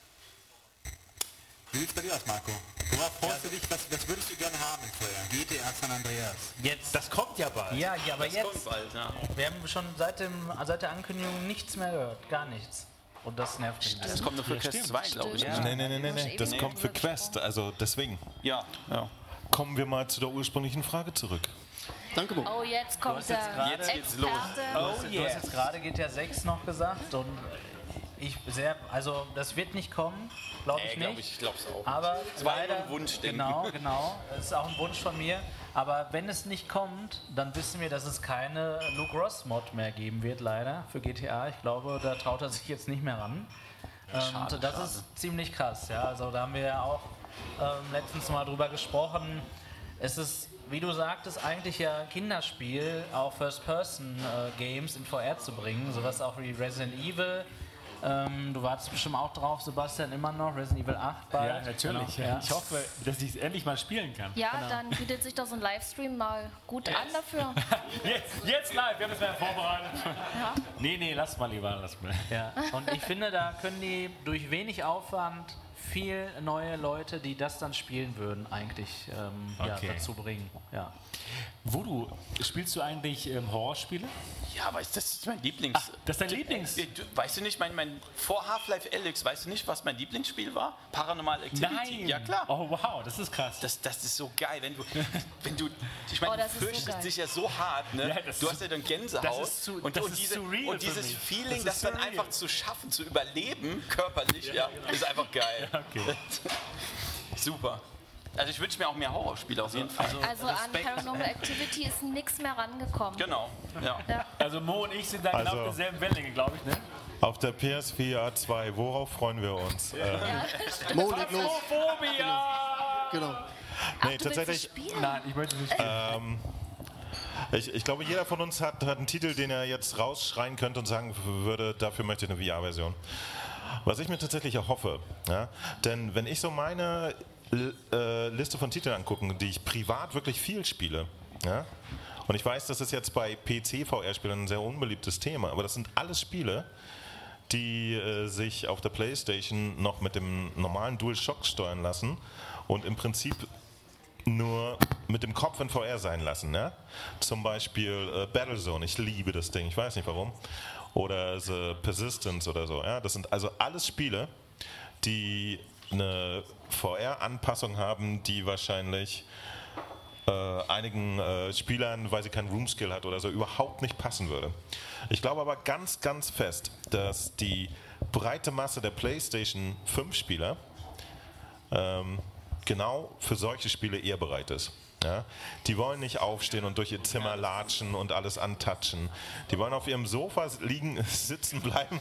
Wie sieht es bei dir aus, Marco? Worauf freust du dich? Was, was würdest du gerne haben in V R? G T A San Andreas. Jetzt. Das kommt ja bald. Ja, ja aber das jetzt. Kommt bald, ja. Wir haben schon seit, dem, seit der Ankündigung nichts mehr gehört. Gar nichts. Und das nervt mich. Das kommt nur für Quest zwei, glaube ich. Ja. Nee, nee, nee, nee, nee. Das kommt für Quest. Also deswegen. Ja, ja. Kommen wir mal zu der ursprünglichen Frage zurück. Danke, Mo. Oh, jetzt kommt der grade, jetzt geht's los. Oh, du hast, yeah. du hast jetzt gerade G T A sechs noch gesagt und ich sehr, also das wird nicht kommen, glaube ich äh, nicht. Glaub ich glaube es auch. Aber es war leider, ein Wunsch, genau, genau, das ist auch ein Wunsch von mir. Aber wenn es nicht kommt, dann wissen wir, dass es keine Luke Ross Mod mehr geben wird, leider für G T A. Ich glaube, da traut er sich jetzt nicht mehr ran. Schade, und das schade. ist ziemlich krass, ja. Also da haben wir ja auch ähm, letztens mal drüber gesprochen. Es ist, wie du sagtest, eigentlich ja ein Kinderspiel, auch First-Person-Games in V R zu bringen, sowas auch wie Resident Evil. Ähm, du wartest bestimmt auch drauf, Sebastian, immer noch, Resident Evil acht bald. Ja, natürlich. Genau. Ja. Ich hoffe, dass ich es endlich mal spielen kann. Ja, genau. dann bietet sich doch so ein Livestream mal gut yes. an dafür. Jetzt, jetzt live, wir haben es mal vorbereitet. Ja. Nee, nee, lass mal lieber, lass mal. Ja. Und ich finde, da können die durch wenig Aufwand viel neue Leute, die das dann spielen würden, eigentlich ähm, okay. ja, dazu bringen. Ja. Voodoo, spielst du eigentlich ähm, Horrorspiele? Ja, aber das ist mein Lieblings... Ach, das ist dein Lieblings... Du, weißt du nicht, mein, mein, vor Half-Life Alyx, weißt du nicht, was mein Lieblingsspiel war? Paranormal Activity. Nein! Ja, klar. Oh, wow, das ist krass. Das, das ist so geil, wenn du... Wenn du ich meine, oh, du fürchtest so dich ja so hart, ne? Ja, du hast ja dann Gänsehaut. Das ist zu, und, das und, ist diese, surreal und dieses für mich. Feeling, das, das dann einfach zu schaffen, zu überleben, körperlich, ja, ist einfach geil. Ja, okay. Super. Also ich wünsche mir auch mehr Horrorspiele auf jeden Fall. Also an Paranormal Activity ist nichts mehr rangekommen. Genau, ja. ja. Also Mo und ich sind da Also, genau auf derselben Wellenlänge, glaube ich, ne? Auf der P S V R zwei, worauf freuen wir uns? Ja, äh, Mo, leg los. Phobia! Genau. Nee, tatsächlich. Nein, ich möchte nicht spielen. Ähm, ich, ich glaube, jeder von uns hat, hat einen Titel, den er jetzt rausschreien könnte und sagen würde, dafür möchte ich eine V R-Version. Was ich mir tatsächlich erhoffe, ja, denn wenn ich so meine äh, Liste von Titeln angucke, die ich privat wirklich viel spiele, ja, und ich weiß, das ist jetzt bei P C-V R-Spielern ein sehr unbeliebtes Thema, aber das sind alles Spiele, die äh, sich auf der PlayStation noch mit dem normalen DualShock steuern lassen und im Prinzip nur mit dem Kopf in V R sein lassen. Ne? Zum Beispiel äh, Battlezone, ich liebe das Ding, ich weiß nicht warum. Oder The Persistence oder so. Ja? Das sind also alles Spiele, die eine V R-Anpassung haben, die wahrscheinlich äh, einigen äh, Spielern, weil sie keinen Room-Skill hat oder so, überhaupt nicht passen würde. Ich glaube aber ganz, ganz fest, dass die breite Masse der PlayStation fünf Spieler ähm, genau für solche Spiele eher bereit ist. Ja? Die wollen nicht aufstehen und durch ihr Zimmer latschen und alles antatschen. Die wollen auf ihrem Sofa liegen, sitzen bleiben.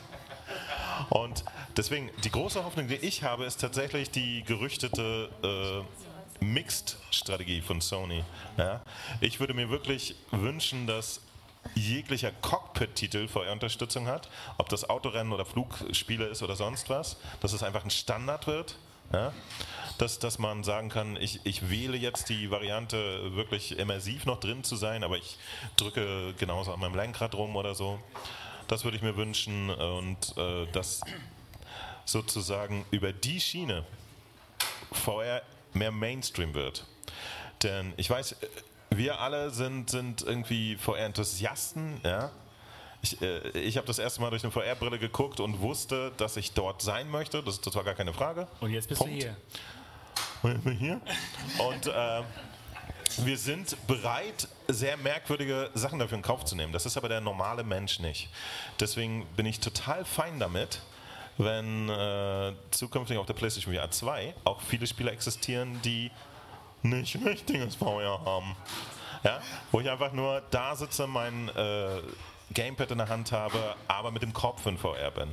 Und deswegen, die große Hoffnung, die ich habe, ist tatsächlich die gerüchtete äh, Mixed-Strategie von Sony. Ja? Ich würde mir wirklich wünschen, dass jeglicher Cockpit-Titel V R-Unterstützung hat, ob das Autorennen oder Flugspiele ist oder sonst was, dass es einfach ein Standard wird. Ja, dass, dass man sagen kann, ich, ich wähle jetzt die Variante, wirklich immersiv noch drin zu sein, aber ich drücke genauso an meinem Lenkrad rum oder so. Das würde ich mir wünschen und äh, dass sozusagen über die Schiene V R mehr Mainstream wird. Denn ich weiß, wir alle sind, sind irgendwie V R-Enthusiasten, ja. Ich, äh, ich habe das erste Mal durch eine V R-Brille geguckt und wusste, dass ich dort sein möchte. Das, das war gar keine Frage. Und jetzt bist Punkt. du hier. Und jetzt bin ich hier. Und äh, wir sind bereit, sehr merkwürdige Sachen dafür in Kauf zu nehmen. Das ist aber der normale Mensch nicht. Deswegen bin ich total fein damit, wenn äh, zukünftig auf der PlayStation V R zwei auch viele Spiele existieren, die nicht richtiges V R haben. Ja? Wo ich einfach nur da sitze, mein äh, Gamepad in der Hand habe, aber mit dem Kopf in V R bin.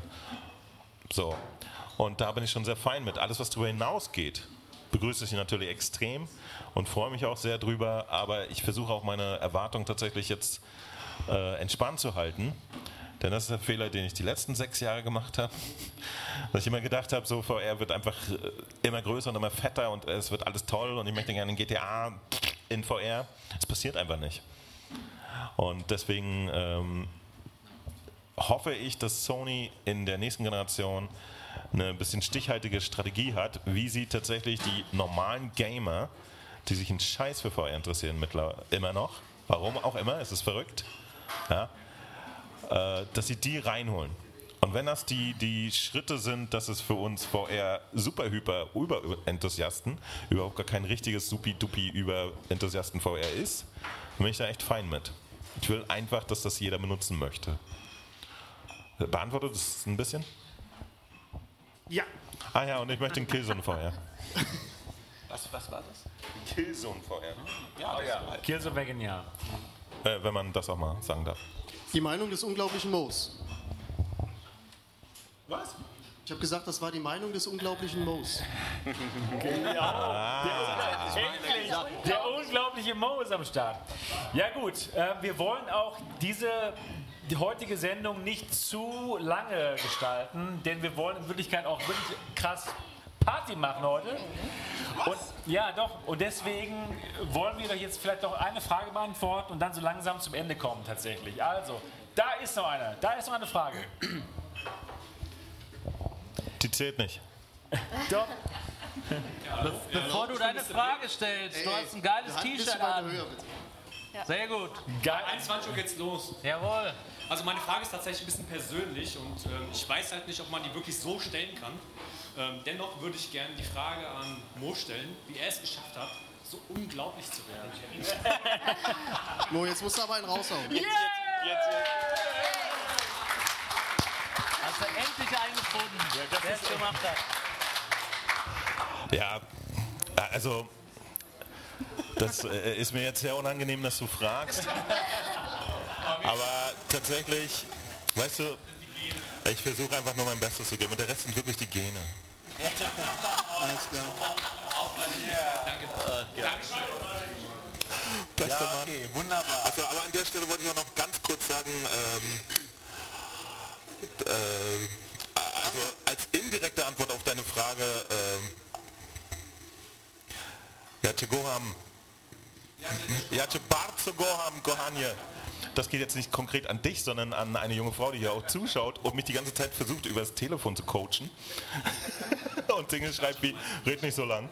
So. Und da bin ich schon sehr fein mit. Alles, was darüber hinausgeht, begrüße ich natürlich extrem und freue mich auch sehr drüber, aber ich versuche auch meine Erwartungen tatsächlich jetzt äh, entspannt zu halten. Denn das ist der Fehler, den ich die letzten sechs Jahre gemacht habe. Dass ich immer gedacht habe, so V R wird einfach immer größer und immer fetter und es wird alles toll und ich möchte gerne in G T A in V R. Es passiert einfach nicht. Und deswegen ähm, hoffe ich, dass Sony in der nächsten Generation eine bisschen stichhaltige Strategie hat, wie sie tatsächlich die normalen Gamer, die sich einen Scheiß für V R interessieren, mittlerweile immer noch, warum auch immer, es ist verrückt, ja, äh, dass sie die reinholen. Und wenn das die, die Schritte sind, dass es für uns V R super hyper über Enthusiasten überhaupt gar kein richtiges supi-dupi über Enthusiasten V R ist, dann bin ich da echt fein mit. Ich will einfach, dass das jeder benutzen möchte. Beantwortet das ein bisschen? Ja. Ah ja, und ich möchte den Killzone V R. Was, was war das? Killzone V R. Ja, oh, ja. Killzone wäre genial. Äh, wenn man das auch mal sagen darf. Die Meinung des unglaublichen Moos. Was? Ich habe gesagt, das war die Meinung des unglaublichen Moos. Genau. Ah. Der, endlich, der unglaubliche Mo ist am Start. Ja gut, äh, wir wollen auch diese die heutige Sendung nicht zu lange gestalten, denn wir wollen in Wirklichkeit auch wirklich krass Party machen heute. Und, ja, doch. Und deswegen wollen wir euch jetzt vielleicht noch eine Frage beantworten und dann so langsam zum Ende kommen tatsächlich. Also, da ist noch eine. Da ist noch eine Frage. Die zählt nicht. Doch. Be bevor du deine Frage stellst, du hast ein geiles T-Shirt an. Sehr gut. Geil. einundzwanzig Uhr geht's los. Jawohl. Also meine Frage ist tatsächlich ein bisschen persönlich und ähm, ich weiß halt nicht, ob man die wirklich so stellen kann. Ähm, dennoch würde ich gerne die Frage an Mo stellen, wie er es geschafft hat, so unglaublich zu werden. Mo, jetzt musst du aber einen raushauen. Jetzt, jetzt, jetzt, jetzt. Hast du endlich einen gefunden, ja, der es gemacht hat. Ja, also das äh, ist mir jetzt sehr unangenehm, dass du fragst. Aber tatsächlich, weißt du, ich versuche einfach nur mein Bestes zu geben und der Rest sind wirklich die Gene. Alles klar. Danke. Ja. Bester Mann. Okay, wunderbar. Also, aber an der Stelle wollte ich auch noch ganz kurz sagen, ähm, äh, also als indirekte Antwort auf deine Frage, ähm, ja, Tegoham, ja, Bardzo Goham, Gohanje. das geht jetzt nicht konkret an dich, sondern an eine junge Frau, die hier auch zuschaut und mich die ganze Zeit versucht, über das Telefon zu coachen. Und Dinge schreibt wie, red nicht so lang.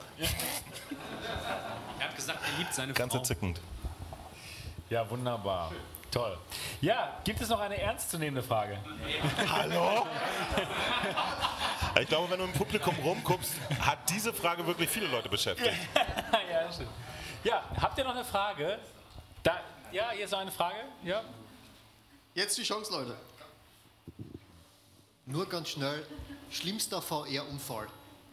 Er hat gesagt, er liebt seine Ganz Frau. entzückend. Ja, wunderbar. Toll. Ja, gibt es noch eine ernstzunehmende Frage? Hallo? Ich glaube, wenn du im Publikum rumguckst, hat diese Frage wirklich viele Leute beschäftigt. Ja, das stimmt. Ja, habt ihr noch eine Frage? Da, ja, hier ist noch eine Frage. Ja. Jetzt die Chance, Leute. Nur ganz schnell, schlimmster V R-Unfall.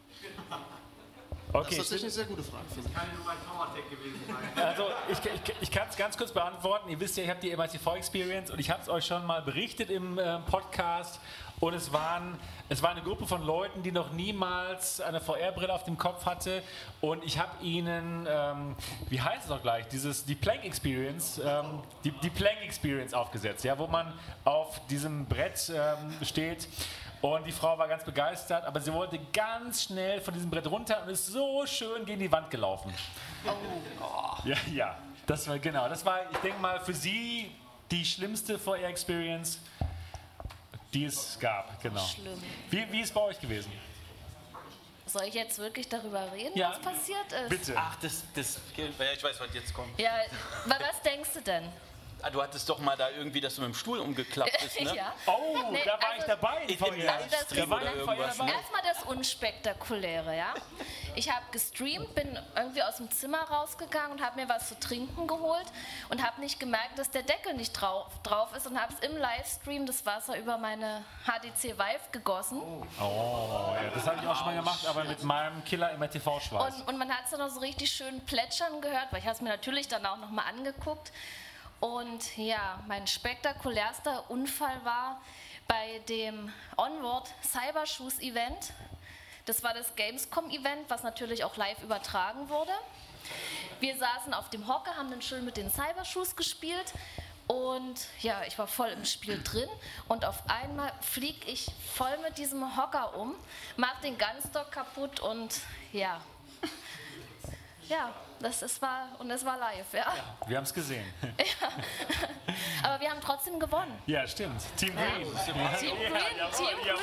Okay, das ist tatsächlich eine sehr gute Frage. Das kann ja nur bei Powertech gewesen sein. Also ich, ich, ich kann es ganz kurz beantworten. Ihr wisst ja, ich habe die M I T V-Experience und ich habe es euch schon mal berichtet im äh, Podcast. Und es, waren, es war eine Gruppe von Leuten, die noch niemals eine V R-Brille auf dem Kopf hatte. Und ich habe ihnen, ähm, wie heißt es auch gleich, dieses, die Plank Experience, ähm, die, die Plank Experience aufgesetzt, ja, wo man auf diesem Brett ähm, steht. Und die Frau war ganz begeistert, aber sie wollte ganz schnell von diesem Brett runter und ist so schön gegen die Wand gelaufen. Oh. Ja, ja, das war genau. Das war, ich denke mal, für sie die schlimmste V R-Experience, die es gab. Genau. Schlimm. Wie, wie ist es bei euch gewesen? Soll ich jetzt wirklich darüber reden, Ja. was passiert ist? Bitte. Ach, das, das, ich weiß, was jetzt kommt. Ja, aber was denkst du denn? Ah, du hattest doch mal da irgendwie, dass du mit dem Stuhl umgeklappt bist, ne? Ja. Oh, Nee, da war also- ich dabei. In V R. dem Livestream Da war oder ich irgendwas, ne? Erstmal das Unspektakuläre, ja. Ich habe gestreamt, bin irgendwie aus dem Zimmer rausgegangen und habe mir was zu trinken geholt und habe nicht gemerkt, dass der Deckel nicht drauf, drauf ist und habe es im Livestream das Wasser über meine H D C Vive gegossen. Oh, ja, das habe ich auch schon mal gemacht, aber mit meinem Killer M R T V-Schweiß. Und, und man hat es dann noch so richtig schön plätschern gehört, weil ich habe es mir natürlich dann auch nochmal angeguckt. Und ja, mein spektakulärster Unfall war bei dem Onward Cybershoes Event. Das war das Gamescom-Event, was natürlich auch live übertragen wurde. Wir saßen auf dem Hocker, haben dann schön mit den Cybershoes gespielt. Und ja, ich war voll im Spiel drin. Und auf einmal fliege ich voll mit diesem Hocker um, mach den Gunstock kaputt und ja. Ja, das ist, war, und es war live, ja. Ja, wir haben es gesehen. Ja. Aber wir haben trotzdem gewonnen. Ja, stimmt. Team Ja. Green. Team Green, Team Green hat gewonnen.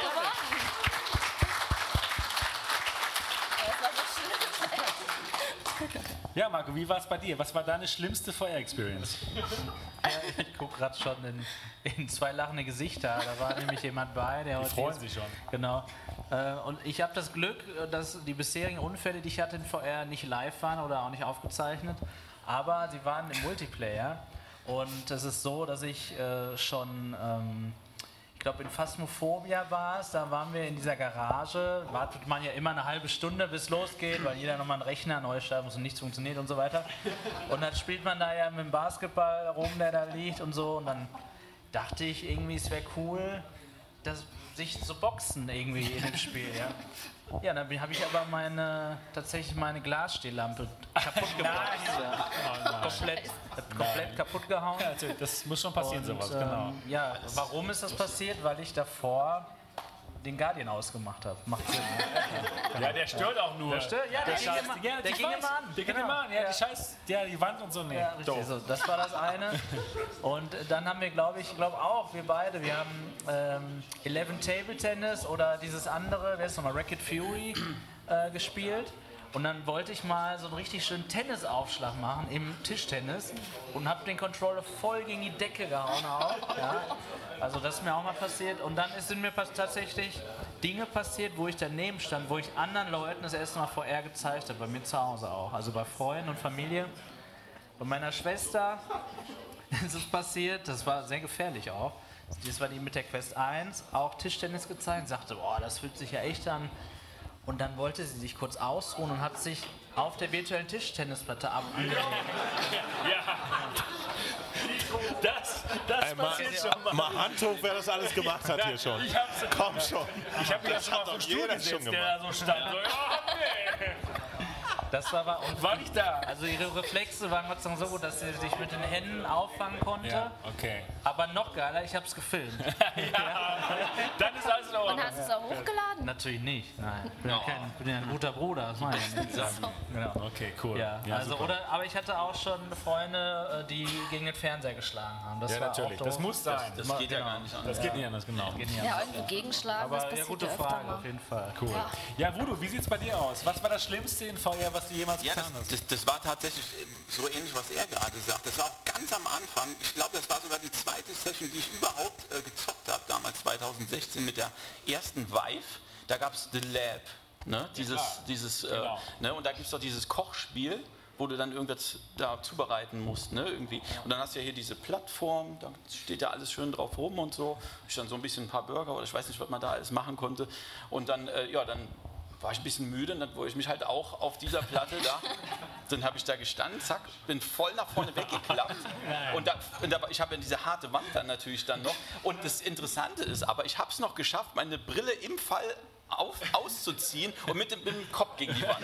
Das war so schön. Ja, Marco, wie war es bei dir? Was war deine schlimmste V R-Experience? Ich gucke gerade schon in, in zwei lachende Gesichter. Da war nämlich jemand bei, der Die heute freuen jetzt- sich schon. Genau. Äh, Und ich habe das Glück, dass die bisherigen Unfälle, die ich hatte in V R, nicht live waren oder auch nicht aufgezeichnet. Aber sie waren im Multiplayer. Und es ist so, dass ich äh, schon, ähm, ich glaube in Phasmophobia war es, da waren wir in dieser Garage, wartet man ja immer eine halbe Stunde, bis es losgeht, weil jeder nochmal einen Rechner neu starten muss und nichts funktioniert und so weiter. Und dann spielt man da ja mit dem Basketball rum, der da liegt und so. Und dann dachte ich irgendwie, es wäre cool, das, sich zu boxen irgendwie in dem Spiel. Ja, ja dann habe ich aber meine, tatsächlich meine Glasstehlampe kaputt gemacht. Ja. Oh nein. komplett komplett kaputt gehauen. Ja, also das muss schon passieren, Und, sowas, genau. Ähm, ja, warum ist das passiert? Weil ich davor den Guardian ausgemacht habe. Macht Sinn. Ne? Ja, der stört auch nur. Der stört, ja, der, ging scheißt- immer, ja, der ich ging weiß. immer an. Der ging Genau. immer an, ja, die scheiß, ja, die Wand und so, nee. Ja, richtig, Doof. so. Das war das eine. Und dann haben wir, glaube ich, glaube auch, wir beide, wir haben ähm, Eleven Table Tennis oder dieses andere, wer ist nochmal, Racket Fury äh, gespielt. Und dann wollte ich mal so einen richtig schönen Tennisaufschlag machen im Tischtennis und habe den Controller voll gegen die Decke gehauen auch. Ja. Also das ist mir auch mal passiert. Und dann sind mir pas- tatsächlich Dinge passiert, wo ich daneben stand, wo ich anderen Leuten das erste Mal V R gezeigt habe, bei mir zu Hause auch. Also bei Freunden und Familie. Bei meiner Schwester ist es passiert, das war sehr gefährlich auch. Das war die mit der Quest eins, auch Tischtennis gezeigt, sagte, boah, das fühlt sich ja echt an. Und dann wollte sie sich kurz ausruhen und hat sich auf der virtuellen Tischtennisplatte abgelegt. Das, das Ey, mal, passiert schon mal. mal Hand hoch, wer das alles gemacht hat hier schon. Ich hab's, Komm schon. Ich habe mich ja Das schon mal hat auf den doch Stuhl jeder gesetzt, schon der da gemacht. so stand. So, ja, nee. Das war aber war nicht da. Also ihre Reflexe waren Gott sei Dank so gut, dass sie sich mit den Händen auffangen konnte. Ja, okay. Aber noch geiler, ich habe es gefilmt. ja, dann ist alles in Ordnung. Und hast du es auch hochgeladen? Natürlich nicht, nein. Ich bin ja kein, bin ja ein guter Bruder, das meine ich nicht. Genau. Okay, cool. Ja, Ja, also, super. oder, aber ich hatte auch schon Freunde, die gegen den Fernseher geschlagen haben. Das Ja, war natürlich. Auch Das doof. muss sein. Das, Das geht genau. ja gar nicht anders. Das geht nicht anders, genau. Geht nicht Ja, anders. irgendwie gegenschlagen, das Aber ja, passiert gute ja öfter Frage mal. auf jeden Fall. Cool. Ja, Voodoo, wie sieht es bei dir aus? Was war das Schlimmste in V R, was du jemals Ja, getan das, hast? das, das war tatsächlich so ähnlich, was er gerade sagt. Das war auch ganz am Anfang. Ich glaube, das war sogar die zweite Session, die ich überhaupt äh, gezockt habe, damals zwanzig sechzehn mit der ersten Vive. Da gab es The Lab, ne? dieses, klar. dieses, äh, Genau. ne? Und da gibt es doch dieses Kochspiel, wo du dann irgendwas da zubereiten musst, ne, irgendwie. Und dann hast du ja hier diese Plattform, da steht ja alles schön drauf rum und so. Ich dann so ein bisschen ein paar Burger oder ich weiß nicht, was man da alles machen konnte. Und dann, äh, ja, dann war ich ein bisschen müde und dann wollte ich mich halt auch auf dieser Platte da, dann habe ich da gestanden, zack, bin voll nach vorne weggeklappt und, da, und da, ich habe ja diese harte Wand dann natürlich dann noch und das Interessante ist aber, ich habe es noch geschafft, meine Brille im Fall auf, auszuziehen und mit dem, mit dem Kopf gegen die Wand.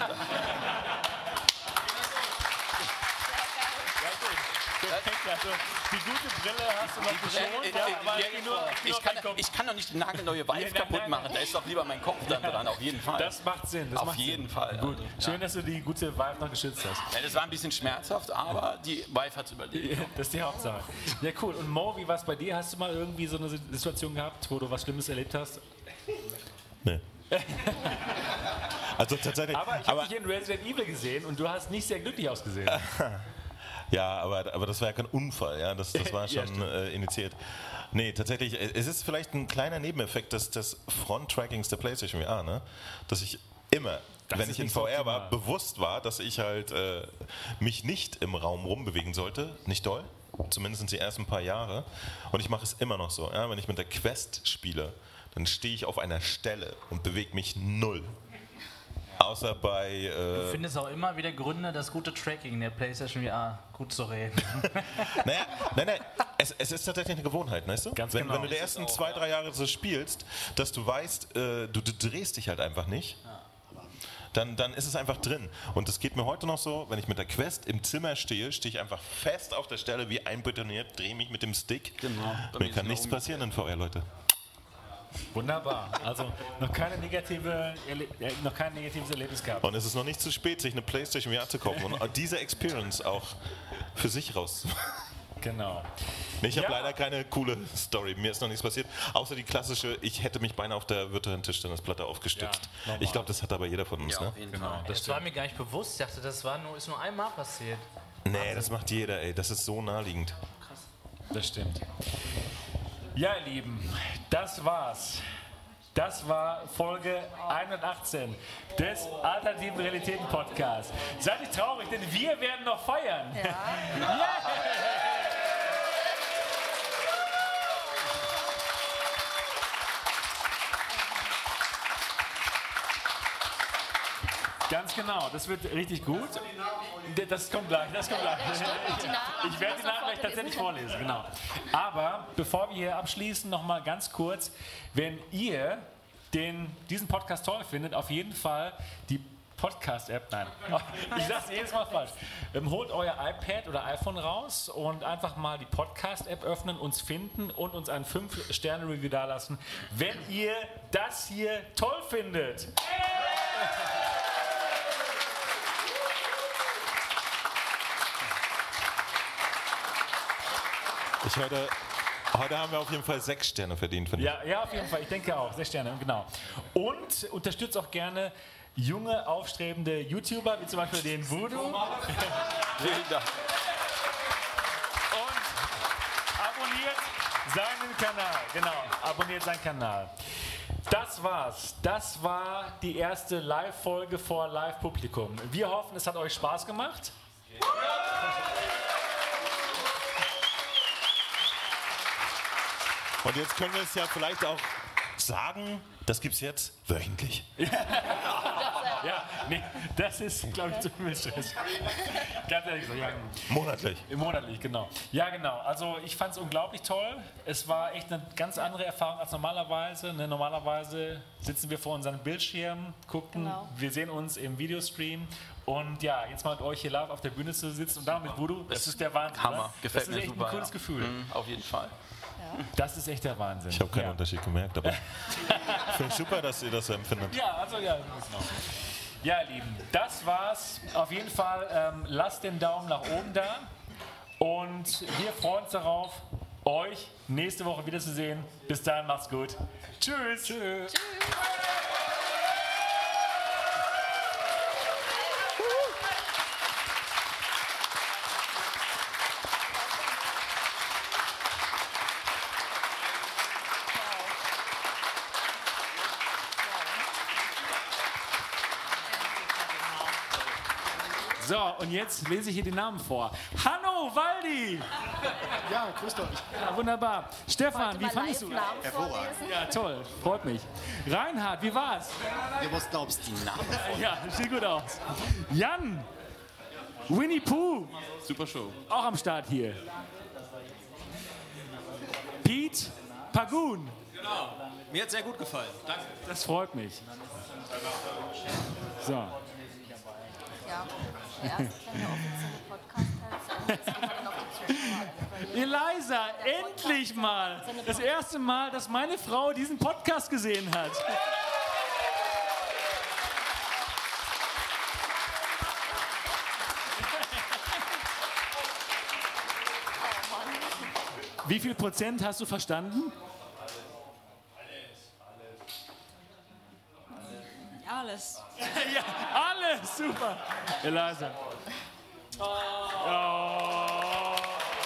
Also, die gute Brille hast du noch geschont, ja, aber Ja, nur, nur ich, kann, ich kann doch nicht die nagelneue Vive Ja, nein, kaputt nein, machen, nein. da ist doch lieber mein Kopf dann dran, auf jeden Fall. Das macht Sinn. Das auf macht jeden Sinn. Fall. Gut. Ja. Schön, dass du die gute Vive noch geschützt hast. Ja, das war ein bisschen schmerzhaft, aber die Vive hat es überlebt. Das ist die Hauptsache. Ja, cool. Und Mo, wie war es bei dir? Hast du mal irgendwie so eine Situation gehabt, wo du was Schlimmes erlebt hast? Nee. Also tatsächlich. Aber ich habe dich in Resident Evil gesehen und du hast nicht sehr glücklich ausgesehen. Ja, aber, aber das war ja kein Unfall, ja, das, das war Ja, schon äh, initiiert. Nee, tatsächlich, es ist vielleicht ein kleiner Nebeneffekt des, des Front-Trackings der PlayStation V R, ne? Dass ich immer, Das wenn ist ich in nicht V R so war, optimal. bewusst war, dass ich halt äh, mich nicht im Raum rumbewegen sollte, nicht doll, zumindest die ersten paar Jahre. Und ich mache es immer noch so, ja? Wenn ich mit der Quest spiele, dann stehe ich auf einer Stelle und bewege mich null. Außer bei... Äh, Du findest auch immer wieder Gründe, das gute Tracking der PlayStation V R gut zu reden. Naja, nein, nein, es, es ist tatsächlich eine Gewohnheit, weißt du? Ganz wenn, genau. wenn du die Ist ersten es auch, zwei, ja. drei Jahre so spielst, dass du weißt, äh, du, du drehst dich halt einfach nicht, dann, dann ist es einfach drin. Und das geht mir heute noch so, wenn ich mit der Quest im Zimmer stehe, stehe ich einfach fest auf der Stelle wie einbetoniert, drehe mich mit dem Stick. Genau. Mir kann nichts passieren in V R, Leute. Wunderbar. Also noch, keine negative Erle äh, noch kein negatives Erlebnis gehabt. Und es ist noch nicht zu spät, sich eine PlayStation V R zu kaufen und diese Experience auch für sich raus. Genau. Nee, ich habe Ja. leider keine coole Story. Mir ist noch nichts passiert. Außer die klassische, ich hätte mich beinahe auf der virtuellen Tischtennisplatte aufgestützt. Ja, normal. ich glaube, das hat aber jeder von uns, Ja, ne? auf jeden Genau, Fall. das Das war mir gar nicht bewusst. Ich dachte, das war nur, ist nur einmal passiert. Nee, das macht jeder, ey. Das ist so naheliegend. Das stimmt. Ja, ihr Lieben, das war's. Das war Folge hundertachtzehn des Alternativen Realitäten Podcasts. Seid nicht traurig, denn wir werden noch feiern. Ja. Yeah. Ganz genau, das wird richtig gut. Das kommt gleich, das kommt gleich. Die Namen Ich werde die Namen gleich tatsächlich vorlesen, genau. Aber bevor wir hier abschließen, noch mal ganz kurz, wenn ihr den, diesen Podcast toll findet, auf jeden Fall die Podcast-App, nein, ich sage es jedes Mal falsch. Ähm, holt euer iPad oder iPhone raus und einfach mal die Podcast-App öffnen, uns finden und uns ein fünf Sterne Review dalassen, wenn ihr das hier toll findet. Ich heute, heute haben wir auf jeden Fall sechs Sterne verdient, finde ich. Ja, ja, auf jeden Fall. Ich denke auch. Sechs Sterne, genau. Und unterstützt auch gerne junge, aufstrebende YouTuber, wie zum Beispiel den Voodoo. Vielen Dank. Und abonniert seinen Kanal. Genau, abonniert seinen Kanal. Das war's. Das war die erste Live-Folge vor Live-Publikum. Wir hoffen, es hat euch Spaß gemacht. Und jetzt können wir es ja vielleicht auch sagen, das gibt's jetzt wöchentlich. Das, äh, Ja, nee, das ist, glaube ich, zu viel Stress. Ganz ehrlich so, ja. Monatlich. Monatlich, genau. Ja, genau. Also ich fand es unglaublich toll. Es war echt eine ganz andere Erfahrung als normalerweise. Ne, normalerweise sitzen wir vor unseren Bildschirmen, gucken, Genau. wir sehen uns im Videostream. Und ja, jetzt mal mit euch hier live auf der Bühne zu sitzen und dann mit Voodoo, das ist der Wahnsinn. Hammer, oder? gefällt das ist mir echt super. ein cooles ja. Gefühl. Mhm, auf jeden Fall. Das ist echt der Wahnsinn. Ich habe keinen ja. Unterschied gemerkt, aber ich finde es super, dass ihr das so empfindet. Ja, also ja. Genau. Ja, ihr Lieben, das war's. Auf jeden Fall ähm, lasst den Daumen nach oben da. Und wir freuen uns darauf, euch nächste Woche wiederzusehen. Bis dahin, macht's gut. Tschüss. Tschüss. Tschüss. So, und jetzt lese ich hier die Namen vor. Hanno, Waldi! Ja, grüßt euch. Ja, wunderbar. Stefan, wie mal fandest du? live Namen Hervorragend. vorlesen? Ja, toll, freut mich. Reinhard, wie war's? Ja, was glaubst du? Die Namen? Ja, sieht gut aus. Jan, Winnie Pooh, Super Show. auch am Start hier. Pete Pagun, Genau. Mir hat sehr gut gefallen. Danke. das freut mich. So. Ja, der erste kleine offizielle Podcast halt. Jetzt gehen wir noch die Zuschauer. Eliza, endlich mal! Das erste Mal, dass meine Frau diesen Podcast gesehen hat. Wie viel Prozent hast du verstanden? Alles. Ja, alles, super. Eliza. Oh.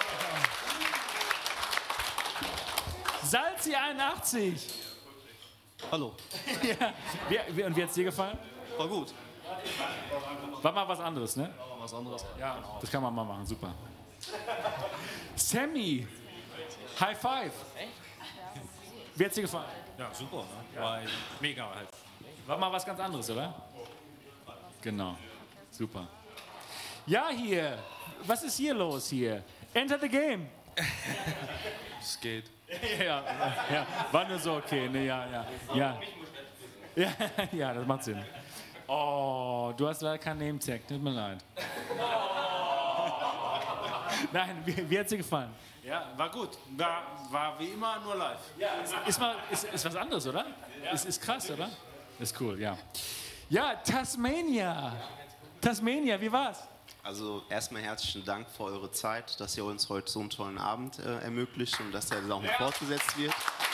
Salzi einundachtzig. Hallo. Ja. Wie, wie, und wie hat es dir gefallen? War gut. War mal was anderes, ne? Was anderes. Ja, das kann man mal machen, super. Sammy, High Five. Wie hat es dir gefallen? Ja, super. Ne? War mega halt. War mal was ganz anderes, oder? Genau, super. Ja, hier, was ist hier los hier? Enter the game. Es geht. Ja, ja, war nur so okay, ne, ja, ja, ja. Ja, ja, das macht Sinn. Oh, du hast leider keinen Name-Tag, tut mir leid. Nein, wie, wie hat es dir gefallen? Ja, war gut. War, war wie immer nur live. Ja, ist, ist, mal, ist, ist was anderes, oder? Ja. Ist, ist krass, oder? Ist cool, ja. Ja, Tasmania. Tasmania, wie war's? Also erstmal herzlichen Dank für eure Zeit, dass ihr uns heute so einen tollen Abend äh, ermöglicht und dass der auch ja. fortgesetzt wird.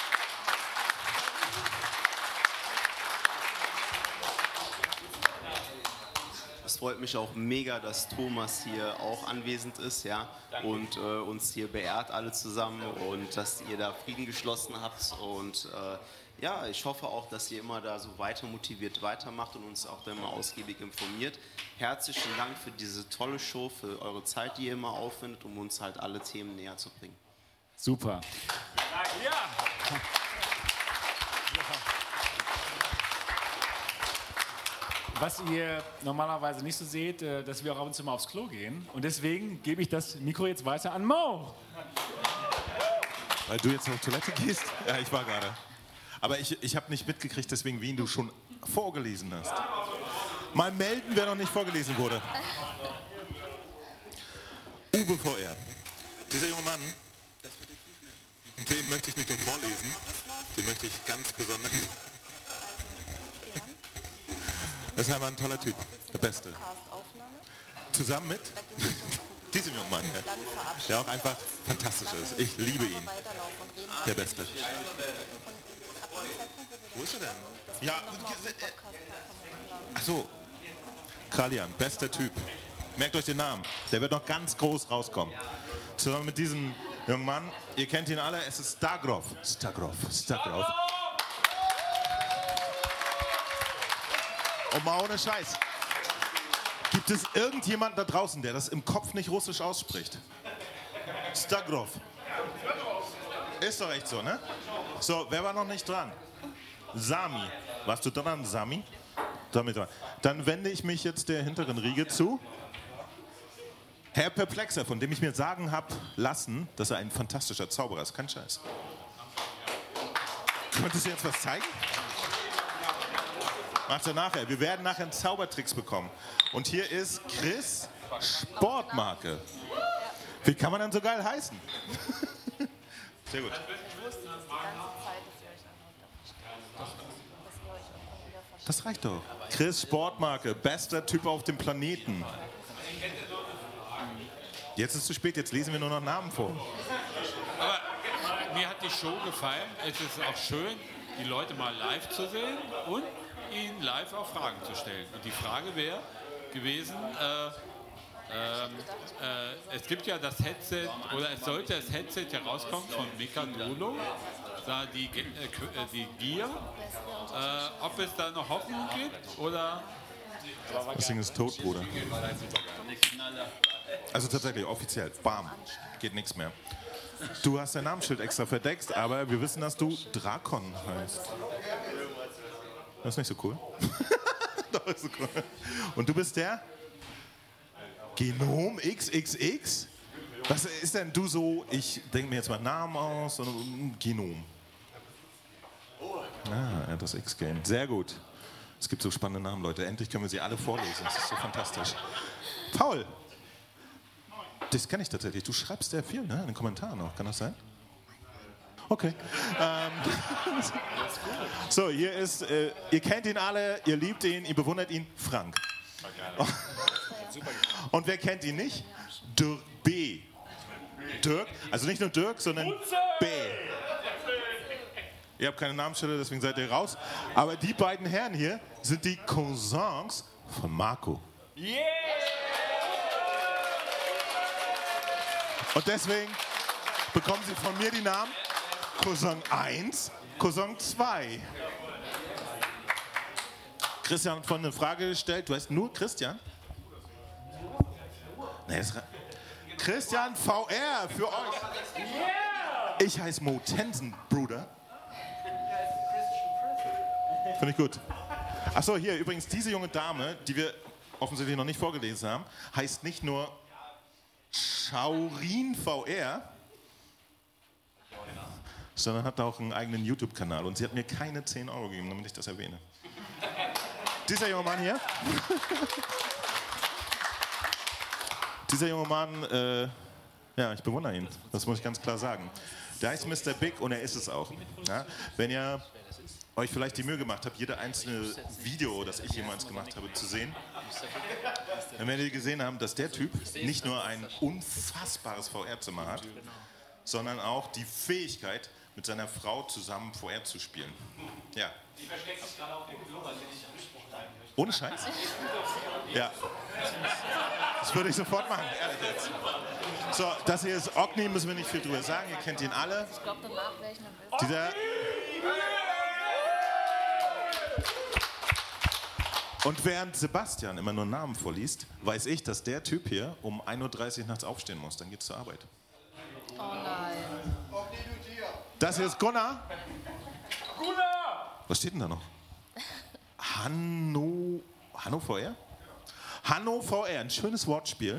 Es freut mich auch mega, dass Thomas hier auch anwesend ist, ja, und äh, uns hier beehrt alle zusammen und dass ihr da Frieden geschlossen habt und äh, ja, ich hoffe auch, dass ihr immer da so weiter motiviert weitermacht und uns auch dann mal ausgiebig informiert. Herzlichen Dank für diese tolle Show, für eure Zeit, die ihr immer aufwendet, um uns halt alle Themen näher zu bringen. Super. Ja. Was ihr normalerweise nicht so seht, dass wir auch ab und zu mal aufs Klo gehen. Und deswegen gebe ich das Mikro jetzt weiter an Mo. Weil du jetzt auf Toilette gehst? Ja, ich war gerade. Aber ich, ich habe nicht mitgekriegt, deswegen, wen du schon vorgelesen hast. Mal melden, wer noch nicht vorgelesen wurde. Uwe V R. Dieser junge Mann, den möchte ich nicht nur vorlesen, den möchte ich ganz besonders. Das ist einfach ein toller Typ, der Beste. Zusammen mit diesem jungen Mann, der auch einfach fantastisch ist. Ich liebe ihn. Der Beste. Wo ist er denn? Ja, ach so. Kralian, bester Typ. Merkt euch den Namen. Der wird noch ganz groß rauskommen. Zusammen mit diesem jungen Mann, ihr kennt ihn alle, es ist Stagrov. Stagrov, Stagrov. Und mal ohne Scheiß. Gibt es irgendjemanden da draußen, der das im Kopf nicht russisch ausspricht? Stagrov. Ist doch echt so, ne? So, wer war noch nicht dran? Sami. Warst du dran, Sami? Damit rein. Dann wende ich mich jetzt der hinteren Riege zu. Herr Perplexer, von dem ich mir sagen habe lassen, dass er ein fantastischer Zauberer ist. Kein Scheiß. Könntest du jetzt was zeigen? Macht er nachher. Wir werden nachher einen Zaubertricks bekommen. Und hier ist Chris Sportmarke. Wie kann man dann so geil heißen? Sehr gut. Das reicht doch. Chris Sportmarke, bester Typ auf dem Planeten. Jetzt ist es zu spät, jetzt lesen wir nur noch Namen vor. Aber mir hat die Show gefallen. Es ist auch schön, die Leute mal live zu sehen und ihnen live auch Fragen zu stellen. Und die Frage wäre gewesen, äh, ähm, äh, es gibt ja das Headset, oder es sollte das Headset herauskommen von Mechadono, da die, äh, die Gear, äh, ob es da noch Hoffnung gibt oder... Das Ding ist tot, Bruder. Also tatsächlich, offiziell. Bam. Geht nichts mehr. Du hast dein Namensschild extra verdeckt, aber wir wissen, dass du Drakon heißt. Das ist nicht so cool. Doch, ist so cool. Und du bist der Genom X X X? Was ist denn du so, ich denke mir jetzt mal Namen aus, sondern Genom. Ah, ja, das X-Game. Sehr gut. Es gibt so spannende Namen, Leute. Endlich können wir sie alle vorlesen. Das ist so fantastisch. Paul, das kenne ich tatsächlich. Du schreibst sehr viel, ne? In den Kommentaren auch. Kann das sein? Okay. Ähm, so, hier ist, äh, ihr kennt ihn alle, ihr liebt ihn, ihr bewundert ihn, Frank. Und wer kennt ihn nicht? Dirk B. Dirk, also nicht nur Dirk, sondern B. Ihr habt keine Namensschilder, deswegen seid ihr raus. Aber die beiden Herren hier sind die Cousins von Marco. Yeah! Und deswegen bekommen sie von mir die Namen Cousin eins, Cousin zwei. Christian hat vorhin eine Frage gestellt. Du heißt nur Christian? Nee, das Christian V R für euch. Ich heiße Mo Tensen, Bruder. Finde ich gut. Achso, hier übrigens, diese junge Dame, die wir offensichtlich noch nicht vorgelesen haben, heißt nicht nur Schaurin V R, sondern hat auch einen eigenen YouTube-Kanal. Und sie hat mir keine zehn Euro gegeben, damit ich das erwähne. Dieser junge Mann hier, dieser junge Mann, äh, ja, ich bewundere ihn. Das muss ich ganz klar sagen. Der heißt Mister Big und er ist es auch. Ja? Wenn ihr euch vielleicht die Mühe gemacht habt, jede einzelne Video, das ich jemals gemacht habe, zu sehen, dann werdet ihr gesehen haben, dass der Typ nicht nur ein unfassbares V R-Zimmer hat, sondern auch die Fähigkeit, mit seiner Frau zusammen V R zu spielen. Ja. Die versteckt sich gerade auf dem Klo, weil sie nicht angesprochen haben. Ohne Scheiß? Ja. Das würde ich sofort machen, ehrlich jetzt. So, das hier ist Ogni, müssen wir nicht viel drüber sagen, ihr kennt ihn alle. Ich glaube, danach wäre ich nervös. Dieser Und während Sebastian immer nur Namen vorliest, weiß ich, dass der Typ hier um ein Uhr dreißig nachts aufstehen muss. Dann geht's zur Arbeit. Oh nein. Das hier ist Gunnar. Gunnar! Was steht denn da noch? Hanno... Hanno V R? Hanno V R, ein schönes Wortspiel.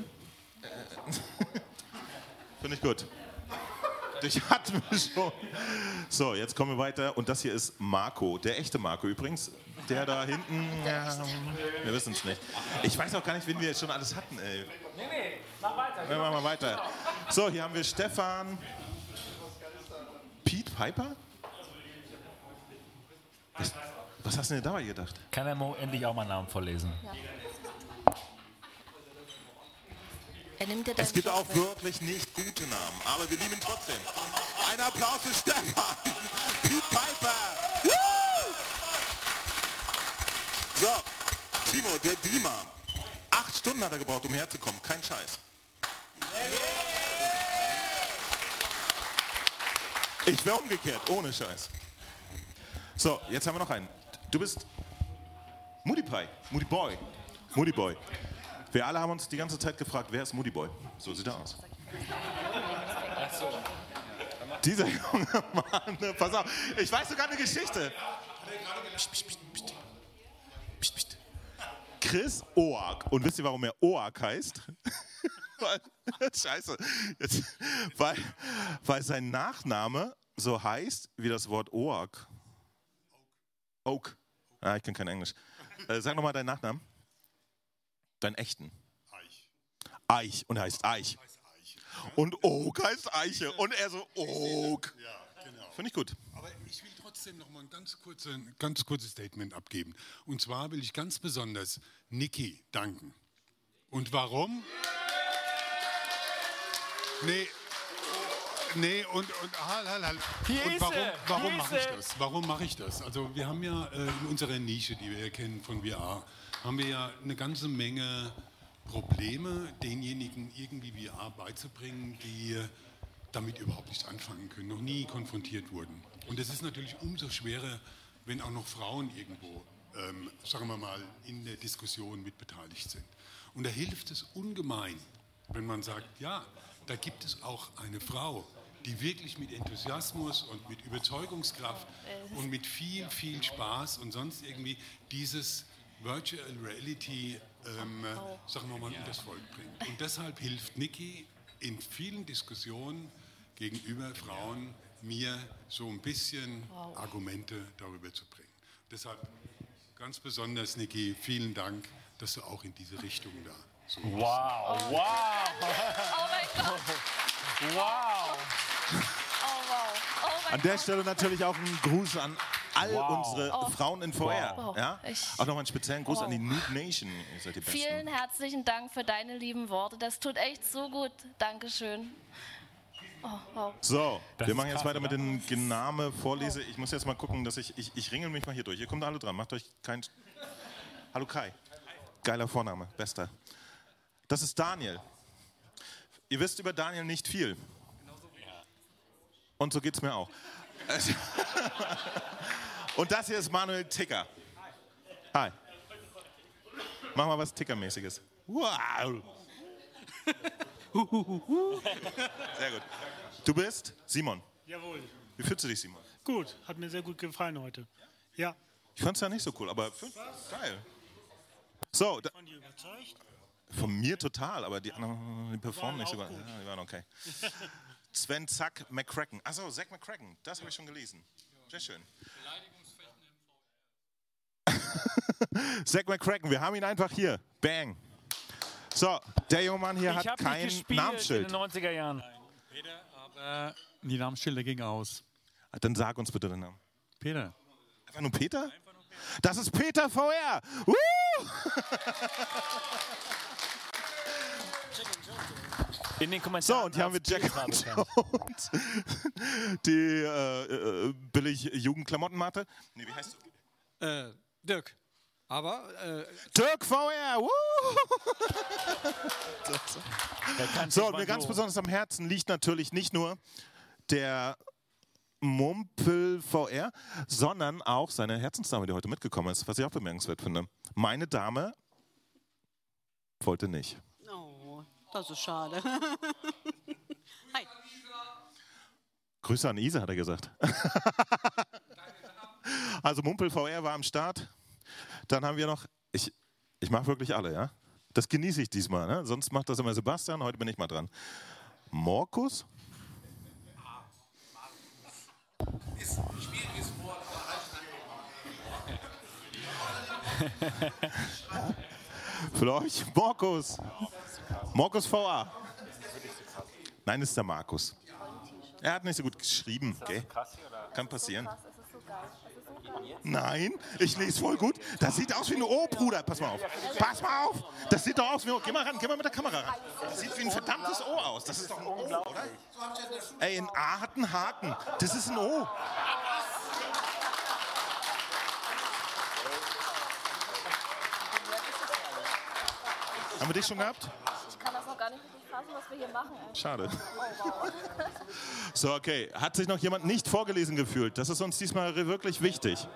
Finde ich gut. Ich hatte mich schon. So, jetzt kommen wir weiter. Und das hier ist Marco, der echte Marco übrigens. Der da hinten, ja, wir wissen es nicht. Ich weiß auch gar nicht, wen wir jetzt schon alles hatten, ey. Nee, nee, mach weiter. Wir machen mal weiter. So, hier haben wir Stefan. Pete Piper? Was, was hast du denn dabei gedacht? Kann der Mo endlich auch mal Namen vorlesen? Ja. Er nimmt dir Es gibt auch wirklich nicht gute Namen, aber wir lieben ihn trotzdem. Ein Applaus für Stefan. Pete Piper. Woo! So, Timo, der Dima. Acht Stunden hat er gebraucht, um herzukommen. Kein Scheiß. Ich wäre umgekehrt, ohne Scheiß. So, jetzt haben wir noch einen. Du bist Moody Pie, Moody Boy. Moody Boy. Wir alle haben uns die ganze Zeit gefragt, wer ist Moody Boy? So sieht er aus. Dieser junge Mann, pass auf, ich weiß sogar eine Geschichte. Chris Oak. Und wisst ihr, warum er Oak heißt? weil, Scheiße. Jetzt, weil, weil sein Nachname so heißt wie das Wort Oak. Oak. Ah, ich kann kein Englisch. Äh, sag nochmal deinen Nachnamen. Deinen echten. Eich. Eich. Und er heißt Eich. Und Oak heißt Eiche. Und er so Oak. Ja, genau. Finde ich gut. Aber ich will trotzdem noch mal ein ganz, kurze, ganz kurzes Statement abgeben. Und zwar will ich ganz besonders Niki danken. Und warum? Nee, nee, und, und, halt, halt, halt. Hier und ist warum, sie, warum hier mache ist ich sie. das? Warum mache ich das? Also wir haben ja äh, in unserer Nische, die wir ja kennen von V R, haben wir ja eine ganze Menge Probleme, denjenigen irgendwie V R beizubringen, die damit überhaupt nicht anfangen können, noch nie konfrontiert wurden. Und es ist natürlich umso schwerer, wenn auch noch Frauen irgendwo, ähm, sagen wir mal, in der Diskussion mit beteiligt sind. Und da hilft es ungemein, wenn man sagt, ja, da gibt es auch eine Frau, die wirklich mit Enthusiasmus und mit Überzeugungskraft und mit viel, viel Spaß und sonst irgendwie dieses Virtual Reality, ähm, sagen wir mal, unters Volk bringt. Und deshalb hilft Niki in vielen Diskussionen gegenüber Frauen mir so ein bisschen Wow. Argumente darüber zu bringen. Deshalb ganz besonders, Niki, vielen Dank, dass du auch in diese Richtung da so Wow, wow. Oh mein Gott. Wow. Oh wow. Oh mein An der Stelle natürlich auch ein Gruß an all Wow. unsere Oh. Frauen in V R. Wow. Ja? Ich- Auch nochmal einen speziellen Gruß Wow. an die Noob Nation. Ihr seid die Besten. Vielen herzlichen Dank für deine lieben Worte. Das tut echt so gut. Dankeschön. Oh, wow. So, Das wir ist machen jetzt krass, weiter mit oder? den Gename vorlese. Ich muss jetzt mal gucken, dass ich, ich, ich ringel mich mal hier durch. Ihr kommt alle dran, macht euch kein... Hallo Kai. Geiler Vorname, bester. Das ist Daniel. Ihr wisst über Daniel nicht viel. Und so geht's mir auch. Und das hier ist Manuel Ticker. Hi. Mach mal was Tickermäßiges. Wow. Sehr gut. Du bist Simon. Jawohl. Wie fühlst du dich, Simon? Gut, hat mir sehr gut gefallen heute. Ja. Ich fand's ja nicht so cool, aber geil. So, da, Von dir überzeugt? von mir total, aber die anderen die performen Waren nicht so auch gut. gut. Ja, die waren okay. Sven Zack McCracken. Achso, Zack McCracken, das habe ich schon gelesen. Sehr schön. Zack McCracken, wir haben ihn einfach hier. Bang. So, der junge Mann hier Ich hat hab kein nicht gespielt in Namenschild. den neunziger Jahren. Peter, aber die Namensschilder gingen aus. Dann sag uns bitte den Namen. Peter. Einfach nur Peter? Das ist Peter V R. Woo! In den Kommentaren. So, und hier haben wir Jack und Jones. Die äh, äh, billig Jugendklamottenmatte. Nee, wie heißt du? Äh, Dirk. Aber. Äh, Dirk V R. Woo! So, und mir ganz so. besonders am Herzen liegt natürlich nicht nur der Mumpel V R, sondern auch seine Herzensdame, die heute mitgekommen ist, was ich auch bemerkenswert finde. Meine Dame wollte nicht. Oh, das ist schade. Hi. Grüße an Isa, hat er gesagt. Also Mumpel V R war am Start. Dann haben wir noch, ich, ich mache wirklich alle, ja? Das genieße ich diesmal, ne? Sonst macht das immer Sebastian, heute bin ich mal dran. Morkus? Ist ein schwieriges Wort, aber Für euch Morkus. Morkus V A. Nein, ist der Markus. Er hat nicht so gut geschrieben, gell? Kann passieren. Nein, ich lese voll gut. Das sieht aus wie ein O, Bruder. Pass mal auf. Pass mal auf. Das sieht doch aus wie ein O. Geh mal ran, geh mal mit der Kamera ran. Das sieht wie ein verdammtes O aus. Das ist doch ein O, oder? Ey, ein A hat einen Haken. Das ist ein O. Haben wir dich schon gehabt? Ich kann das noch gar nicht richtig fassen, was wir hier machen. Ey. Schade. Oh, wow. So, okay. Hat sich noch jemand nicht vorgelesen gefühlt? Das ist uns diesmal wirklich wichtig.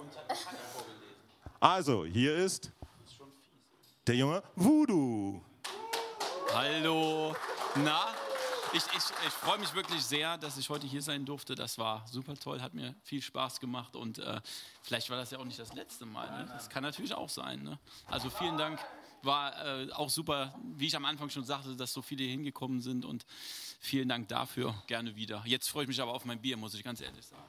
Also, hier ist der junge Voodoo. Hallo. Na? ich, ich, ich freue mich wirklich sehr, dass ich heute hier sein durfte. Das war super toll, hat mir viel Spaß gemacht und äh, vielleicht war das ja auch nicht das letzte Mal. Ne? Das kann natürlich auch sein. Ne? Also vielen Dank, war äh, auch super, wie ich am Anfang schon sagte, dass so viele hier hingekommen sind und vielen Dank dafür, gerne wieder. Jetzt freue ich mich aber auf mein Bier, muss ich ganz ehrlich sagen.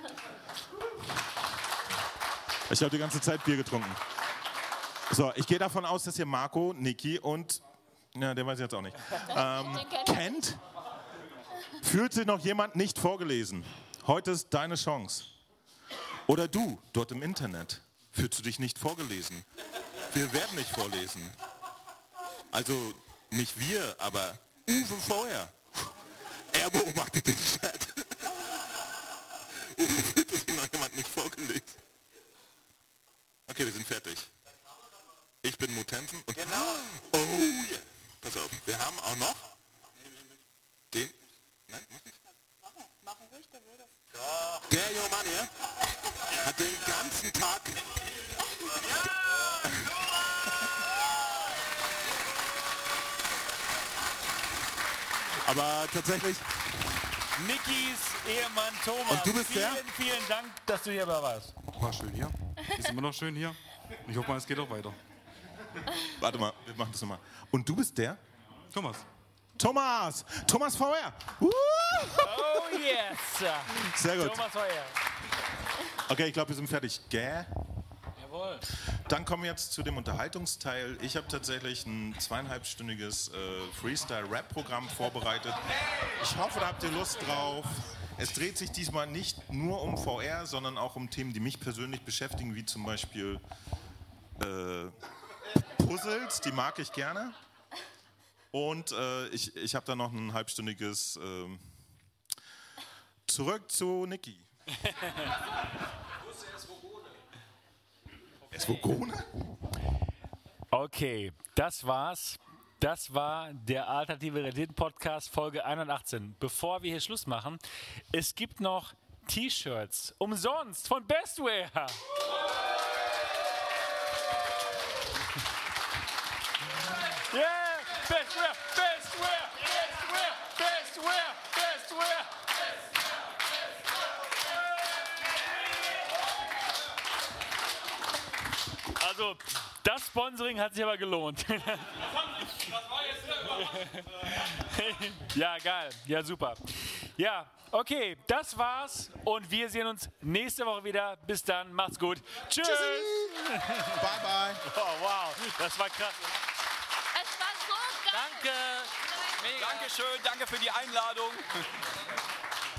Ich habe die ganze Zeit Bier getrunken. So, ich gehe davon aus, dass ihr Marco, Niki und, ja, den weiß ich jetzt auch nicht, ähm, kennt. Fühlt sich noch jemand nicht vorgelesen? Heute ist deine Chance. Oder du, dort im Internet, fühlst du dich nicht vorgelesen? Wir werden nicht vorlesen. Also nicht wir, aber Uwe vorher. Er beobachtet den Chat. Uwe fühlt sich noch jemand nicht vorgelesen? Okay, wir sind fertig. Ich bin Mutensen und... Genau. Oh yeah. Pass auf, wir haben auch noch... Den... Nein, muss nicht. Machen ruhig, der will das. Der junge Mann hier hat den ganzen Tag... Aber tatsächlich... Nikis Ehemann Thomas. Und du bist vielen, der? vielen Dank, dass du hier warst. War schön hier. Ist immer noch schön hier. Ich hoffe mal, es geht auch weiter. Warte mal, wir machen das nochmal. Und du bist der? Thomas. Thomas! Thomas V R! Uh! Oh yes! Sehr gut. Thomas V R. Okay, ich glaube, wir sind fertig. Gell? Jawohl. Dann kommen wir jetzt zu dem Unterhaltungsteil. Ich habe tatsächlich ein zweieinhalbstündiges äh, Freestyle-Rap-Programm vorbereitet. Ich hoffe, da habt ihr Lust drauf. Es dreht sich diesmal nicht nur um V R, sondern auch um Themen, die mich persönlich beschäftigen, wie zum Beispiel äh, Puzzles, die mag ich gerne. Und äh, ich, ich habe da noch ein halbstündiges äh, Zurück zu Niki. Svogone? Okay, das war's. Das war der Alternative Realitäten Podcast Folge hundertachtzehn. Bevor wir hier Schluss machen, es gibt noch T-Shirts umsonst von Bestwear. Yeah, Bestwear, Bestwear, Bestwear, Bestwear, Bestwear. Also, das Sponsoring hat sich aber gelohnt. Ja, geil. Ja, super. Ja, okay, das war's und wir sehen uns nächste Woche wieder. Bis dann, macht's gut. Tschüss. Bye, bye. Oh, wow, das war krass. Es war so geil. Danke. Dankeschön, danke für die Einladung.